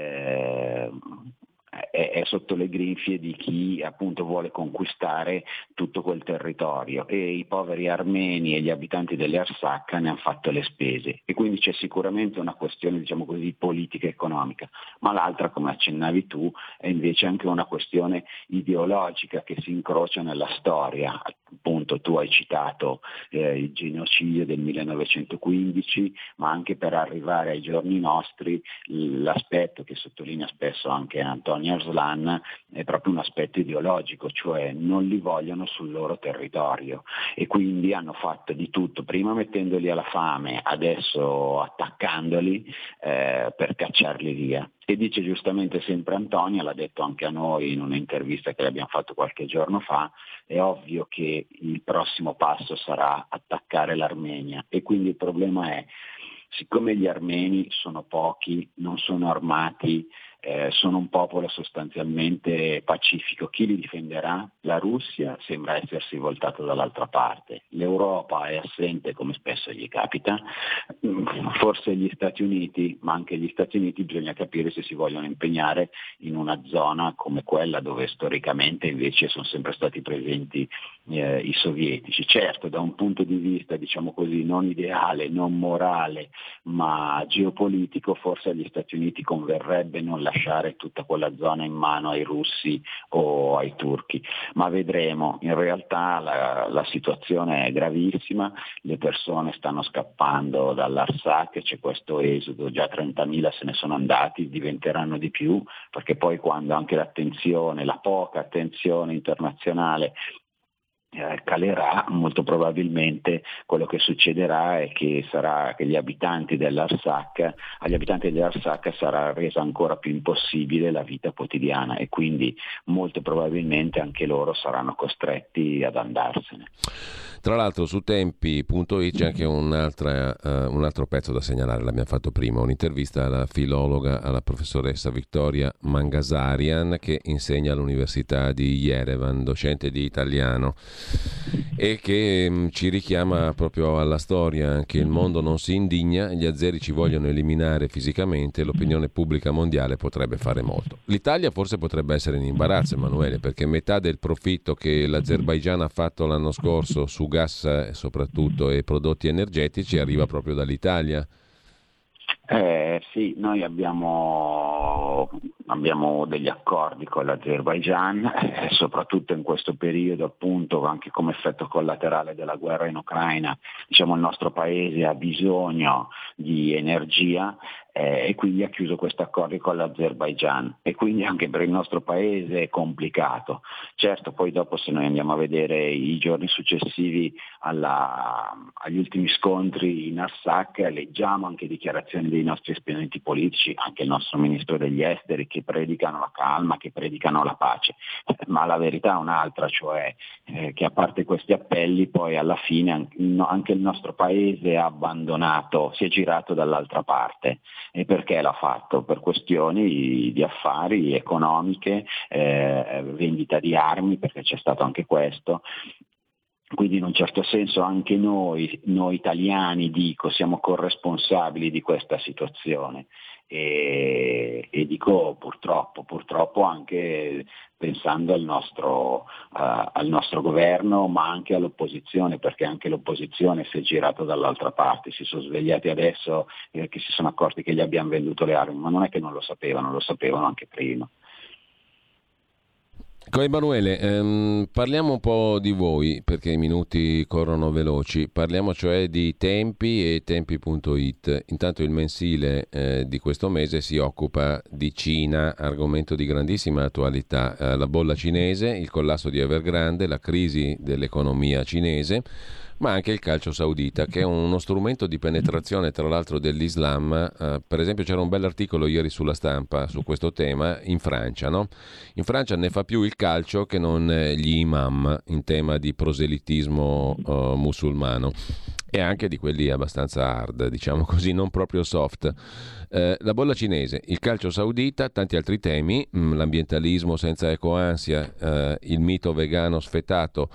è sotto le grinfie di chi appunto vuole conquistare tutto quel territorio, e i poveri armeni e gli abitanti dell'Artsakh ne hanno fatto le spese, e quindi c'è sicuramente una questione, diciamo così, politica e economica, ma l'altra, come accennavi tu, è invece anche una questione ideologica che si incrocia nella storia. Appunto tu hai citato il genocidio del 1915, ma anche per arrivare ai giorni nostri l'aspetto che sottolinea spesso anche Antonio Arslan è proprio un aspetto ideologico, cioè non li vogliono sul loro territorio, e quindi hanno fatto di tutto, prima mettendoli alla fame, adesso attaccandoli per cacciarli via. E dice giustamente sempre Antonio, l'ha detto anche a noi in un'intervista che le abbiamo fatto qualche giorno fa, è ovvio che il prossimo passo sarà attaccare l'Armenia, e quindi il problema è, siccome gli armeni sono pochi, non sono armati, sono un popolo sostanzialmente pacifico, chi li difenderà? La Russia sembra essersi voltata dall'altra parte, l'Europa è assente come spesso gli capita, forse gli Stati Uniti, ma anche gli Stati Uniti bisogna capire se si vogliono impegnare in una zona come quella dove storicamente invece sono sempre stati presenti i sovietici. Certo, da un punto di vista, diciamo così, non ideale, non morale, ma geopolitico, forse agli Stati Uniti converrebbe non lasciare tutta quella zona in mano ai russi o ai turchi, ma vedremo. In realtà la situazione è gravissima, le persone stanno scappando dall'Artsakh, c'è questo esodo, già 30.000 se ne sono andati, diventeranno di più, perché poi quando anche l'attenzione, la poca attenzione internazionale calerà, molto probabilmente quello che succederà è che sarà che agli abitanti dell'Artsakh sarà resa ancora più impossibile la vita quotidiana, e quindi molto probabilmente anche loro saranno costretti ad andarsene. Tra l'altro su tempi.it c'è anche un altro pezzo da segnalare, l'abbiamo fatto prima, un'intervista alla filologa, alla professoressa Victoria Mangasarian, che insegna all'Università di Yerevan, docente di italiano, e che ci richiama proprio alla storia, che il mondo non si indigna, gli azeri ci vogliono eliminare fisicamente, l'opinione pubblica mondiale potrebbe fare molto. L'Italia forse potrebbe essere in imbarazzo, Emanuele, perché metà del profitto che l'Azerbaigian ha fatto l'anno scorso su gas soprattutto e prodotti energetici arriva proprio dall'Italia. Sì, noi abbiamo abbiamo degli accordi con l'Azerbaigian, soprattutto in questo periodo, appunto, anche come effetto collaterale della guerra in Ucraina, diciamo il nostro paese ha bisogno di energia e quindi ha chiuso questi accordi con l'Azerbaigian, e quindi anche per il nostro paese è complicato. Certo, poi dopo, se noi andiamo a vedere i giorni successivi agli ultimi scontri in Artsakh, leggiamo anche dichiarazioni dei nostri esponenti politici, anche il nostro ministro degli esteri, che predicano la calma, che predicano la pace, ma la verità è un'altra, cioè che a parte questi appelli, poi alla fine anche il nostro paese ha abbandonato, si è girato dall'altra parte. E perché l'ha fatto? Per questioni di affari, economiche, vendita di armi, perché c'è stato anche questo. Quindi in un certo senso anche noi italiani, siamo corresponsabili di questa situazione, e dico purtroppo anche pensando al nostro governo, ma anche all'opposizione, perché anche l'opposizione si è girata dall'altra parte, si sono svegliati adesso che si sono accorti che gli abbiamo venduto le armi, ma non è che non lo sapevano anche prima. Emanuele, parliamo un po' di voi, perché i minuti corrono veloci. Parliamo cioè di Tempi e Tempi.it. Intanto il mensile di questo mese si occupa di Cina, argomento di grandissima attualità. La bolla cinese, il collasso di Evergrande, la crisi dell'economia cinese, ma anche il calcio saudita, che è uno strumento di penetrazione, tra l'altro, dell'Islam. Per esempio c'era un bell'articolo ieri sulla Stampa su questo tema in Francia, no? In Francia ne fa più il calcio che non gli imam in tema di proselitismo musulmano, e anche di quelli abbastanza hard, diciamo così, non proprio soft. La bolla cinese, il calcio saudita, tanti altri temi, l'ambientalismo senza ecoansia, il mito vegano sfatato,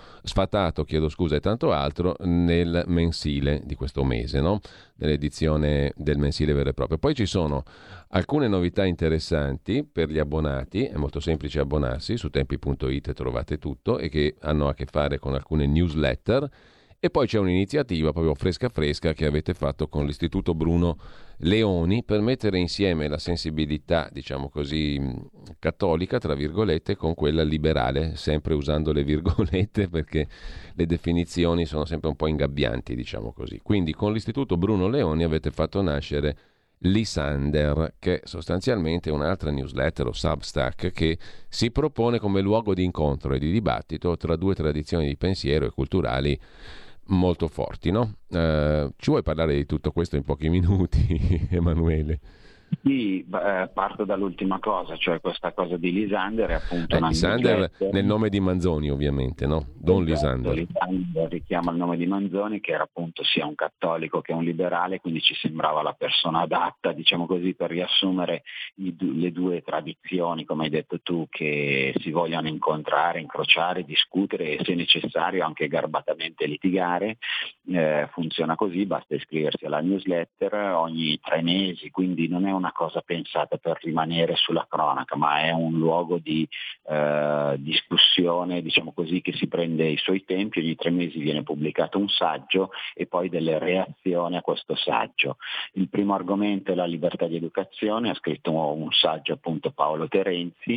e tanto altro nel mensile di questo mese, no? Nell'edizione del mensile vero e proprio. Poi ci sono alcune novità interessanti per gli abbonati, è molto semplice abbonarsi, su tempi.it trovate tutto, e che hanno a che fare con alcune newsletter. E poi c'è un'iniziativa proprio fresca che avete fatto con l'Istituto Bruno Leoni per mettere insieme la sensibilità, diciamo così, cattolica, tra virgolette, con quella liberale, sempre usando le virgolette perché le definizioni sono sempre un po' ingabbianti, diciamo così. Quindi con l'Istituto Bruno Leoni avete fatto nascere Lysander, che sostanzialmente è un'altra newsletter o Substack che si propone come luogo di incontro e di dibattito tra due tradizioni di pensiero e culturali molto forti, no? Ci vuoi parlare di tutto questo in pochi minuti, Emanuele? Sì, parto dall'ultima cosa, cioè questa cosa di Lysander è appunto una Lysander newsletter. Nel nome di Manzoni, ovviamente, no? Don Esatto, Lysander. Lysander richiama il nome di Manzoni, che era appunto sia un cattolico che un liberale, quindi ci sembrava la persona adatta, diciamo così, per riassumere le due tradizioni, come hai detto tu, che si vogliono incontrare, incrociare, discutere e se necessario anche garbatamente litigare. Funziona così, basta iscriversi alla newsletter ogni 3 mesi, quindi non è una cosa pensata per rimanere sulla cronaca, ma è un luogo di discussione, diciamo così, che si prende i suoi tempi. Ogni 3 mesi viene pubblicato un saggio e poi delle reazioni a questo saggio. Il primo argomento è la libertà di educazione, ha scritto un saggio appunto Paolo Terenzi,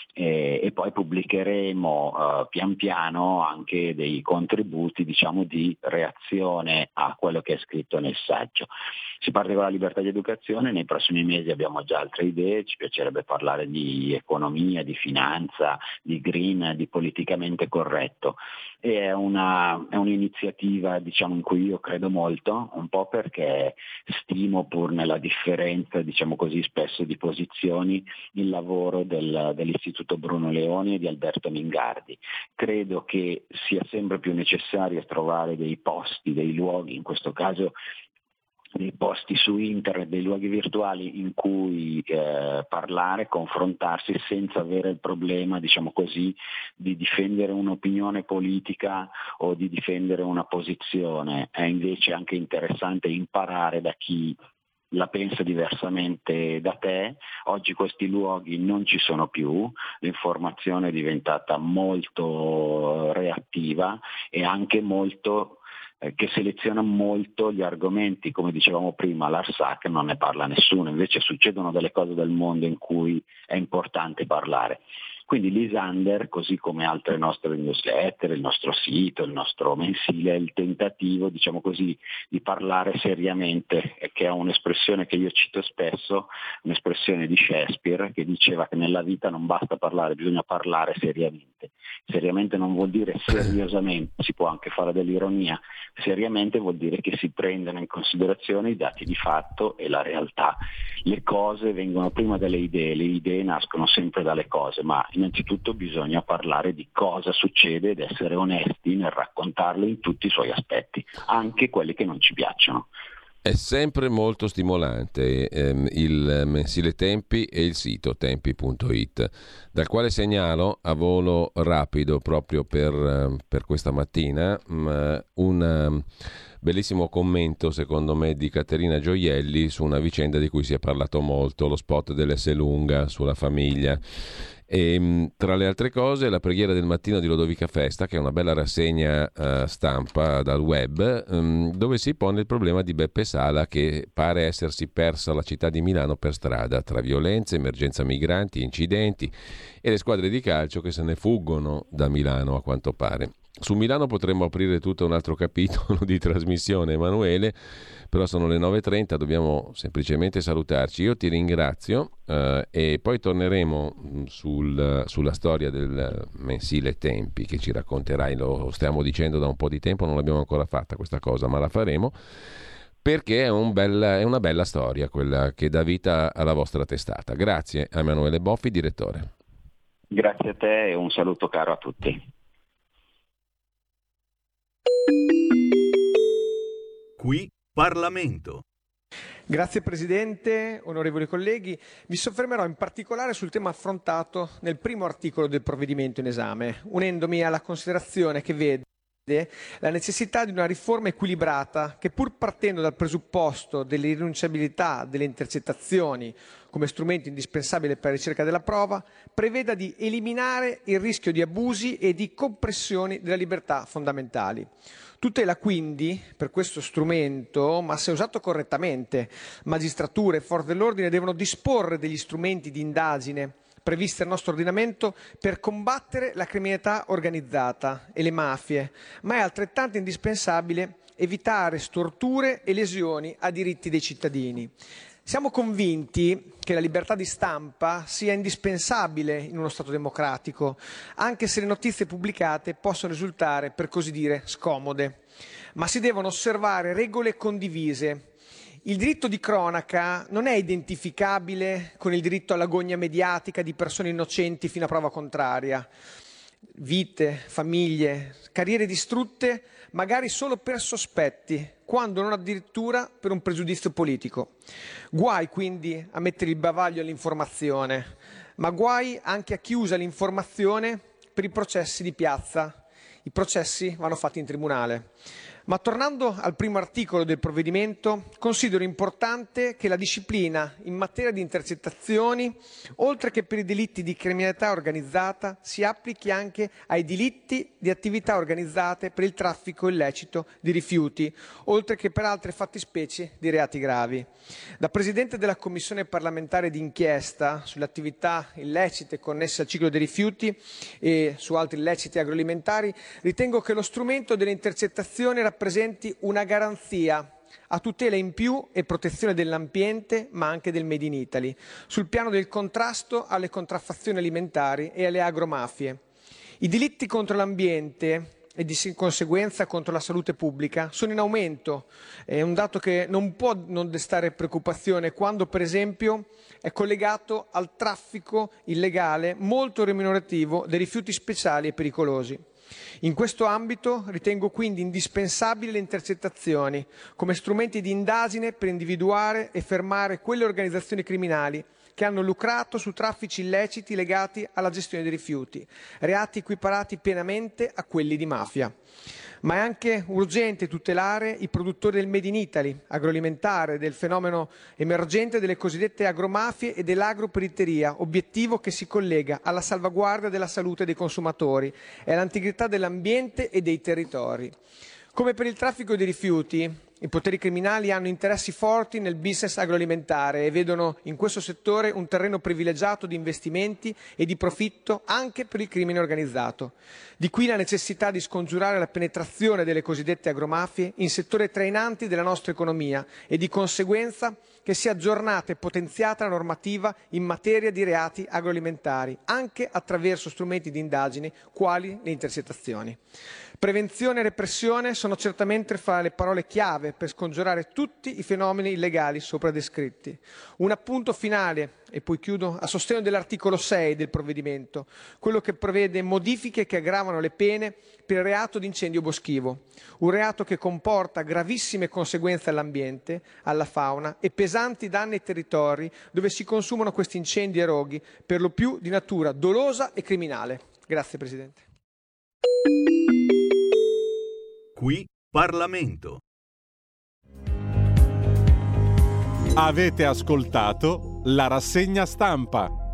e poi pubblicheremo pian piano anche dei contributi, diciamo, di reazione a quello che è scritto nel saggio. Si parte con la libertà di educazione, nei prossimi mesi abbiamo già altre idee, ci piacerebbe parlare di economia, di finanza, di green, di politicamente corretto. E è un'iniziativa, diciamo, in cui io credo molto, un po' perché stimo, pur nella differenza, diciamo così, spesso di posizioni, il lavoro dell'Istituto Bruno Leoni e di Alberto Mingardi. Credo che sia sempre più necessario trovare dei posti, dei luoghi, in questo caso dei posti su internet, dei luoghi virtuali in cui parlare, confrontarsi senza avere il problema, diciamo così, di difendere un'opinione politica o di difendere una posizione. È invece anche interessante imparare da chi la pensa diversamente da te. Oggi questi luoghi non ci sono più, l'informazione è diventata molto reattiva e anche molto che seleziona molto gli argomenti. Come dicevamo prima, l'ARSAC non ne parla nessuno, invece succedono delle cose del mondo in cui è importante parlare. Quindi l'Isander, così come altre nostre newsletter, il nostro sito, il nostro mensile, è il tentativo, diciamo così, di parlare seriamente, che è un'espressione che io cito spesso, un'espressione di Shakespeare, che diceva che nella vita non basta parlare, bisogna parlare seriamente. Seriamente non vuol dire seriosamente, si può anche fare dell'ironia. Seriamente vuol dire che si prendono in considerazione i dati di fatto e la realtà. Le cose vengono prima delle idee, le idee nascono sempre dalle cose, ma innanzitutto bisogna parlare di cosa succede ed essere onesti nel raccontarlo in tutti i suoi aspetti, anche quelli che non ci piacciono. È sempre molto stimolante il mensile Tempi e il sito tempi.it, dal quale segnalo a volo rapido proprio per questa mattina un bellissimo commento, secondo me, di Caterina Gioielli su una vicenda di cui si è parlato molto, lo spot dell'Esselunga sulla famiglia. E tra le altre cose la preghiera del mattino di Lodovica Festa, che è una bella rassegna stampa dal web, dove si pone il problema di Beppe Sala, che pare essersi persa la città di Milano per strada tra violenze, emergenza migranti, incidenti e le squadre di calcio che se ne fuggono da Milano, a quanto pare. Su Milano potremmo aprire tutto un altro capitolo di trasmissione, Emanuele, però sono le 9.30, dobbiamo semplicemente salutarci. Io ti ringrazio e poi torneremo sulla storia del mensile Tempi, che ci racconterai, lo stiamo dicendo da un po' di tempo, non l'abbiamo ancora fatta questa cosa, ma la faremo, perché è una bella storia quella che dà vita alla vostra testata. Grazie a Emanuele Boffi, direttore. Grazie a te e un saluto caro a tutti. Qui Parlamento. Grazie Presidente, onorevoli colleghi. Mi soffermerò in particolare sul tema affrontato nel primo articolo del provvedimento in esame, unendomi alla considerazione che vede la necessità di una riforma equilibrata che, pur partendo dal presupposto dell'irrinunciabilità delle intercettazioni come strumento indispensabile per la ricerca della prova, preveda di eliminare il rischio di abusi e di compressioni delle libertà fondamentali. Tutela quindi per questo strumento, ma se usato correttamente, magistratura e forze dell'ordine devono disporre degli strumenti di indagine previsti nel nostro ordinamento per combattere la criminalità organizzata e le mafie, ma è altrettanto indispensabile evitare storture e lesioni a diritti dei cittadini. Siamo convinti che la libertà di stampa sia indispensabile in uno Stato democratico, anche se le notizie pubblicate possono risultare, per così dire, scomode. Ma si devono osservare regole condivise. Il diritto di cronaca non è identificabile con il diritto all'agonia mediatica di persone innocenti fino a prova contraria. Vite, famiglie, carriere distrutte, magari solo per sospetti, quando non addirittura per un pregiudizio politico. Guai quindi a mettere il bavaglio all'informazione, ma guai anche a chi usa l'informazione per i processi di piazza. I processi vanno fatti in tribunale. Ma tornando al primo articolo del provvedimento, considero importante che la disciplina in materia di intercettazioni, oltre che per i delitti di criminalità organizzata, si applichi anche ai delitti di attività organizzate per il traffico illecito di rifiuti, oltre che per altre fattispecie di reati gravi. Da Presidente della Commissione parlamentare di inchiesta sulle attività illecite connesse al ciclo dei rifiuti e su altri illeciti agroalimentari, ritengo che lo strumento delle intercettazioni rappresenti una garanzia a tutela in più e protezione dell'ambiente, ma anche del Made in Italy, sul piano del contrasto alle contraffazioni alimentari e alle agromafie. I delitti contro l'ambiente e di conseguenza contro la salute pubblica sono in aumento. È un dato che non può non destare preoccupazione quando, per esempio, è collegato al traffico illegale molto remunerativo dei rifiuti speciali e pericolosi. In questo ambito ritengo quindi indispensabili le intercettazioni come strumenti di indagine per individuare e fermare quelle organizzazioni criminali che hanno lucrato su traffici illeciti legati alla gestione dei rifiuti, reati equiparati pienamente a quelli di mafia. Ma è anche urgente tutelare i produttori del Made in Italy, agroalimentare, del fenomeno emergente delle cosiddette agromafie e dell'agroperiteria, obiettivo che si collega alla salvaguardia della salute dei consumatori e all'integrità dell'ambiente e dei territori. Come per il traffico di rifiuti, i poteri criminali hanno interessi forti nel business agroalimentare e vedono in questo settore un terreno privilegiato di investimenti e di profitto anche per il crimine organizzato. Di qui la necessità di scongiurare la penetrazione delle cosiddette agromafie in settori trainanti della nostra economia e di conseguenza che sia aggiornata e potenziata la normativa in materia di reati agroalimentari, anche attraverso strumenti di indagine quali le intercettazioni. Prevenzione e repressione sono certamente fra le parole chiave per scongiurare tutti i fenomeni illegali sopra descritti. Un appunto finale, e poi chiudo, a sostegno dell'articolo 6 del provvedimento, quello che prevede modifiche che aggravano le pene per il reato di incendio boschivo, un reato che comporta gravissime conseguenze all'ambiente, alla fauna e pesanti danni ai territori dove si consumano questi incendi e roghi, per lo più di natura dolosa e criminale. Grazie Presidente. Qui Parlamento. Avete ascoltato la rassegna stampa.